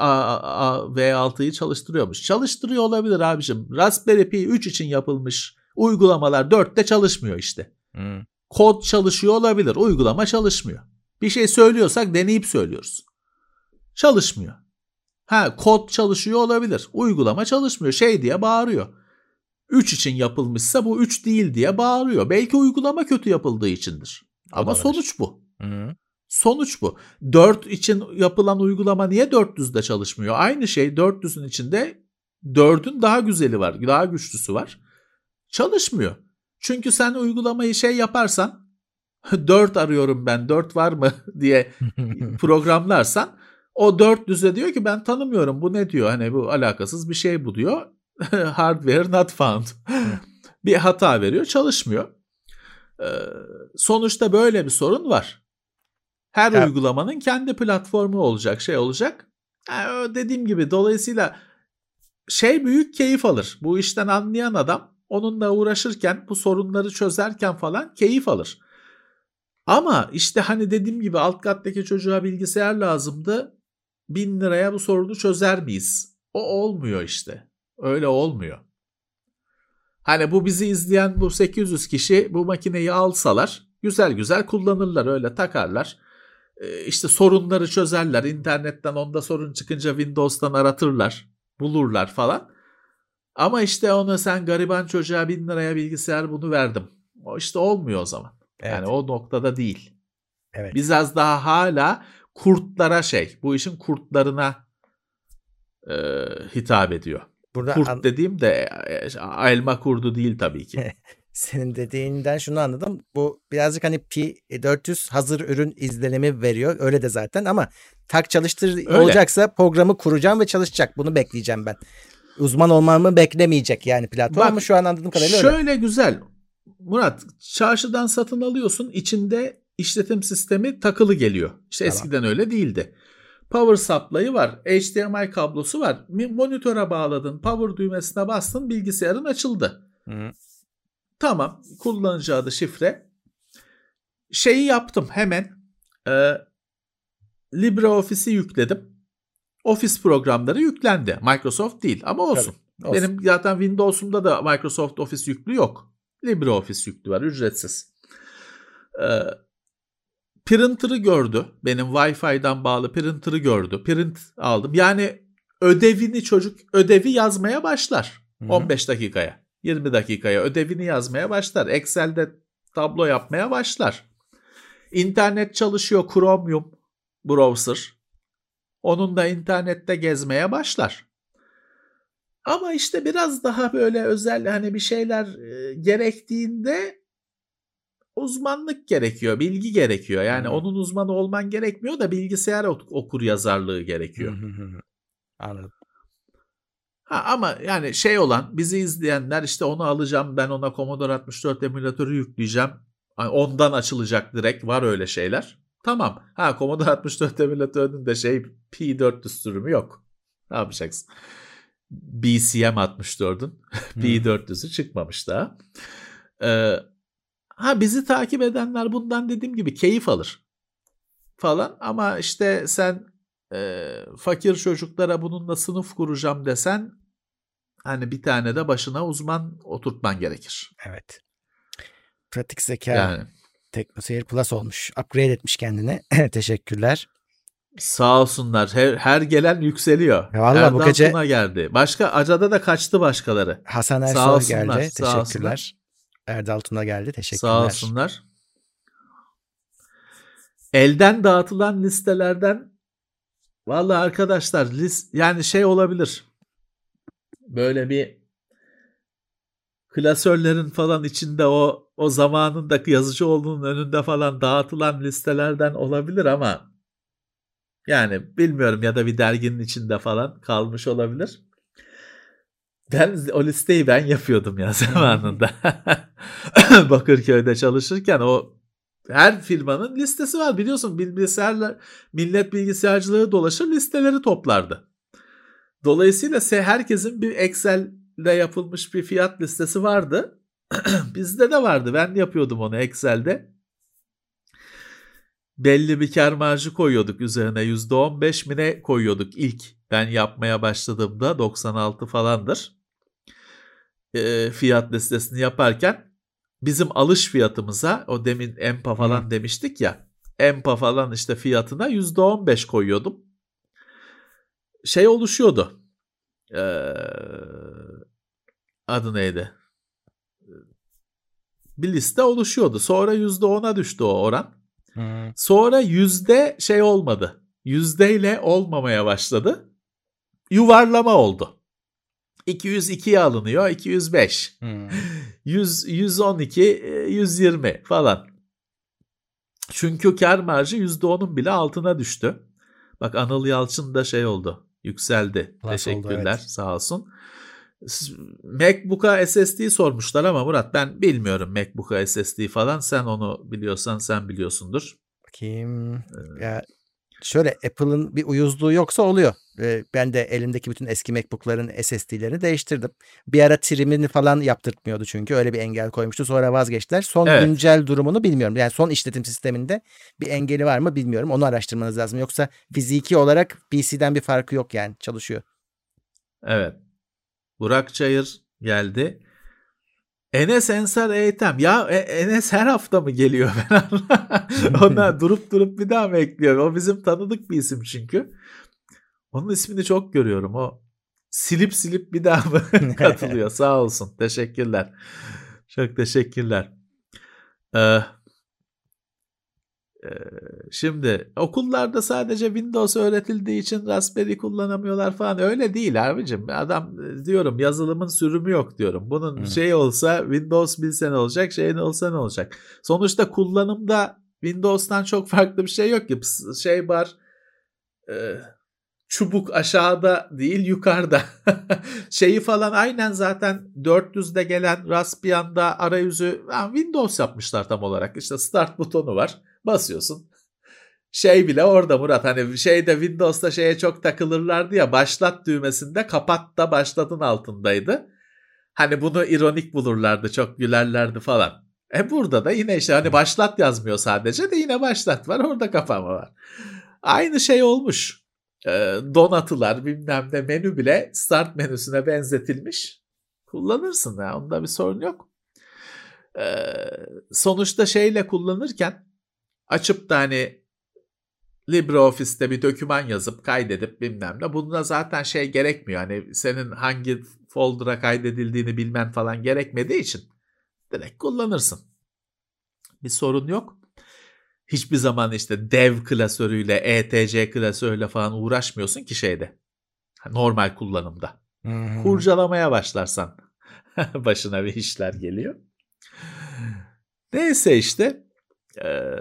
V altıyı çalıştırıyormuş. Çalıştırıyor olabilir abicim. Raspberry Pi üç için yapılmış uygulamalar dörtte çalışmıyor işte. Hmm. Kod çalışıyor olabilir. Uygulama çalışmıyor. Bir şey söylüyorsak deneyip söylüyoruz. Çalışmıyor. Ha, kod çalışıyor olabilir. Uygulama çalışmıyor. Şey diye bağırıyor. üç için yapılmışsa bu üç değil diye bağırıyor. Belki uygulama kötü yapıldığı içindir. Ama sonuç bu. Hı. Sonuç bu. dört için yapılan uygulama niye dört yüzde çalışmıyor? Aynı şey dört yüzün içinde dördün daha güzeli var, daha güçlüsü var. Çalışmıyor. Çünkü sen uygulamayı şey yaparsan, dört arıyorum ben, dört var mı diye programlarsan, o dört yüze diyor ki ben tanımıyorum, bu ne diyor, hani bu alakasız bir şey bu diyor. Hardware not found. Bir hata veriyor, çalışmıyor. Ee, sonuçta böyle bir sorun var. Her evet. uygulamanın kendi platformu olacak, şey olacak. Yani dediğim gibi dolayısıyla şey büyük keyif alır. Bu işten anlayan adam onunla uğraşırken, bu sorunları çözerken falan keyif alır. Ama işte hani dediğim gibi alt kattaki çocuğa bilgisayar lazımdı. Bin liraya bu sorunu çözer miyiz? O olmuyor işte. Öyle olmuyor. Hani bu bizi izleyen bu sekiz yüz kişi bu makineyi alsalar güzel güzel kullanırlar, öyle takarlar. Ee, işte sorunları çözerler. İnternetten onda sorun çıkınca Windows'tan aratırlar, bulurlar falan. Ama işte onu sen gariban çocuğa bin liraya bilgisayar bunu verdim. O işte olmuyor o zaman. Evet. Yani o noktada değil. Evet. Biz az daha hala kurtlara şey, bu işin kurtlarına e, hitap ediyor. Burada kurt an- dediğim de elma kurdu değil tabii ki. Senin dediğinden şunu anladım. Bu birazcık hani Pi dört yüz hazır ürün izlenimi veriyor. Öyle de zaten ama tak çalıştır öyle olacaksa programı kuracağım ve çalışacak. Bunu bekleyeceğim ben. Uzman olmamı beklemeyecek yani platform. Bak, ama şu an anladığım kadarıyla şöyle öyle. Şöyle güzel. Murat, çarşıdan satın alıyorsun, içinde işletim sistemi takılı geliyor. İşte Tamam. eskiden öyle değildi. Power supply'ı var, H D M I kablosu var. Monitöre bağladın, power düğmesine bastın, bilgisayarın açıldı. Hı. Tamam, kullanıcı adı, şifre. Şeyi yaptım hemen. E, LibreOffice'i yükledim. Office programları yüklendi. Microsoft değil ama olsun. Tabii, olsun. Benim zaten Windows'umda da Microsoft Office yüklü yok. LibreOffice yüklü var, ücretsiz. Ee, printer'ı gördü. Benim Wi-Fi'den bağlı printer'ı gördü. Print aldım. Yani ödevini çocuk ödevi yazmaya başlar. Hı-hı. on beş dakikaya, yirmi dakikaya ödevini yazmaya başlar. Excel'de tablo yapmaya başlar. İnternet çalışıyor, Chromium browser. Onun da internette gezmeye başlar. Ama işte biraz daha böyle özel hani bir şeyler e, gerektiğinde uzmanlık gerekiyor, bilgi gerekiyor. Yani Hı-hı. onun uzmanı olman gerekmiyor da bilgisayar okur yazarlığı gerekiyor. Hı-hı. Anladım. Ha, ama yani şey olan, bizi izleyenler işte onu alacağım, ben ona Commodore altmış dört emülatörü yükleyeceğim. Yani ondan açılacak direkt, var öyle şeyler. Tamam. Ha, Commodore altmış dört emülatörünün de şey P dört yüz sürümü yok. Ne yapacaksın? B C M altmış dördün P dört yüzü çıkmamış daha. Ee, ha bizi takip edenler bundan dediğim gibi keyif alır falan, ama işte sen e, fakir çocuklara bununla sınıf kuracağım desen, hani bir tane de başına uzman oturtman gerekir. Evet. Pratik zeka. Yani. TeknoSeyir Plus olmuş. Upgrade etmiş kendine. Teşekkürler. Sağ olsunlar. Her, her gelen yükseliyor. Ya vallahi Erdal bu gece Tuna geldi. Başka acada da kaçtı başkaları. Hasan Sağ Ersoy olsunlar, geldi. sağ Teşekkürler. olsunlar. Erdal Tuna geldi. Teşekkürler. Sağ olsunlar. Elden dağıtılan listelerden vallahi arkadaşlar list, yani şey olabilir. Böyle bir klasörlerin falan içinde o o zamanında Yazıcıoğlu'nun önünde falan dağıtılan listelerden olabilir ama yani bilmiyorum, ya da bir derginin içinde falan kalmış olabilir. Ben o listeyi ben yapıyordum ya zamanında. Bakırköy'de çalışırken o her firmanın listesi var, biliyorsun, bilgisayarlar, millet bilgisayarcıları dolaşır, listeleri toplardı. Dolayısıyla herkesin bir Excel'de yapılmış bir fiyat listesi vardı. Bizde de vardı. Ben yapıyordum onu Excel'de. Belli bir kar marjı koyuyorduk üzerine. yüzde on beş mi ne koyuyorduk ilk. Ben yapmaya başladığımda doksan altı falandır. E, fiyat listesini yaparken bizim alış fiyatımıza, o demin E M P A falan hmm. demiştik ya. E M P A falan işte fiyatına yüzde on beş koyuyordum. Şey oluşuyordu. Ee, adı neydi? Bir liste oluşuyordu. Sonra yüzde ona düştü o oran. Hmm. Sonra yüzde şey olmadı. Yüzdeyle olmamaya başladı. Yuvarlama oldu. iki yüz ikiye alınıyor. iki yüz beş. Hmm. yüz, yüz on iki, yüz yirmi falan. Çünkü kar marjı yüzde onun bile altına düştü. Bak, Anıl Yalçın da şey oldu. Yükseldi. Plus teşekkürler. Oldu, evet. Sağ olsun. MacBook'a S S D sormuşlar ama Murat, ben bilmiyorum MacBook'a S S D falan. Sen onu biliyorsan sen biliyorsundur. Bakayım. Ee, ya şöyle, Apple'ın bir uyuzluğu yoksa oluyor. Ee, ben de elimdeki bütün eski MacBook'ların S S D'lerini değiştirdim. Bir ara trimini falan yaptırtmıyordu çünkü. Öyle bir engel koymuştu. Sonra vazgeçtiler. Son evet. güncel durumunu bilmiyorum. Yani son işletim sisteminde bir engeli var mı bilmiyorum. Onu araştırmanız lazım. Yoksa fiziki olarak P C'den bir farkı yok yani. Çalışıyor. Evet. Burak Çayır geldi. Enes Ensar Eytem. Ya Enes her hafta mı geliyor? Ben ona durup durup bir daha mı ekliyor? O bizim tanıdık bir isim çünkü. Onun ismini çok görüyorum. O silip silip bir daha mı katılıyor? Sağ olsun. Teşekkürler. Çok teşekkürler. Ee, Şimdi okullarda sadece Windows öğretildiği için Raspberry kullanamıyorlar falan, öyle değil abicim. Adam diyorum, yazılımın sürümü yok diyorum. Bunun hmm. şey olsa, Windows bilse ne olacak, şey ne olsa ne olacak. Sonuçta kullanımda Windows'tan çok farklı bir şey yok ki. Şey var, e, çubuk aşağıda değil yukarıda. Şeyi falan aynen zaten dört yüzde gelen Raspbian'da arayüzü yani Windows yapmışlar tam olarak. İşte start butonu var. Basıyorsun. Şey bile orada Murat, hani şeyde Windows'ta şeye çok takılırlardı ya, başlat düğmesinde kapat da başlatın altındaydı. Hani bunu ironik bulurlardı, çok gülerlerdi falan. E burada da yine işte hani başlat yazmıyor sadece de yine başlat var, orada kapama var. Aynı şey olmuş. E, donatılar bilmem ne menü bile start menüsüne benzetilmiş. Kullanırsın ya, onda bir sorun yok. E, sonuçta şeyle kullanırken açıp da hani LibreOffice'te bir doküman yazıp kaydedip bilmem ne. Bunda zaten şey gerekmiyor. Hani senin hangi folder'a kaydedildiğini bilmen falan gerekmediği için direkt kullanırsın. Bir sorun yok. Hiçbir zaman işte dev klasörüyle, E T C klasörüyle falan uğraşmıyorsun ki şeyde. Normal kullanımda. Hı-hı. Kurcalamaya başlarsan başına bir işler geliyor. Neyse işte eee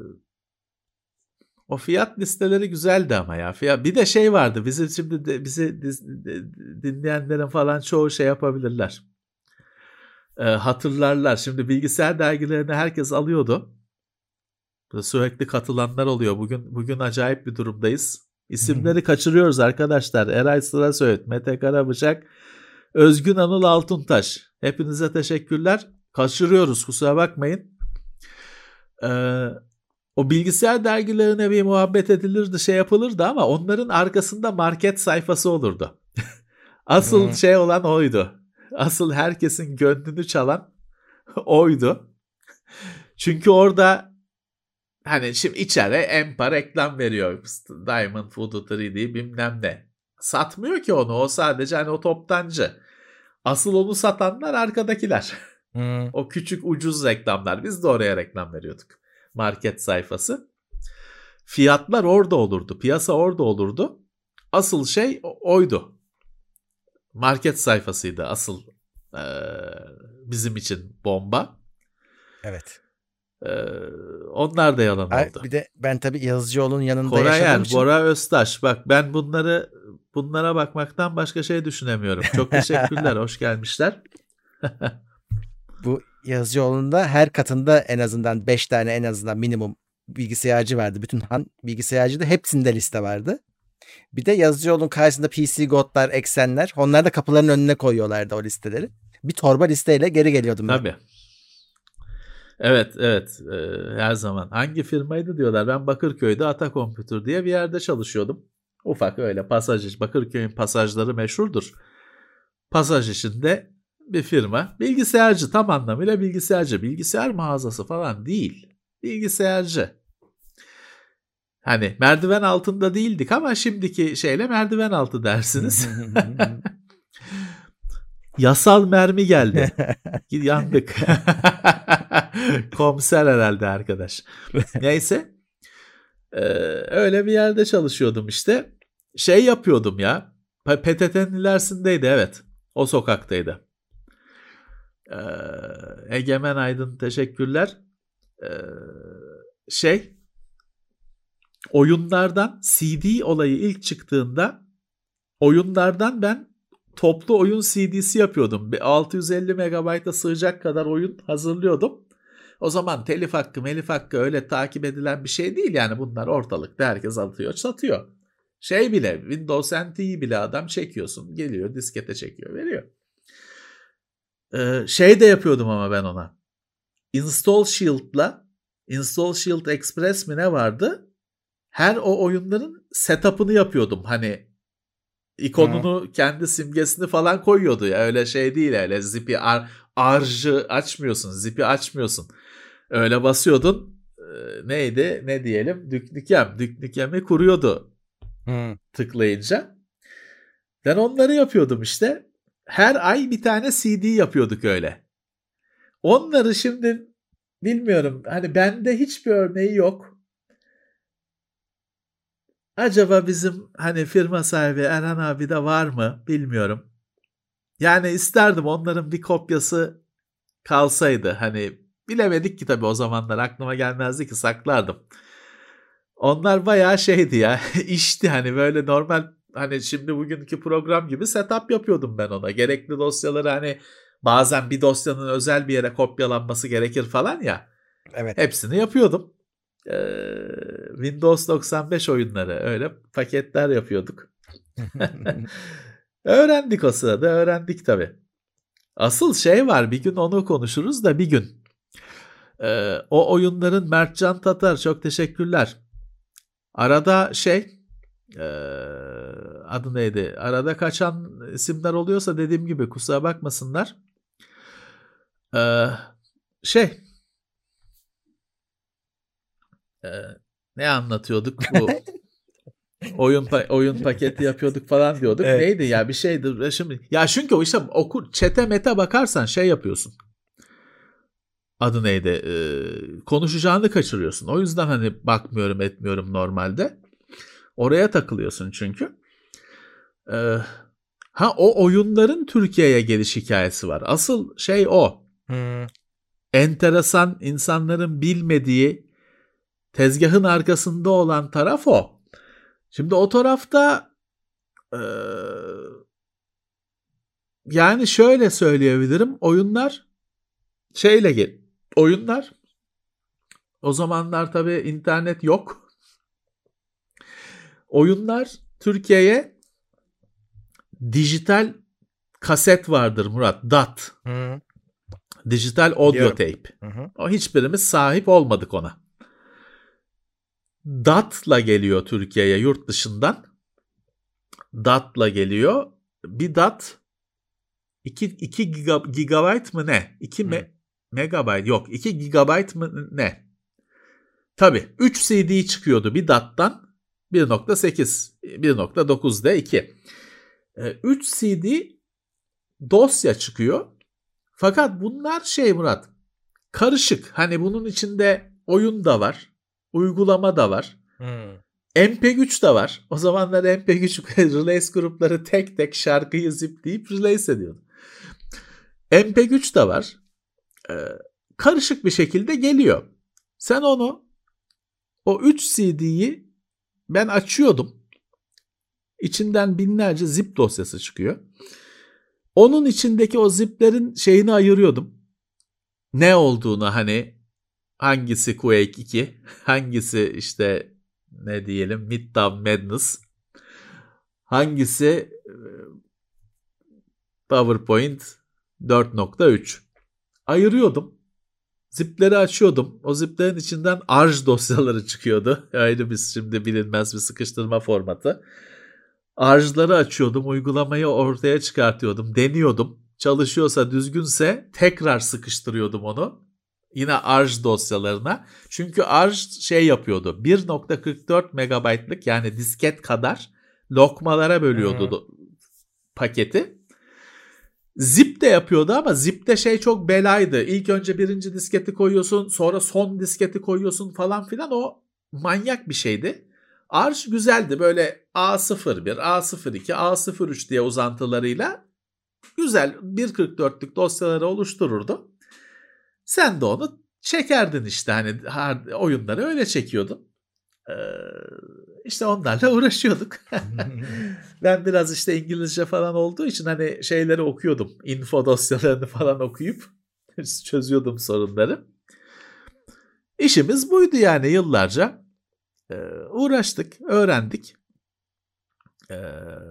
o fiyat listeleri güzeldi ama ya. Fiyat, bir de şey vardı. Bizi şimdi de, bizi dinleyenlerin falan çoğu şey yapabilirler. Ee, hatırlarlar. Şimdi bilgisayar dergilerini herkes alıyordu. Sürekli katılanlar oluyor. Bugün bugün acayip bir durumdayız. İsimleri kaçırıyoruz arkadaşlar. Eray Sırasöğüt, Mete Karabıçak, Özgün Anıl Altuntaş. Hepinize teşekkürler. Kaçırıyoruz, kusura bakmayın. Eee O bilgisayar dergilerine bir muhabbet edilirdi, şey yapılırdı ama onların arkasında market sayfası olurdu. Asıl hmm. şey olan oydu. Asıl herkesin gönlünü çalan oydu. Çünkü orada hani şimdi içeri Empa reklam veriyor. Diamond Food üç D bilmem ne. Satmıyor ki onu. O sadece hani o toptancı. Asıl onu satanlar arkadakiler. Hmm. O küçük ucuz reklamlar. Biz de oraya reklam veriyorduk. Market sayfası. Fiyatlar orada olurdu. Piyasa orada olurdu. Asıl şey oydu. Market sayfasıydı asıl e, bizim için bomba. Evet. E, onlar da yalan Ay, oldu. Bir de ben tabii Yazıcıoğlu'nun yanında Koray yaşadığım Er, için. Bora Öztaş. Bak ben bunları bunlara bakmaktan başka şey düşünemiyorum. Çok teşekkürler. Hoş gelmişler. Bu Yazıcıoğlu'nda her katında en azından beş tane en azından minimum bilgisayarcı vardı. Bütün han bilgisayarcıda hepsinde liste vardı. Bir de Yazıcıoğlu'nun karşısında P C God'lar, Eksenler. Onlar da kapıların önüne koyuyorlardı o listeleri. Bir torba listeyle geri geliyordum ben. Tabii. Evet, evet. Ee, her zaman. Hangi firmaydı diyorlar. Ben Bakırköy'de Ata Computer diye bir yerde çalışıyordum. Ufak öyle pasaj. Bakırköy'ün pasajları meşhurdur. Pasaj içinde bir firma. Bilgisayarcı, tam anlamıyla bilgisayarcı. Bilgisayar mağazası falan değil. Bilgisayarcı. Hani merdiven altında değildik ama şimdiki şeyle merdiven altı dersiniz. Yasal mermi geldi. Yandık. Komiser herhalde arkadaş. Neyse. Ee, öyle bir yerde çalışıyordum işte. Şey yapıyordum ya. P T T'nin ilerisindeydi, evet. O sokaktaydı. Ee, Egemen Aydın teşekkürler. Ee, şey oyunlardan C D olayı ilk çıktığında oyunlardan ben toplu oyun C D'si yapıyordum. altı yüz elli megabayta sığacak kadar oyun hazırlıyordum. O zaman telif hakkı, melif hakkı öyle takip edilen bir şey değil yani, bunlar ortalıkta herkes atıyor, satıyor. Şey bile, Windows N T'yi bile adam çekiyorsun, geliyor diskete çekiyor, veriyor. Ee, şey de yapıyordum ama ben ona. Install Shield'la Install Shield Express mi ne vardı? Her o oyunların setup'ını yapıyordum. Hani ikonunu, hmm. kendi simgesini falan koyuyordu ya. Öyle şey değil, öyle zip'i ar, arjı açmıyorsun, zip'i açmıyorsun. Öyle basıyordun. E, neydi? Ne diyelim? Düknikem. Düknikemi kuruyordu. Hmm. Tıklayınca. Ben onları yapıyordum işte. Her ay bir tane C D yapıyorduk öyle. Onları şimdi bilmiyorum. Hani bende hiçbir örneği yok. Acaba bizim hani firma sahibi Erhan abi de var mı? Bilmiyorum. Yani isterdim onların bir kopyası kalsaydı. Hani bilemedik ki tabii, o zamanlar aklıma gelmezdi ki, saklardım. Onlar bayağı şeydi ya, işti hani, böyle normal hani şimdi bugünkü program gibi setup yapıyordum ben ona. Gerekli dosyaları hani bazen bir dosyanın özel bir yere kopyalanması gerekir falan ya. Evet. Hepsini yapıyordum. Ee, Windows doksan beş oyunları öyle paketler yapıyorduk. Öğrendik o sırada, öğrendik tabii. Asıl şey var, bir gün onu konuşuruz da bir gün. Ee, o oyunların Mertcan Tatar, çok teşekkürler. Arada şey e, adı neydi? Arada kaçan isimler oluyorsa dediğim gibi kusura bakmasınlar. Ee, şey e, ne anlatıyorduk bu? Oyun pa- oyun paketi yapıyorduk falan diyorduk. Evet. Neydi ya, bir şeydi şimdi. Ya çünkü o işte okur çete mete bakarsan şey yapıyorsun. Adı neydi? Ee, konuşacağını kaçırıyorsun. O yüzden hani bakmıyorum etmiyorum normalde. Oraya takılıyorsun çünkü. Ee, ha o oyunların Türkiye'ye geliş hikayesi var. Asıl şey o. Hmm. Enteresan, insanların bilmediği, tezgahın arkasında olan taraf o. Şimdi o tarafta e, yani şöyle söyleyebilirim. Oyunlar şeyle gel. Oyunlar o zamanlar tabii internet yok. Oyunlar Türkiye'ye dijital kaset vardır Murat. D A T. Hı. Dijital audio tape. Hı hı. O hiçbirimiz sahip olmadık ona. D A T'la geliyor Türkiye'ye yurt dışından. D A T'la geliyor. Bir D A T iki gigabayt mı ne? iki me- megabayt yok. iki gigabayt mı ne? Tabii üç C D çıkıyordu bir D A T'tan. bir nokta sekiz, bir nokta dokuzda iki. üç C D dosya çıkıyor. Fakat bunlar şey Murat, karışık. Hani bunun içinde oyun da var, uygulama da var. Hmm. M P üç de var. O zamanlar M P üç release grupları tek tek şarkıyı zipleyip release ediyordu. M P üç de var. Ee, karışık bir şekilde geliyor. Sen onu, o üç C D'yi ben açıyordum. İçinden binlerce zip dosyası çıkıyor. Onun içindeki o ziplerin şeyini ayırıyordum. Ne olduğunu, hani hangisi Quake iki, hangisi işte ne diyelim Midtown Madness, hangisi PowerPoint dört nokta üç. Ayırıyordum. Zipleri açıyordum. O ziplerin içinden arj dosyaları çıkıyordu. Aynı biz şimdi bilinmez bir sıkıştırma formatı. Arjları açıyordum. Uygulamayı ortaya çıkartıyordum. Deniyordum. Çalışıyorsa, düzgünse tekrar sıkıştırıyordum onu. Yine arj dosyalarına. Çünkü arj şey yapıyordu. bir nokta kırk dört megabaytlık, yani disket kadar lokmalara bölüyordu hmm. paketi. Zip de yapıyordu ama zipte şey çok belaydı. İlk önce birinci disketi koyuyorsun, sonra son disketi koyuyorsun falan filan. O manyak bir şeydi. Arj güzeldi, böyle A sıfır bir, A sıfır iki, A sıfır üç diye uzantılarıyla güzel bir nokta kırk dörtlük dosyaları oluştururdu. Sen de onu çekerdin işte, hani oyunları öyle çekiyordun. Ee, işte onlarla uğraşıyorduk. Ben biraz işte İngilizce falan olduğu için hani şeyleri okuyordum. Info dosyalarını falan okuyup çözüyordum sorunları. İşimiz buydu yani yıllarca. Ee, uğraştık, öğrendik. Ee,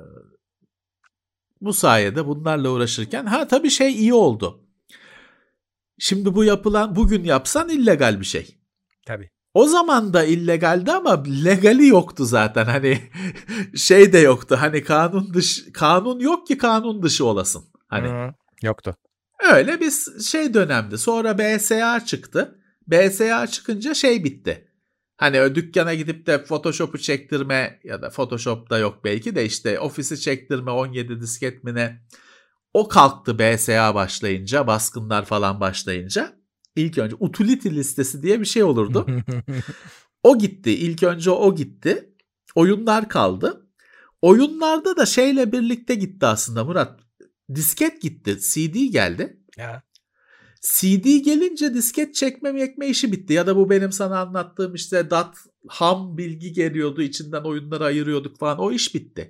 bu sayede bunlarla uğraşırken ha tabii şey iyi oldu. Şimdi bu yapılan, bugün yapsan illegal bir şey. Tabii. O zaman da illegaldi ama legali yoktu zaten, hani şey de yoktu, hani kanun dışı, kanun yok ki kanun dışı olasın. Hani Hı, yoktu. Öyle bir şey dönemdi. Sonra B S A çıktı. B S A çıkınca şey bitti. Hani dükkana gidip de Photoshop'u çektirme, ya da Photoshop'da yok belki de, işte ofisi çektirme on yedi disket mi ne, o kalktı B S A başlayınca, baskınlar falan başlayınca. İlk önce utility listesi diye bir şey olurdu. O gitti. İlk önce o gitti. Oyunlar kaldı. Oyunlarda da şeyle birlikte gitti aslında Murat. Disket gitti. C D geldi. Ya. C D gelince disket çekme mekme işi bitti. Ya da bu benim sana anlattığım işte D A T ham bilgi geliyordu, içinden oyunları ayırıyorduk falan, o iş bitti.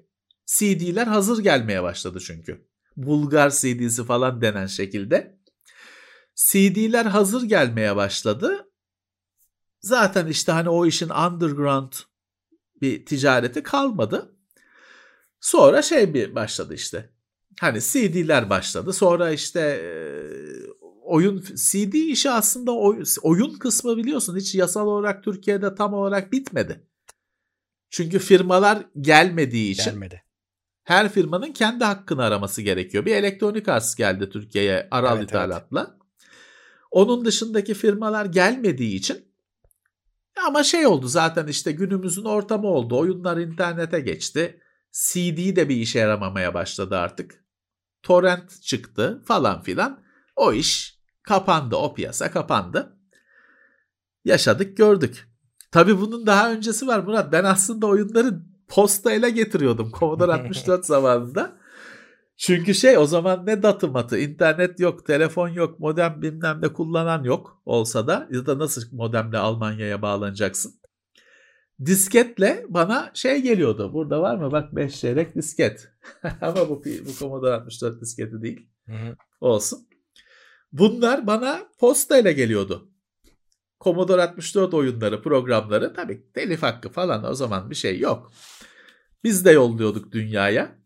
C D'ler hazır gelmeye başladı çünkü. Bulgar C D'si falan denen şekilde. C D'ler hazır gelmeye başladı. Zaten işte hani o işin underground bir ticareti kalmadı. Sonra şey bir başladı işte. Hani C D'ler başladı. Sonra işte e, oyun C D işi aslında oy, oyun kısmı biliyorsun hiç yasal olarak Türkiye'de tam olarak bitmedi. Çünkü firmalar gelmediği için Gelmedi. her firmanın kendi hakkını araması gerekiyor. Bir Electronic Arts geldi Türkiye'ye aral Evet, ithalatla. Evet. Onun dışındaki firmalar gelmediği için ama şey oldu zaten işte günümüzün ortamı oldu. Oyunlar internete geçti. C D de bir işe yaramamaya başladı artık. Torrent çıktı falan filan. O iş kapandı. O piyasa kapandı. Yaşadık gördük. Tabii bunun daha öncesi var Murat. Ben aslında oyunları postayla getiriyordum Commodore altmış dört zamanında. Çünkü şey o zaman ne datı matı, internet yok, telefon yok, modem bilmem ne kullanan yok olsa da ya da nasıl modemle Almanya'ya bağlanacaksın. Disketle bana şey geliyordu. Burada var mı? Bak beş çeyrek disket. Ama bu, bu Commodore altmış dört disketi değil. Hı hı. Olsun. Bunlar bana postayla geliyordu. Commodore altmış dört oyunları, programları. Tabii telif hakkı falan o zaman bir şey yok. Biz de yolluyorduk dünyaya.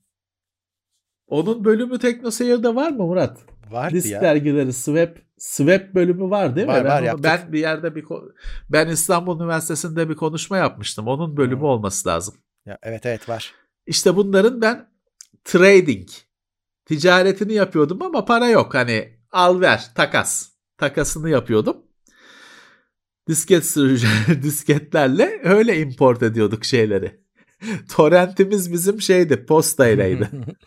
Onun bölümü TeknoSeyir'de var mı Murat? Vardı Disk ya. dergileri swap swap bölümü var değil mi? Var, ben, var, onu, yaptık. ben bir yerde bir ben İstanbul Üniversitesi'nde bir konuşma yapmıştım. Onun bölümü Hmm. olması lazım. Ya, evet evet var. İşte bunların ben trading ticaretini yapıyordum ama para yok. Hani al ver takas. Takasını yapıyordum. Disket sürücü disketlerle öyle import ediyorduk şeyleri. Torrentimiz bizim şeydi, postayleydi.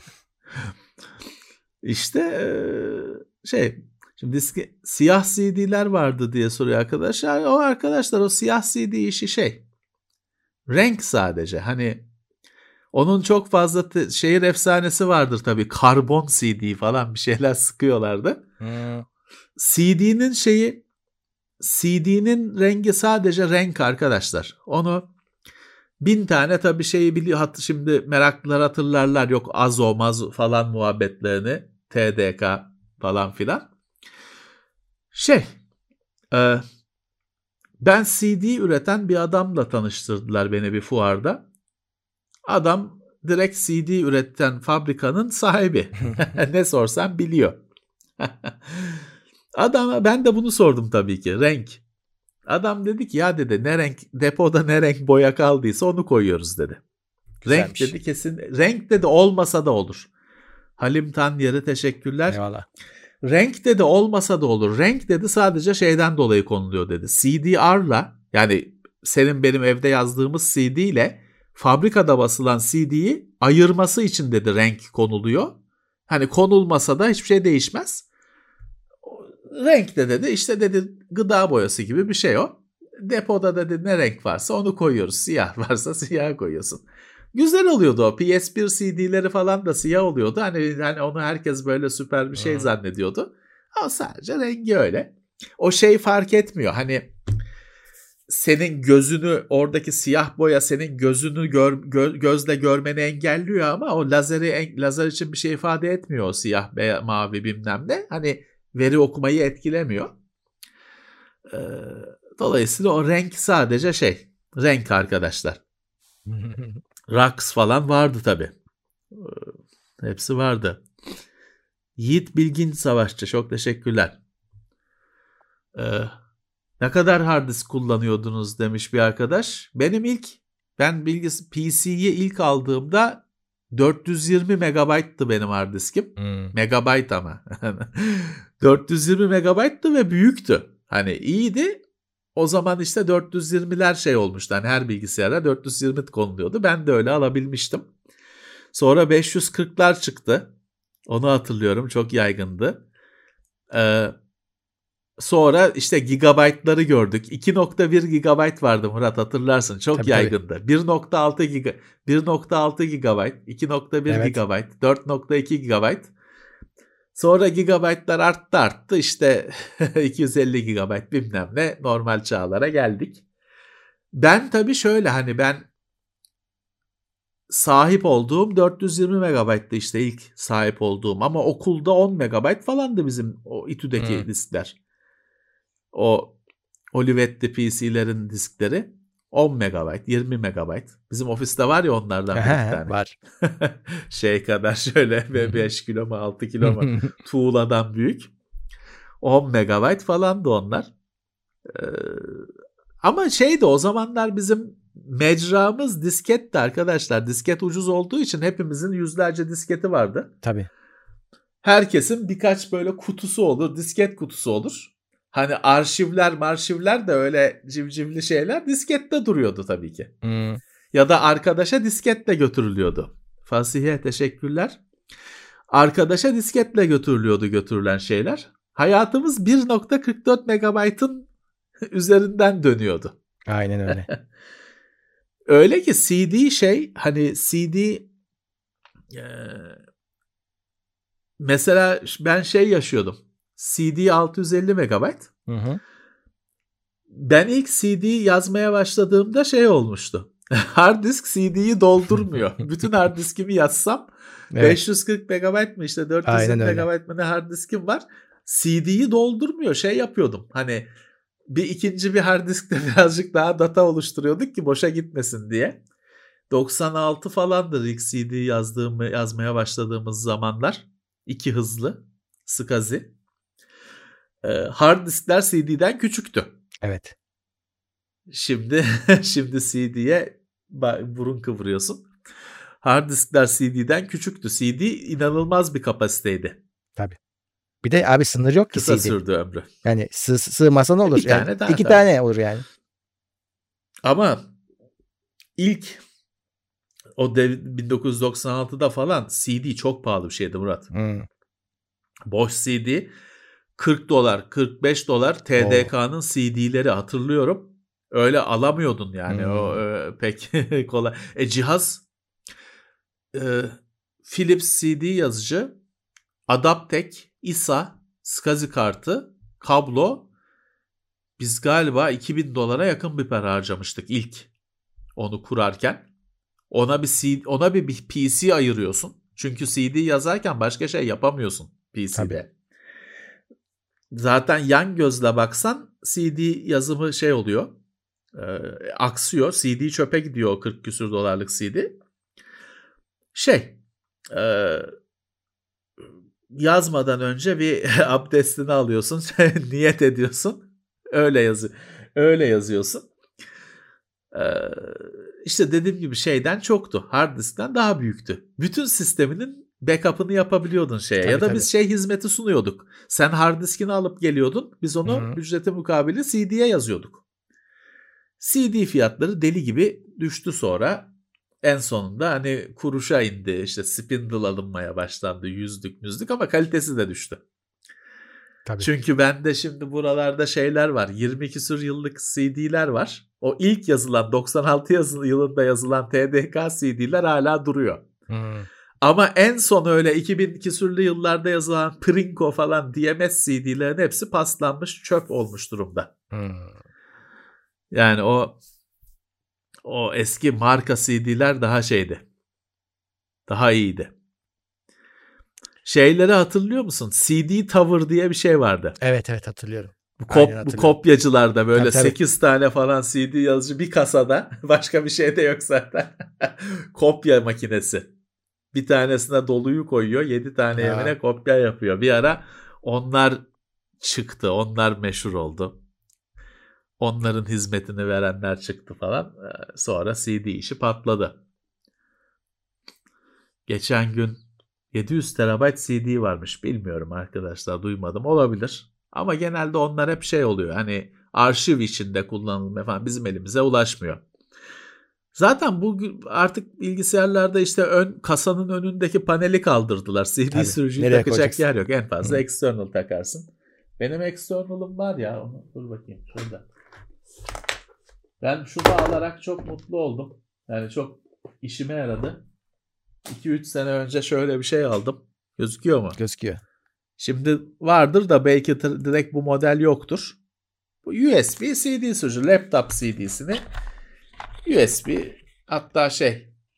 İşte şey, şimdi diski, siyah C D'ler vardı diye soruyor arkadaşlar. O arkadaşlar o siyah C D işi şey, renk sadece. Hani onun çok fazla te- şehir efsanesi vardır tabii. Karbon C D falan bir şeyler sıkıyorlardı. Hmm. C D'nin şeyi, C D'nin rengi sadece renk arkadaşlar. Onu bin tane tabii şeyi biliyor. Hatta şimdi meraklılar hatırlarlar. Yok Azo, Mazo falan muhabbetlerini. T D K falan filan. Şey, e, ben C D üreten bir adamla tanıştırdılar beni bir fuarda. Adam direkt C D üreten fabrikanın sahibi. Ne sorsam biliyor. Adama ben de bunu sordum tabii ki. Renk. Adam dedi ki ya dedi ne renk depoda ne renk boya kaldıysa onu koyuyoruz dedi. Güzelmiş. Renk dedi kesin. Renk dedi olmasa da olur. Halim Tanyer'e teşekkürler. Eyvallah. Renk dedi olmasa da olur. Renk dedi sadece şeyden dolayı konuluyor dedi. C D R'la yani senin benim evde yazdığımız C D ile fabrikada basılan C D'yi ayırması için dedi renk konuluyor. Hani konulmasa da hiçbir şey değişmez. Renk de dedi işte dedi gıda boyası gibi bir şey o. Depoda dedi ne renk varsa onu koyuyoruz. Siyah varsa siyah koyuyorsun. Güzel oluyordu o. P S bir C D'leri falan da siyah oluyordu. Hani, hani onu herkes böyle süper bir şey hmm. zannediyordu. Ama sadece rengi öyle. O şey fark etmiyor. Hani senin gözünü oradaki siyah boya senin gözünü gör, gö, gözle görmeni engelliyor ama o lazeri lazer için bir şey ifade etmiyor o siyah veya mavi bilmem ne. Hani veri okumayı etkilemiyor. Ee, dolayısıyla o renk sadece şey renk arkadaşlar. Rax falan vardı tabii. Hepsi vardı. Yiğit Bilgin Savaşçı çok teşekkürler. Ee, ne kadar hard disk kullanıyordunuz demiş bir arkadaş. Benim ilk ben bilgis P C'yi ilk aldığımda dört yüz yirmi megabayttı benim hard diskim. Hmm. Megabayt ama. dört yüz yirmi megabayttı ve büyüktü. Hani iyiydi. O zaman işte dört yüz yirmiler şey olmuştu. Hani her bilgisayara dört yüz yirmi konuluyordu. Ben de öyle alabilmiştim. Sonra beş yüz kırklar çıktı. Onu hatırlıyorum. Çok yaygındı. Ee, sonra işte gigabaytları gördük. iki nokta bir gigabayt vardı Murat hatırlarsın. Çok tabii, yaygındı. Tabii. bir nokta altı giga, bir nokta altı gigabayt, iki nokta bir evet. gigabayt, dört nokta iki gigabayt. Sonra gigabaytlar arttı arttı işte iki yüz elli gigabayt bilmem ne normal çağlara geldik. Ben tabii şöyle hani ben sahip olduğum dört yüz yirmi megabayttı işte ilk sahip olduğum, ama okulda on megabayt falandı bizim o İTÜ'deki hmm. diskler. O Olivetti P C'lerin diskleri on megabayt, yirmi megabayt. Bizim ofiste var ya onlardan bir tane. Var. Şey kadar şöyle beş kilo mu altı kilo mu tuğladan büyük. on megabayt falandı onlar. Ee, ama şeydi, o zamanlar bizim mecramız disketti arkadaşlar. Disket ucuz olduğu için hepimizin yüzlerce disketi vardı. Tabii. Herkesin birkaç böyle kutusu olur, disket kutusu olur. Hani arşivler marşivler de öyle civcivli şeyler diskette duruyordu tabii ki. Hmm. Ya da arkadaşa disketle götürülüyordu. Fasihe teşekkürler. Arkadaşa disketle götürülüyordu götürülen şeyler. Hayatımız bir nokta kırk dört megabaytın üzerinden dönüyordu. Aynen öyle. Öyle ki C D şey, hani C D e, mesela ben şey yaşıyordum. C D altı yüz elli megabayt. Hı hı. Ben ilk C D yazmaya başladığımda şey olmuştu. Hard disk C D'yi doldurmuyor. Bütün hard diskimi yazsam evet. beş yüz kırk megabayt mı işte dört yüz megabayt mı ne hard diskim var. C D'yi doldurmuyor. Şey yapıyordum. Hani bir ikinci bir hard diskte birazcık daha data oluşturuyorduk ki boşa gitmesin diye. doksan altı falandır ilk C D yazdığım yazmaya başladığımız zamanlar. İki hızlı SCSI. Ee, hard diskler C D'den küçüktü. Evet. Şimdi şimdi C D'ye burun kıvırıyorsun. Hard diskler C D'den küçüktü. C D inanılmaz bir kapasiteydi. Tabii. Bir de abi sınır yok ki Kısa C D. sürdü ömrü. Yani sığ, sığmasa ne olur? Bir yani tane daha. İki tabii. tane olur yani. Ama ilk o bin dokuz yüz doksan altıda falan C D çok pahalı bir şeydi Murat. Hmm. Boş C D kırk dolar, kırk beş dolar T D K'nın oh. C D'leri hatırlıyorum. Öyle alamıyordun yani. Hmm. O e, pek kolay. E cihaz e, Philips C D yazıcı, Adaptek, I S A, SCSI kartı, kablo. Biz galiba iki bin dolara yakın bir para harcamıştık ilk onu kurarken. Ona bir C D, ona bir, bir P C ayırıyorsun. Çünkü C D yazarken başka şey yapamıyorsun P C'de. Tabii. Zaten yan gözle baksan C D yazımı şey oluyor. E, aksıyor. C D çöpe gidiyor o kırk küsür dolarlık C D. Şey e, yazmadan önce bir abdestini alıyorsun. Niyet ediyorsun. Öyle yazı, öyle yazıyorsun. Ee, işte dediğim gibi şeyden çoktu. Hard diskten daha büyüktü. Bütün sisteminin backup'ını yapabiliyordun şeye. Tabii, ya da tabii. Biz şey hizmeti sunuyorduk. Sen hard diskini alıp geliyordun. Biz onu Hı-hı. ücreti mukabili C D'ye yazıyorduk. C D fiyatları deli gibi düştü sonra. En sonunda hani kuruşa indi. İşte spindle alınmaya başlandı. Yüzlük müzlük ama kalitesi de düştü. Tabii. Çünkü bende şimdi buralarda şeyler var. yirmi küsur yıllık C D'ler var. O ilk yazılan doksan altı yazı, yılında yazılan T D K C D'ler hala duruyor. Hmm. Ama en son öyle iki bin küsurlu yıllarda yazılan Prinko falan D M S C D'lerin hepsi paslanmış, çöp olmuş durumda. Hmm. Yani o o eski marka C D'ler daha şeydi. Daha iyiydi. Şeyleri hatırlıyor musun? C D Tower diye bir şey vardı. Evet evet hatırlıyorum. Bu, kop, hatırlıyorum. Bu kopyacılarda böyle tabii, tabii. sekiz tane falan C D yazıcı bir kasada. Başka bir şey de yok zaten. Kopya makinesi. Bir tanesine doluyu koyuyor. yedi tane ya. Evine kopya yapıyor. Bir ara onlar çıktı. Onlar meşhur oldu. Onların hizmetini verenler çıktı falan. Sonra C D işi patladı. Geçen gün yedi yüz terabayt C D varmış. Bilmiyorum arkadaşlar, duymadım. Olabilir. Ama genelde onlar hep şey oluyor. Hani arşiv içinde kullanılmıyor falan. Bizim elimize ulaşmıyor. Zaten bu artık bilgisayarlarda işte ön kasanın önündeki paneli kaldırdılar. C D Tabii, sürücüyü takacak koyacaksın? Yer yok. En fazla Hı. external takarsın. Benim external'ım var ya. Onu, dur bakayım şurada. Ben şunu alarak çok mutlu oldum. Yani çok işime yaradı. iki üç sene önce şöyle bir şey aldım. Gözüküyor mu? Gözüküyor. Şimdi vardır da belki direkt bu model yoktur. Bu U S B C D sürücü. Laptop C D'sini U S B, hatta şey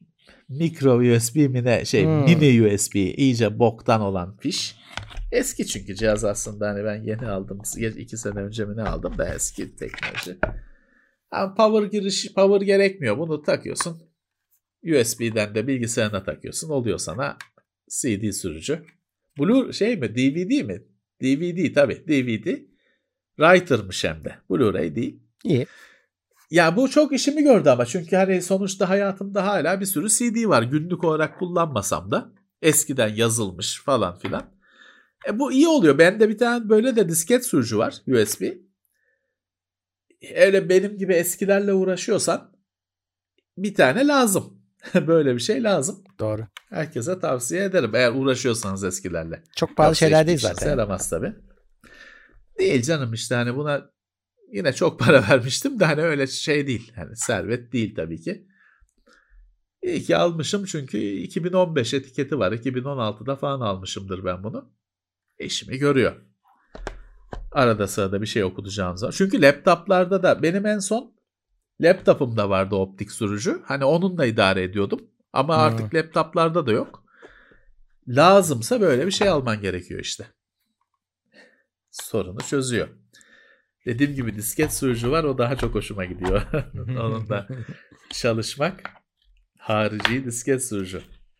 Micro U S B mi ne şey hmm. mini U S B iyice boktan olan fiş. Eski çünkü cihaz aslında hani ben yeni aldım. iki sene önce mi ne aldım da eski teknoloji. Yani power giriş power gerekmiyor. Bunu takıyorsun. U S B'den de bilgisayarına takıyorsun. Oluyor sana C D sürücü. Blue şey mi? D V D mi? D V D tabii. D V D. Writer'mış hem de. Blu-ray değil. İyi. Ya bu çok işimi gördü ama çünkü hani sonuçta hayatımda hala bir sürü C D var. Günlük olarak kullanmasam da eskiden yazılmış falan filan. E bu iyi oluyor. Bende bir tane böyle de disket sürücü var U S B. Öyle benim gibi eskilerle uğraşıyorsan bir tane lazım. Böyle bir şey lazım. Doğru. Herkese tavsiye ederim eğer uğraşıyorsanız eskilerle. Çok pahalı Yoksa şeyler değil zaten. Yaramaz tabii. Değil canım işte hani buna yine çok para vermiştim de hani öyle şey değil. Hani servet değil tabii ki. İyi ki almışım çünkü iki bin on beş etiketi var. iki bin on altıda falan almışımdır ben bunu. İşimi görüyor. Arada sırada bir şey okutacağım zaman. Çünkü laptoplarda da benim en son laptopumda vardı optik sürücü. Hani onunla idare ediyordum. Ama hmm. artık laptoplarda da yok. Lazımsa böyle bir şey alman gerekiyor işte. Sorunu çözüyor. Dediğim gibi disket sürücü var. O daha çok hoşuma gidiyor. Onunla çalışmak. Harici disket sürücü.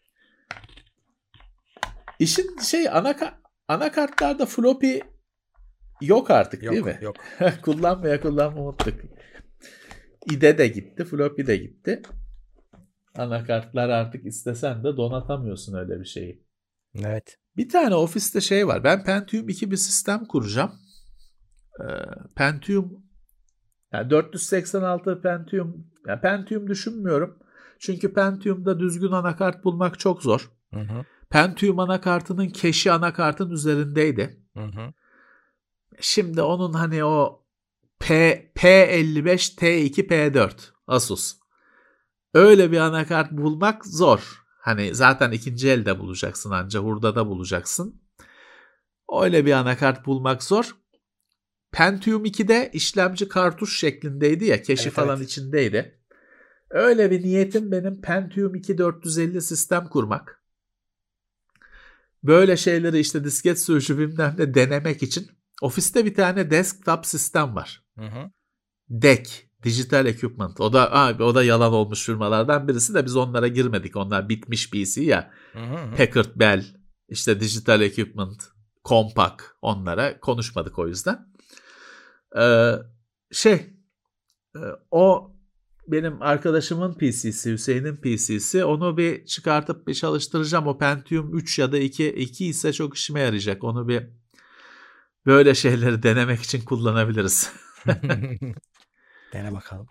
İşin şey ana, anakartlarda floppy yok artık yok, değil mi? Yok. Kullanmaya kullanma unuttuk. I D E de gitti. Floppy de gitti. Anakartlar artık istesen de donatamıyorsun öyle bir şeyi. Evet. Bir tane ofiste şey var. Ben Pentium iki bir sistem kuracağım. Ee, Pentium yani dört yüz seksen altı Pentium yani Pentium düşünmüyorum. Çünkü Pentium'da düzgün anakart bulmak çok zor. Hı hı. Pentium anakartının cache'i anakartın üzerindeydi. Hı hı. Şimdi onun hani o P, P elli beş T iki P dört Asus. Öyle bir anakart bulmak zor. Hani zaten ikinci elde bulacaksın anca hurdada bulacaksın. Öyle bir anakart bulmak zor. Pentium ikide işlemci kartuş şeklindeydi ya, keşi evet, falan evet. içindeydi. Öyle bir niyetim benim Pentium iki dört yüz elli sistem kurmak. Böyle şeyleri işte disket sürücü bilmem ne denemek için ofiste bir tane desktop sistem var. Hı hı. D E C, Digital Equipment. O da abi, o da yalan olmuş firmalardan birisi de biz onlara girmedik. Onlar bitmiş P C ya. Hı hı. Packard Bell, işte Digital Equipment, Compaq, onlara konuşmadık o yüzden. Ee, şey e, o benim arkadaşımın P C'si, Hüseyin'in P C'si. Onu bir çıkartıp bir çalıştıracağım. O Pentium üç ya da iki, iki ise çok işime yarayacak. Onu bir böyle şeyleri denemek için kullanabiliriz. Dene bakalım.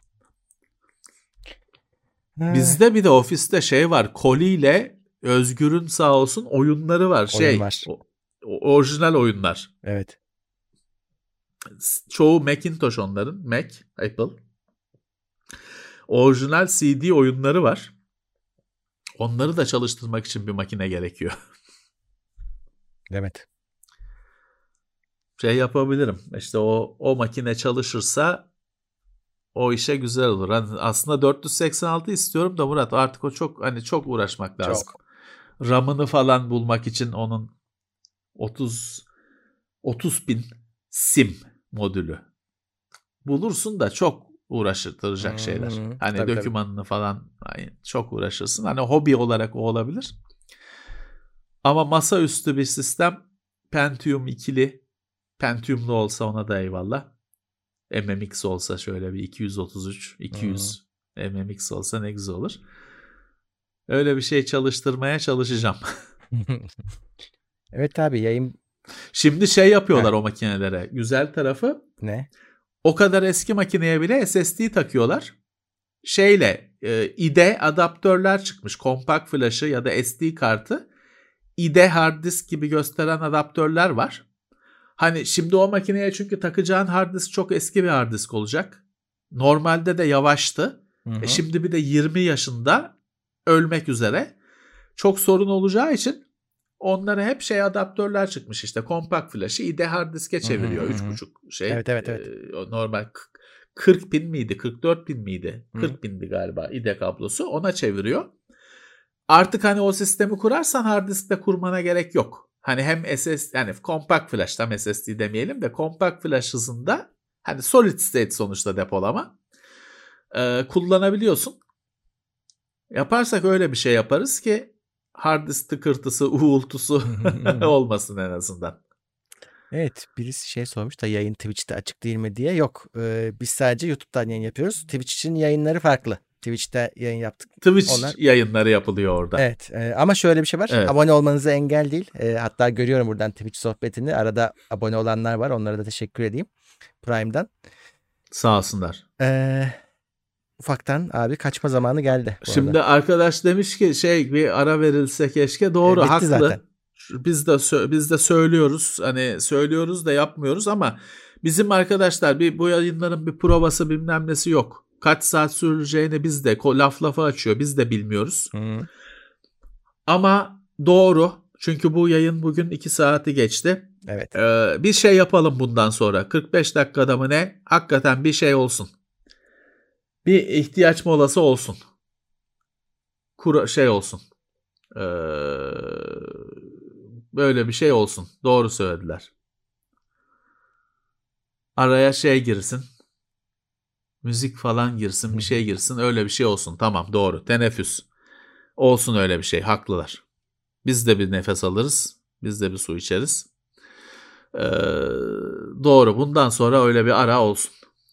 Bizde bir de ofiste şey var. Koli ile Özgür'ün sağ olsun oyunları var. Şey, Oyun var. O, orijinal oyunlar. Evet. Çoğu Macintosh onların. Mac, Apple. Orijinal C D oyunları var. Onları da çalıştırmak için bir makine gerekiyor. Evet. Şey yapabilirim. İşte o o makine çalışırsa o işe güzel olur. Hani aslında dört yüz seksen altı istiyorum da Murat artık o çok hani çok uğraşmak lazım. Çok. RAM'ını falan bulmak için onun otuz otuz bin sim modülü. Bulursun da çok uğraştıracak hmm, şeyler. Hani tabii, dokümanını tabii. falan hani çok uğraşırsın. Hani hobi olarak o olabilir. Ama masaüstü bir sistem Pentium ikili, Pentium'lu olsa ona da eyvallah. M M X olsa şöyle bir iki yüz otuz üç, iki yüz hmm. M M X olsa ne güzel olur. Öyle bir şey çalıştırmaya çalışacağım. Evet abi yayın. Şimdi şey yapıyorlar ha. o makinelere. Güzel tarafı. Ne? O kadar eski makineye bile S S D takıyorlar. Şeyle e, I D E adaptörler çıkmış. Compact flash'ı ya da S D kartı. I D E hard disk gibi gösteren adaptörler var. Hani şimdi o makineye çünkü takacağın hard disk çok eski bir hard disk olacak. Normalde de yavaştı. E şimdi bir de yirmi yaşında ölmek üzere. Çok sorun olacağı için onlara hep şey adaptörler çıkmış işte. Compact flash'ı I D E hard diske çeviriyor. üç buçuk şey. Evet evet evet. E, normal kırk pin miydi? kırk dört pin miydi? kırk pindi galiba I D E kablosu. Ona çeviriyor. artık hani o sistemi kurarsan hard diskte kurmana gerek yok. Hani hem S S D yani compact flash, tam S S D demeyelim de compact flash hızında, hani solid state sonuçta depolama e, kullanabiliyorsun. Yaparsak öyle bir şey yaparız ki hard disk tıkırtısı, uğultusu olmasın en azından. Evet, birisi şey sormuş da yayın Twitch'te açık değil mi diye. Yok, e, biz sadece YouTube'dan yayın yapıyoruz. Twitch için yayınları farklı. Twitch'te yayın yaptık. Twitch Onlar... yayınları yapılıyor orada. Evet, e, ama şöyle bir şey var. Evet. Abone olmanıza engel değil. E, hatta görüyorum buradan Twitch sohbetini. Arada abone olanlar var. Onlara da teşekkür edeyim Prime'dan. Sağ olsunlar. Eee Ufaktan abi kaçma zamanı geldi. Şimdi arada arkadaş demiş ki şey bir ara verilse keşke. Doğru, e, haklı. Zaten. Biz de biz de söylüyoruz. Hani söylüyoruz da yapmıyoruz ama bizim arkadaşlar bir bu yayınların bir provası bilmem nesi yok. Kaç saat süreceğini biz de laf lafa açıyor. Biz de bilmiyoruz. Hı. Ama doğru. Çünkü bu yayın bugün iki saati geçti. Evet. Ee, bir şey yapalım bundan sonra. kırk beş dakikada mı ne? Hakikaten bir şey olsun. Bir ihtiyaç molası olsun. Kura şey olsun. Ee, böyle bir şey olsun. Doğru söylediler. Araya şey girsin. Müzik falan girsin. Bir şey girsin. Öyle bir şey olsun. Tamam, doğru. Teneffüs. Olsun öyle bir şey. Haklılar. Biz de bir nefes alırız. Biz de bir su içeriz. Ee, doğru. Bundan sonra öyle bir ara olsun.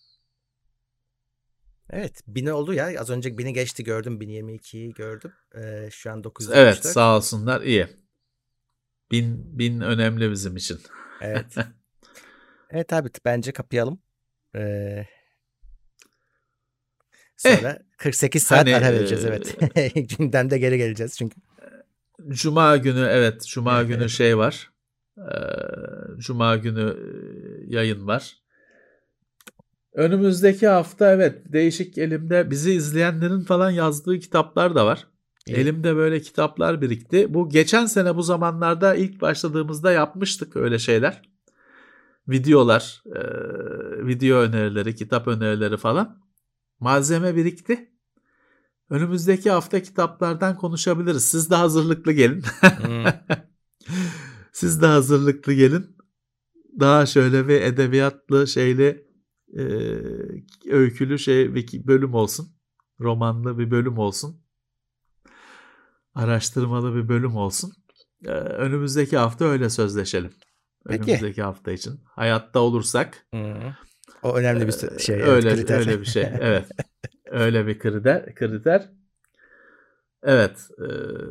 Evet, bini oldu ya. Az önce bini geçti gördüm. bin yirmi ikiyi gördüm. Ee, şu an dokuz yüz evet, sağ olsunlar. İyi. Bin, bin önemli bizim için. Evet. Evet abi, bence kapayalım. Ee, sonra eh, kırk sekiz saat hani, ara vereceğiz. Evet. Gündemde geri geleceğiz çünkü. Cuma günü evet. Cuma evet, günü evet. şey var. Ee, Cuma günü yayın var. Önümüzdeki hafta evet değişik, elimde bizi izleyenlerin falan yazdığı kitaplar da var. İyi. Elimde böyle kitaplar birikti. Bu geçen sene bu zamanlarda ilk başladığımızda yapmıştık öyle şeyler. Videolar, e, video önerileri, kitap önerileri falan. Malzeme birikti. Önümüzdeki hafta kitaplardan konuşabiliriz. Siz de hazırlıklı gelin. Hmm. Siz de hazırlıklı gelin. Daha şöyle bir edebiyatlı şeyli, Ee, öykülü şey bir bölüm olsun. Romanlı bir bölüm olsun. Araştırmalı bir bölüm olsun. Ee, önümüzdeki hafta öyle sözleşelim. Peki. Önümüzdeki hafta için. Hayatta olursak. Hmm. O önemli bir şey. Evet, öyle kriter. Öyle bir şey. Evet. Öyle bir kriter. kriter. Evet. E,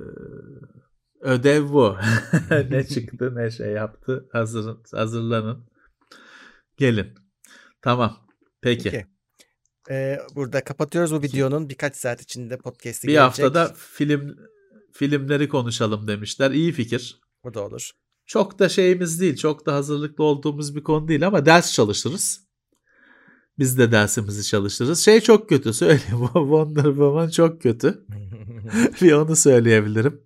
ödev bu. Ne çıktı, ne şey yaptı. Hazır, hazırlanın. Gelin. Tamam. Peki. Peki. Ee, burada kapatıyoruz bu videonun. Birkaç saat içinde podcast'i bir gelecek. haftada film filmleri konuşalım demişler. İyi fikir. Bu da olur. Çok da şeyimiz değil. Çok da hazırlıklı olduğumuz bir konu değil ama ders çalışırız. Biz de dersimizi çalışırız. Şey çok kötü söyleyeyim. Wonder Woman çok kötü. Bir onu söyleyebilirim.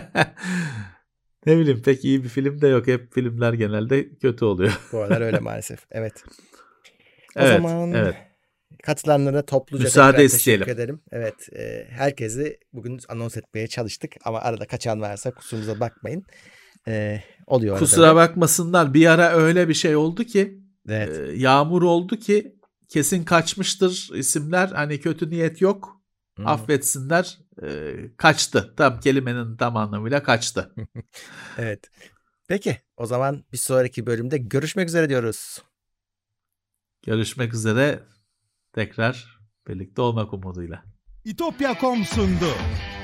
Ne bileyim, pek iyi bir film de yok. Hep filmler genelde kötü oluyor. Bu aralar öyle maalesef. Evet. O evet, zaman evet. katılanlara topluca müsaade isteyelim. Teşekkür ederim. Evet, e, herkesi bugün anons etmeye çalıştık ama arada kaçan varsa kusurumuza bakmayın. E, oluyor. Kusura arada. bakmasınlar. Bir ara öyle bir şey oldu ki, evet. e, yağmur oldu ki kesin kaçmıştır isimler. Hani kötü niyet yok. Hmm. Affetsinler. E, kaçtı. Tam kelimenin tam anlamıyla kaçtı. Evet. Peki, o zaman bir sonraki bölümde görüşmek üzere diyoruz. Görüşmek üzere. Tekrar birlikte olmak umuduyla. İtopya nokta com sundu.